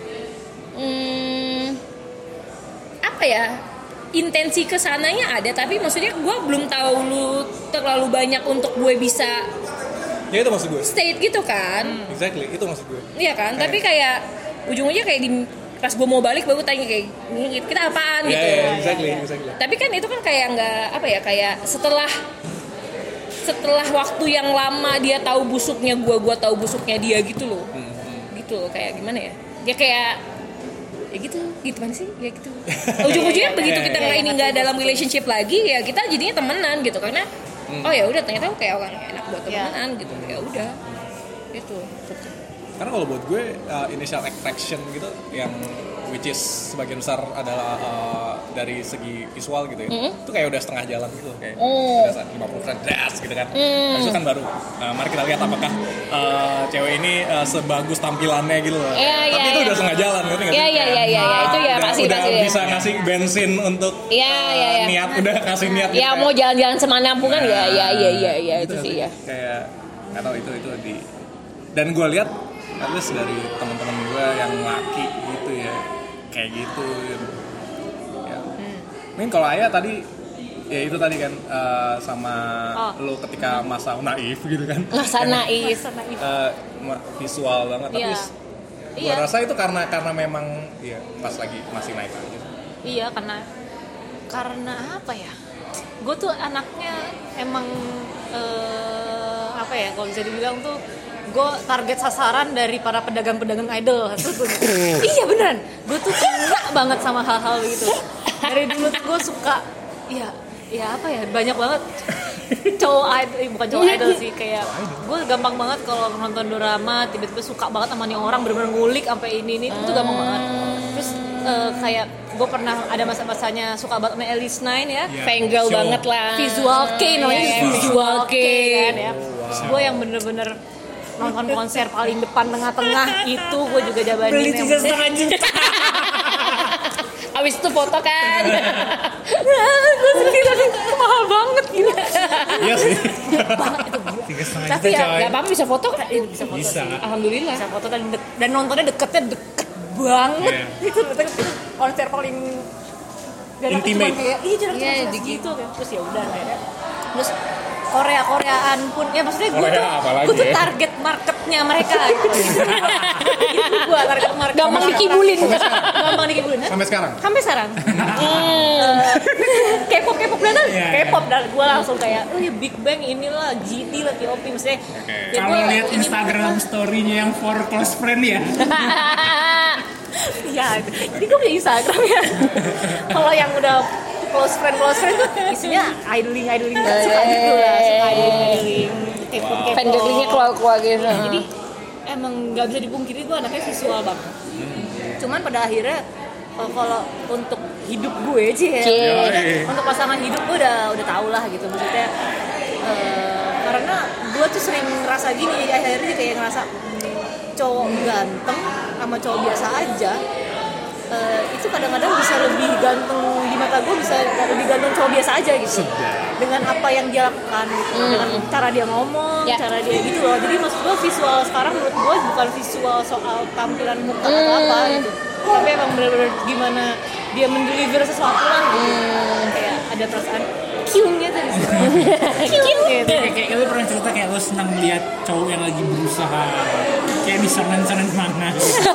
hmm, apa ya intensi kesananya ada tapi maksudnya gue belum tahu lu terlalu banyak untuk gue bisa Ya itu maksud gue. state gitu kan Exactly itu maksud gue. iya kan Kayak- tapi kayak ujung-ujungnya kayak di pas gue mau balik baru tanya kayak "Ini kita apaan Iya gitu iya exactly exactly. tapi kan itu kan kayak nggak apa ya kayak setelah setelah waktu yang lama dia tahu busuknya gue gue tahu busuknya dia gitu loh gitu loh kayak gimana ya ya kayak ya gitu gitu kan sih ya gitu ujung-ujungnya begitu kita nggak ini nggak dalam relationship lagi ya kita jadinya temenan gitu karena oh ya udah ternyata aku kayak orang yang enak buat Ya. temenan gitu ya udah itu Karena kalau buat gue uh, initial attraction gitu yang which is sebagian besar adalah uh, dari segi visual gitu ya. Mm-hmm. Itu kayak udah setengah jalan gitu kayak Oh. udah lima puluh persen das gitu kan. Mm. Nah, itu kan baru. Nah, mari kita lihat apakah uh, cewek ini uh, sebagus tampilannya gitu loh. Iya, Tapi iya, itu iya. udah setengah jalan ngerti nggak sih? Iya, iya, iya, iya, iya. Itu ya udah, pasti, udah pasti, ya. bisa ngasih bensin untuk Iya, uh, iya, iya. niat udah kasih niat gitu ya kayak- mau jalan-jalan semana pun kan ya ya ya ya ya itu Gitu sih ya kayak nggak tahu itu itu di dan gue lihat at least dari teman-teman gue yang laki gitu ya kayak gitu ya. Mungkin kalau Ayah tadi ya itu tadi kan eh, sama Oh. lo ketika masa naif gitu kan masa naif Masa naif. Eh, ma- visual banget tapi Iya. s- gue Iya. rasa itu karena karena memang ya pas lagi masih naik aja. Iya karena karena apa ya? Gue tuh anaknya emang eh, apa ya? Kalau bisa dibilang tuh gue target sasaran dari para pedagang-pedagang idol. Iya beneran. Gue tuh kena banget sama hal-hal begitu. Dari dulu tuh gue suka, ya, ya apa ya? Banyak banget cowok idol, eh, bukan cowok idol sih kayak gue gampang banget kalau nonton drama tiba-tiba suka banget sama nih orang bener-bener ngulik sampai ini ini itu tuh gampang banget terus eh, kayak gue pernah ada masa-masanya suka banget sama Alice Nine ya. Yeah. Fangirl Show. banget lah. Visual K namanya, Iya, iya, Visual K kan ya. Wow. Gue yang bener-bener nonton konser paling depan tengah-tengah itu gue juga jabanin. Beli yang tiga setengah juta. Abis itu foto kan. gue sedih lagi, mahal banget gila. Iya sih. Banget itu gila. Tiga setengah Tapi juta ya, coy. Gak apa-apa bisa foto kan? Ini bisa foto Bisa. sih. Alhamdulillah. Bisa foto dan de- dan nontonnya deketnya deket banget. Iya. Itu itu konser paling jaraknya Intimate. cuma kayak iya jaraknya Iya, cuma dikit. gitu kan. Terus ya udah akhirnya. Terus Korea Koreaan pun ya maksudnya gue Korea tuh apalagi gue tuh ya? target marketnya mereka gitu. Itu gue target market. Gampang dikibulin. Gampang dikibulin. Hah? Sampai sekarang. Sampai sekarang. Hmm. K-pop K-pop dan Iya, K-pop dan gue langsung kayak oh ya Big Bang inilah G T lah T O P maksudnya. Ya Kalau gua- lihat Instagram story-nya yang for close friend ya. Ya, jadi gue punya Instagram ya. Kalau yang udah close friend close friend tuh isinya idling idling suka gitu lah, suka idling idling K-pop K-pop. Fangirlingnya keluar-keluar gitu. Jadi emang nggak bisa dipungkiri gue anaknya visual banget. Cuman pada akhirnya eh, kalau untuk hidup gue sih ya, Cie. untuk pasangan hidup gue udah udah tau lah gitu maksudnya. eh, karena gue tuh sering ngerasa gini, akhirnya kayak ngerasa cowok ganteng sama cowok biasa aja uh, itu kadang-kadang bisa lebih ganteng di mata gue, bisa lebih ganteng cowok biasa aja gitu dengan apa yang dia lakukan gitu. Hmm. Dengan cara dia ngomong, Ya. cara dia gitu loh. Jadi maksud gue visual sekarang menurut gue bukan visual soal tampilan muka atau Hmm. apa gitu, tapi emang bener-bener gimana dia mendeliver sesuatu lah gitu. Hmm. Kayak ada perasaan Q-nya tadi Q gitu. Kayak, kayak lu pernah cerita kayak lu senang lihat cowok yang lagi berusaha kayak di sana-sana mana.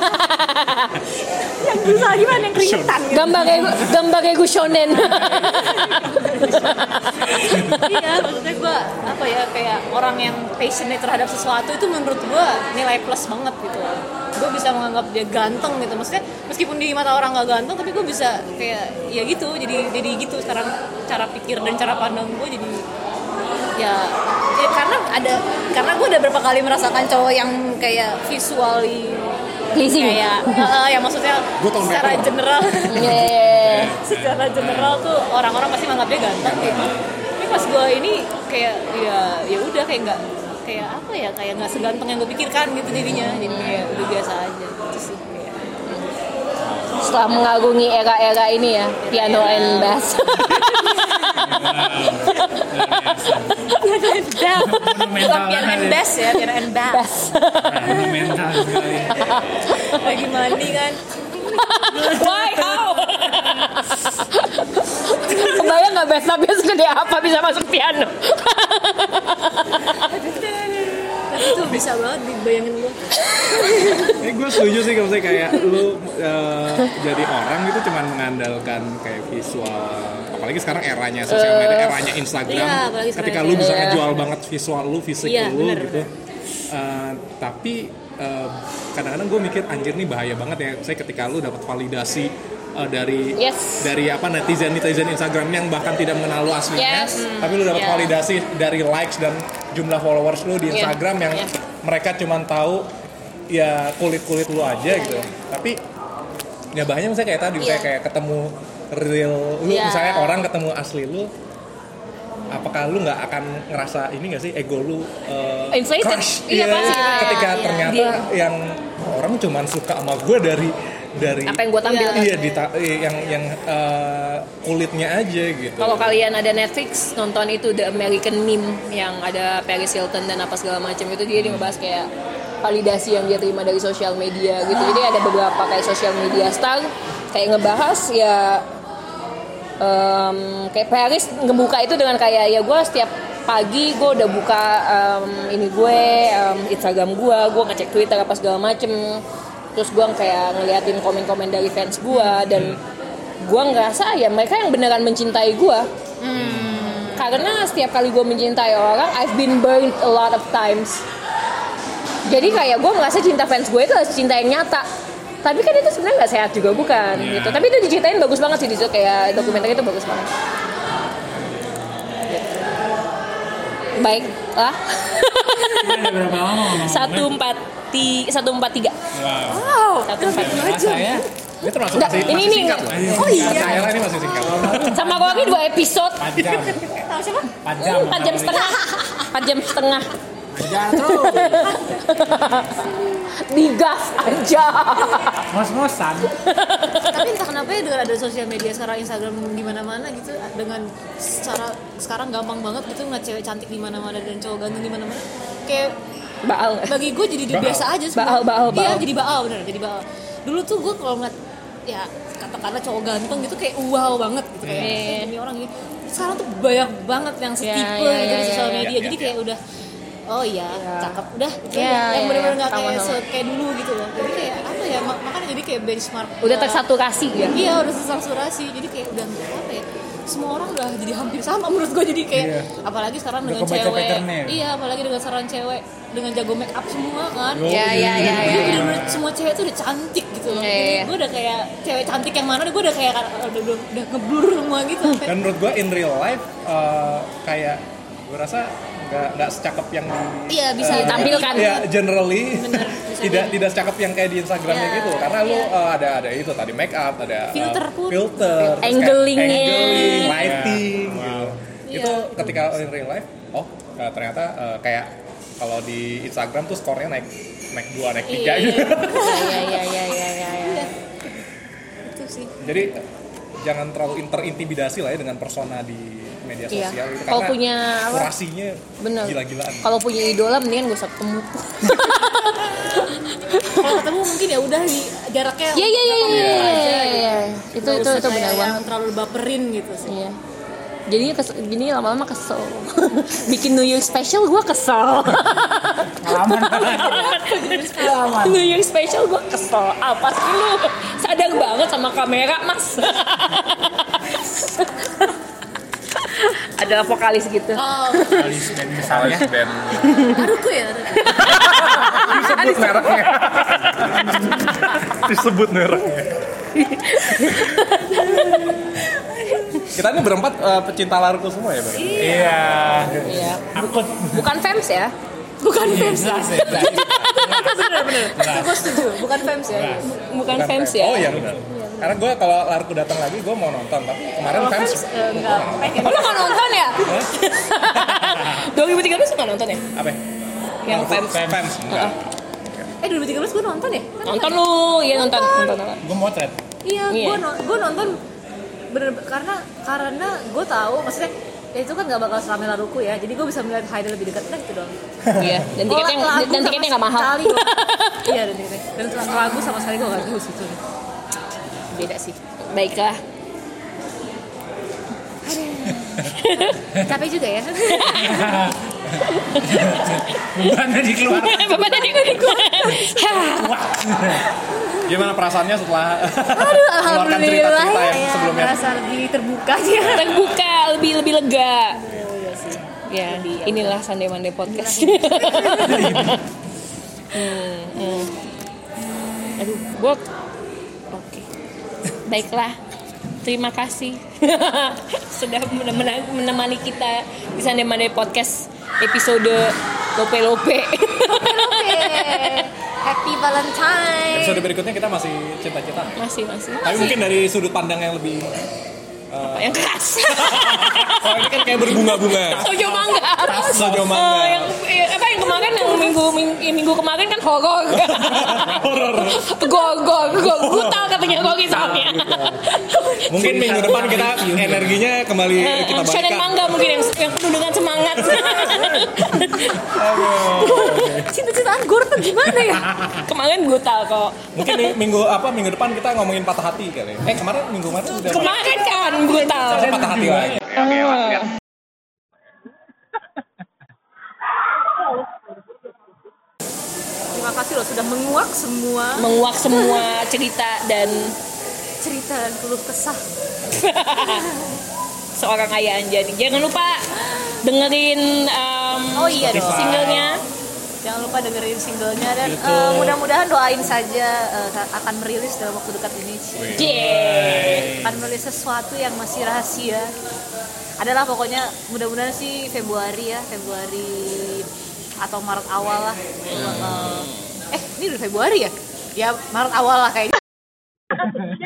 Yang berusaha gimana, yang keringetan gitu. Gambar kayak gambar kayak gue shonen. Iya, maksudnya gue apa ya, kayak orang yang passionate terhadap sesuatu itu menurut gue nilai plus banget gitu. Gue bisa menganggap dia ganteng gitu, maksudnya meskipun di mata orang nggak ganteng, tapi gue bisa kayak ya gitu, jadi jadi gitu sekarang cara pikir dan cara pandang gue jadi ya, ya karena ada karena gue udah berapa kali merasakan cowok yang kayak visually Pleasing. kayak uh, ya maksudnya Gua tahun secara berapa? general Yeah. secara general tuh orang-orang pasti menganggap dia ganteng gitu. Tapi pas gue ini kayak ya ya udah kayak nggak kayak apa ya, kayak nggak seganteng yang gue pikirkan gitu jadinya, jadi kayak udah biasa aja gitu sih. Kayak, Setelah mengagumi era-era ini ya, piano and bass. piano and bass, bukan Monumental piano and banget. bass ya, piano and bass. Bass. Monumental sekali. Lagi mandi kan, Why? How? Kebayang nggak bass tapi segede apa bisa masuk piano? tapi itu bisa banget dibayangin gue. Ini gue setuju sih kalau misalnya kayak lu eh, jadi orang gitu cuman mengandalkan kayak visual, apalagi sekarang eranya sosial media, eranya Instagram. Iya, apalagi Ketika sekarang lu bisa iya. ngejual banget visual lu, fisik Iya, lu bener, gitu. Eh, tapi eh, kadang-kadang gue mikir anjir nih bahaya banget ya. Saya ketika lu dapat validasi eh, dari Yes. dari apa netizen netizen Instagram yang bahkan tidak mengenal lu aslinya, Yes. tapi lu dapat Yeah. validasi dari likes dan jumlah followers lu di Yeah. Instagram yang Yeah. mereka cuma tahu ya kulit-kulit lu aja gitu. Tapi ya bahayanya misalnya kayak tadi, misalnya Iya. kayak ketemu real lu, Iya. misalnya orang ketemu asli lu, apakah lu nggak akan ngerasa ini nggak sih ego lu uh, Inflated. crush? Iya, pasti. Ketika Iya. ternyata Dia- yang orang cuma suka sama gue dari dari Apa yang gue tampilkan? iya di yang yang uh, kulitnya aja gitu. Kalau kalian ada Netflix, nonton itu The American Meme yang ada Paris Hilton dan apa segala macam itu, dia dia ngebahas kayak validasi yang dia terima dari sosial media gitu. Jadi ada beberapa kayak sosial media star kayak ngebahas ya em, kayak Paris ngebuka itu dengan kayak ya gue setiap pagi gue udah buka em, ini gue em, Instagram gue, gue ngecek Twitter apa segala macem, terus gue kayak ngeliatin komen-komen dari fans gue dan gue ngerasa ya mereka yang beneran mencintai gue. Hmm. Karena setiap kali gue mencintai orang, I've been burned a lot of times. Jadi kayak gue merasa cinta fans gue itu adalah cinta yang nyata. Tapi kan itu sebenarnya nggak sehat juga, bukan Yeah. gitu. Tapi itu diceritain bagus banget sih di situ, kayak dokumenter itu bagus banget. Baik lah. Ini ada berapa lama ngomong? Satu empat ti satu empat tiga. Wow. Wow, Satu empat tiga. Rasa ya. Ini termasuk Nggak, masih, ini- masih ini- singkat loh. Oh iya. Percayalah ini masih singkat. Sama gue lagi dua episode. empat jam Tahu siapa? empat jam empat jam setengah. empat jam setengah. ajar terus Digas aja. ngos-ngosan. Tapi entah kenapa ya dengan ada sosial media sekarang, Instagram di mana-mana gitu, dengan secara sekarang gampang banget gitu ngeliat cewek cantik di mana-mana dan cowok ganteng di mana-mana. Kayak Baal. bagi gue jadi Baal. biasa aja semua. Baal, baal, Iya, baal. jadi baal bener, jadi baal. Dulu tuh gue kalau ngeliat ya katakanlah cowok ganteng gitu kayak wow banget gitu kayak Iya. ini orang ini. Sekarang tuh banyak banget yang setipe Iya, gitu iya, di iya, sosial iya, media. iya, Jadi iya. kayak udah oh iya, cakep udah gitu Iya, aja. Yang iya, benar-benar iya. nggak kayak Sama-sama. se- kayak dulu gitu loh. Jadi kayak apa ya, mak- makanya jadi kayak benchmark Udah uh, tersaturasi ya. Iya udah tersaturasi, jadi kayak udah apa ya, semua orang udah jadi hampir sama menurut gue. Jadi kayak Iya. apalagi sekarang Udah dengan kebaca cewek, patternnya ya? iya apalagi dengan seorang cewek dengan jago make up semua kan. Iya, iya, iya, Jadi iya. bener-bener semua cewek tuh udah cantik gitu loh. Iya, Jadi iya. gue udah kayak cewek cantik yang mana, gue udah kayak udah udah, udah ngeblur semua gitu. Sampai Dan menurut gue in real life uh, kayak gue rasa nggak nggak secakep yang di, iya bisa uh, ditampilkan. ya generally Bener, bisa tidak jadi. tidak secakep yang kayak di Instagramnya Iya, gitu karena lu iya. uh, ada ada itu tadi make up ada uh, Filter pun. filter terus kayak Anglingnya. angling, lighting Wow. gitu. Iya. Itu ketika in real life oh uh, ternyata uh, kayak kalau di Instagram tuh skornya naik naik dua naik tiga Iya. gitu. Iya, iya, iya, iya, iya, iya. itu sih. Jadi jangan terlalu terintimidasi lah ya dengan persona di media Iya. sosial itu Kalau karena punya apa? kurasinya Bener. gila-gilaan. Kalau punya idola mendingan gak usah ketemu. Kalau ketemu mungkin ya udah di jaraknya. Iya, iya, iya, iya, berapa meter iya, aja iya, gitu. iya. Itu Nggak itu usah itu kayak benar yang banget. terlalu baperin gitu sih. Iya. Jadi kes- gini lama-lama kesel. Bikin New Year special gue kesel. Pengalaman pengalaman New Year special gue kesel. Apa sih lu? Sadar banget sama kamera, Mas. Adalah vokalis gitu. Oh, Alis dan misalnya band Haruku ya. disebut mereknya. disebut mereknya. Kita ini berempat uh, pecinta Laruku semua ya, Bang? iya Iya. akut Bukan fans ya? Bukan iya fans. jelas ya jelas. Bener-bener. Itu gue setuju. Bukan fans ya. Jelas. Bukan fans ya? Oh iya benar. Karena gue kalau Laruku datang lagi gue mau nonton, tapi kemarin Kalau fans. fans eh, nggak pengen. Oh, lu gak nonton ya? dua ribu tiga belas lu gak nonton ya? Apa? ya? Yang Laruku fans. fans. Enggak. Eh dua ribu tiga belas gue nonton ya? Nonton lu, iya nonton, nonton, nonton. gue motret Iya, Iya. gue no, gue nonton bener karena karena gue tahu maksudnya ya itu kan gak bakal seramai Laruku ya, jadi gue bisa melihat Hyde lebih dekat, udah gitu doang. Iya, dan tiketnya Oh, lagu dan sama tiketnya nggak mahal. sekali gua- Iya dan tiketnya dan untuk lagu sama sekali gue gak tahu situ. Beda sih. Baiklah. Capek juga ya. bebannya dikeluarkan Bapak tadi gue Gimana perasaannya setelah Aduh, mengeluarkan alhamdulillah cerita-cerita ya, yang ya sebelumnya? merasa lebih terbuka aja. terbuka, lebih lebih lega. Oh, iya sih. Ya, inilah Sunday Monday Podcast. hmm, hmm. Aduh, gue oke. Baiklah. Terima kasih sudah menemani, menemani kita di Sunday Monday Podcast episode Lope Lope. Happy Valentine. Episode berikutnya kita masih cinta-cinta. Masih masih. Tapi mungkin dari sudut pandang yang lebih Apa yang keras? oh ini kan kayak berbunga-bunga. Sojo mangga. Sojo Oh, mangga. yang eh, apa yang kemarin yang minggu minggu, minggu kemarin kan horor. Horor. Go go go gutal katanya gue kisahnya. Mungkin minggu depan kita energinya kembali kita Shonen balikan. mangga mungkin yang, yang penuh dengan semangat. Cinta-cintaan gue tuh gimana ya? Kemarin gutal kok. Mungkin nih, minggu apa minggu depan kita ngomongin patah hati kali. Eh kemarin minggu kemarin udah Kemarin kan gutal. Masa patah hati lagi. Terima kasih loh sudah menguak semua Menguak semua cerita dan cerita dan keluh kesah. seorang ayah Anjani. Jangan lupa dengerin um, Oh iya dong. singlenya. Jangan lupa dengerin singlenya dan eh, mudah-mudahan doain saja eh, akan merilis dalam waktu dekat ini. Yeah. Akan merilis sesuatu yang masih rahasia. Adalah pokoknya mudah-mudahan sih Februari ya, Februari atau Maret awal lah. Eh, ini udah Februari ya? Ya Maret awal lah kayaknya.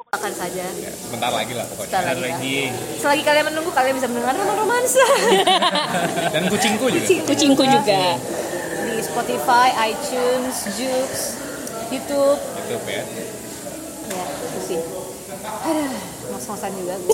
akan saja. Ya, sebentar lagi lah pokoknya. Sebentar lagi, lagi. ya. Selagi kalian menunggu, kalian bisa mendengar Roman Romansa. Dan kucingku juga. Kucingku juga. Di Spotify, iTunes, Joox, YouTube. YouTube ya. Ya, itu sih. Aduh, ngos-ngosan juga gue.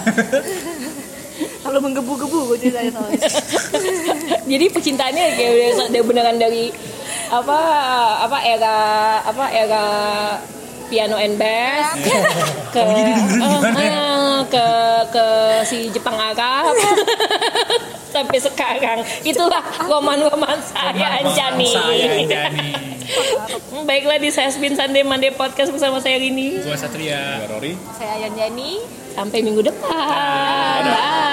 Kalau menggebu-gebu gue ceritanya soalnya. Jadi pecintaannya kayak udah, udah beneran dari apa apa era apa era piano and bass ke uh, uh, ke ke si Jepang Arab sampai sekarang itulah roman-roman saya Anjani. Saya Anjani. Baiklah di Sespin Sunday Monday Podcast bersama saya Rini. Gua Satria. Gua Rory. Saya Ayan Yani. Sampai minggu depan. Bye.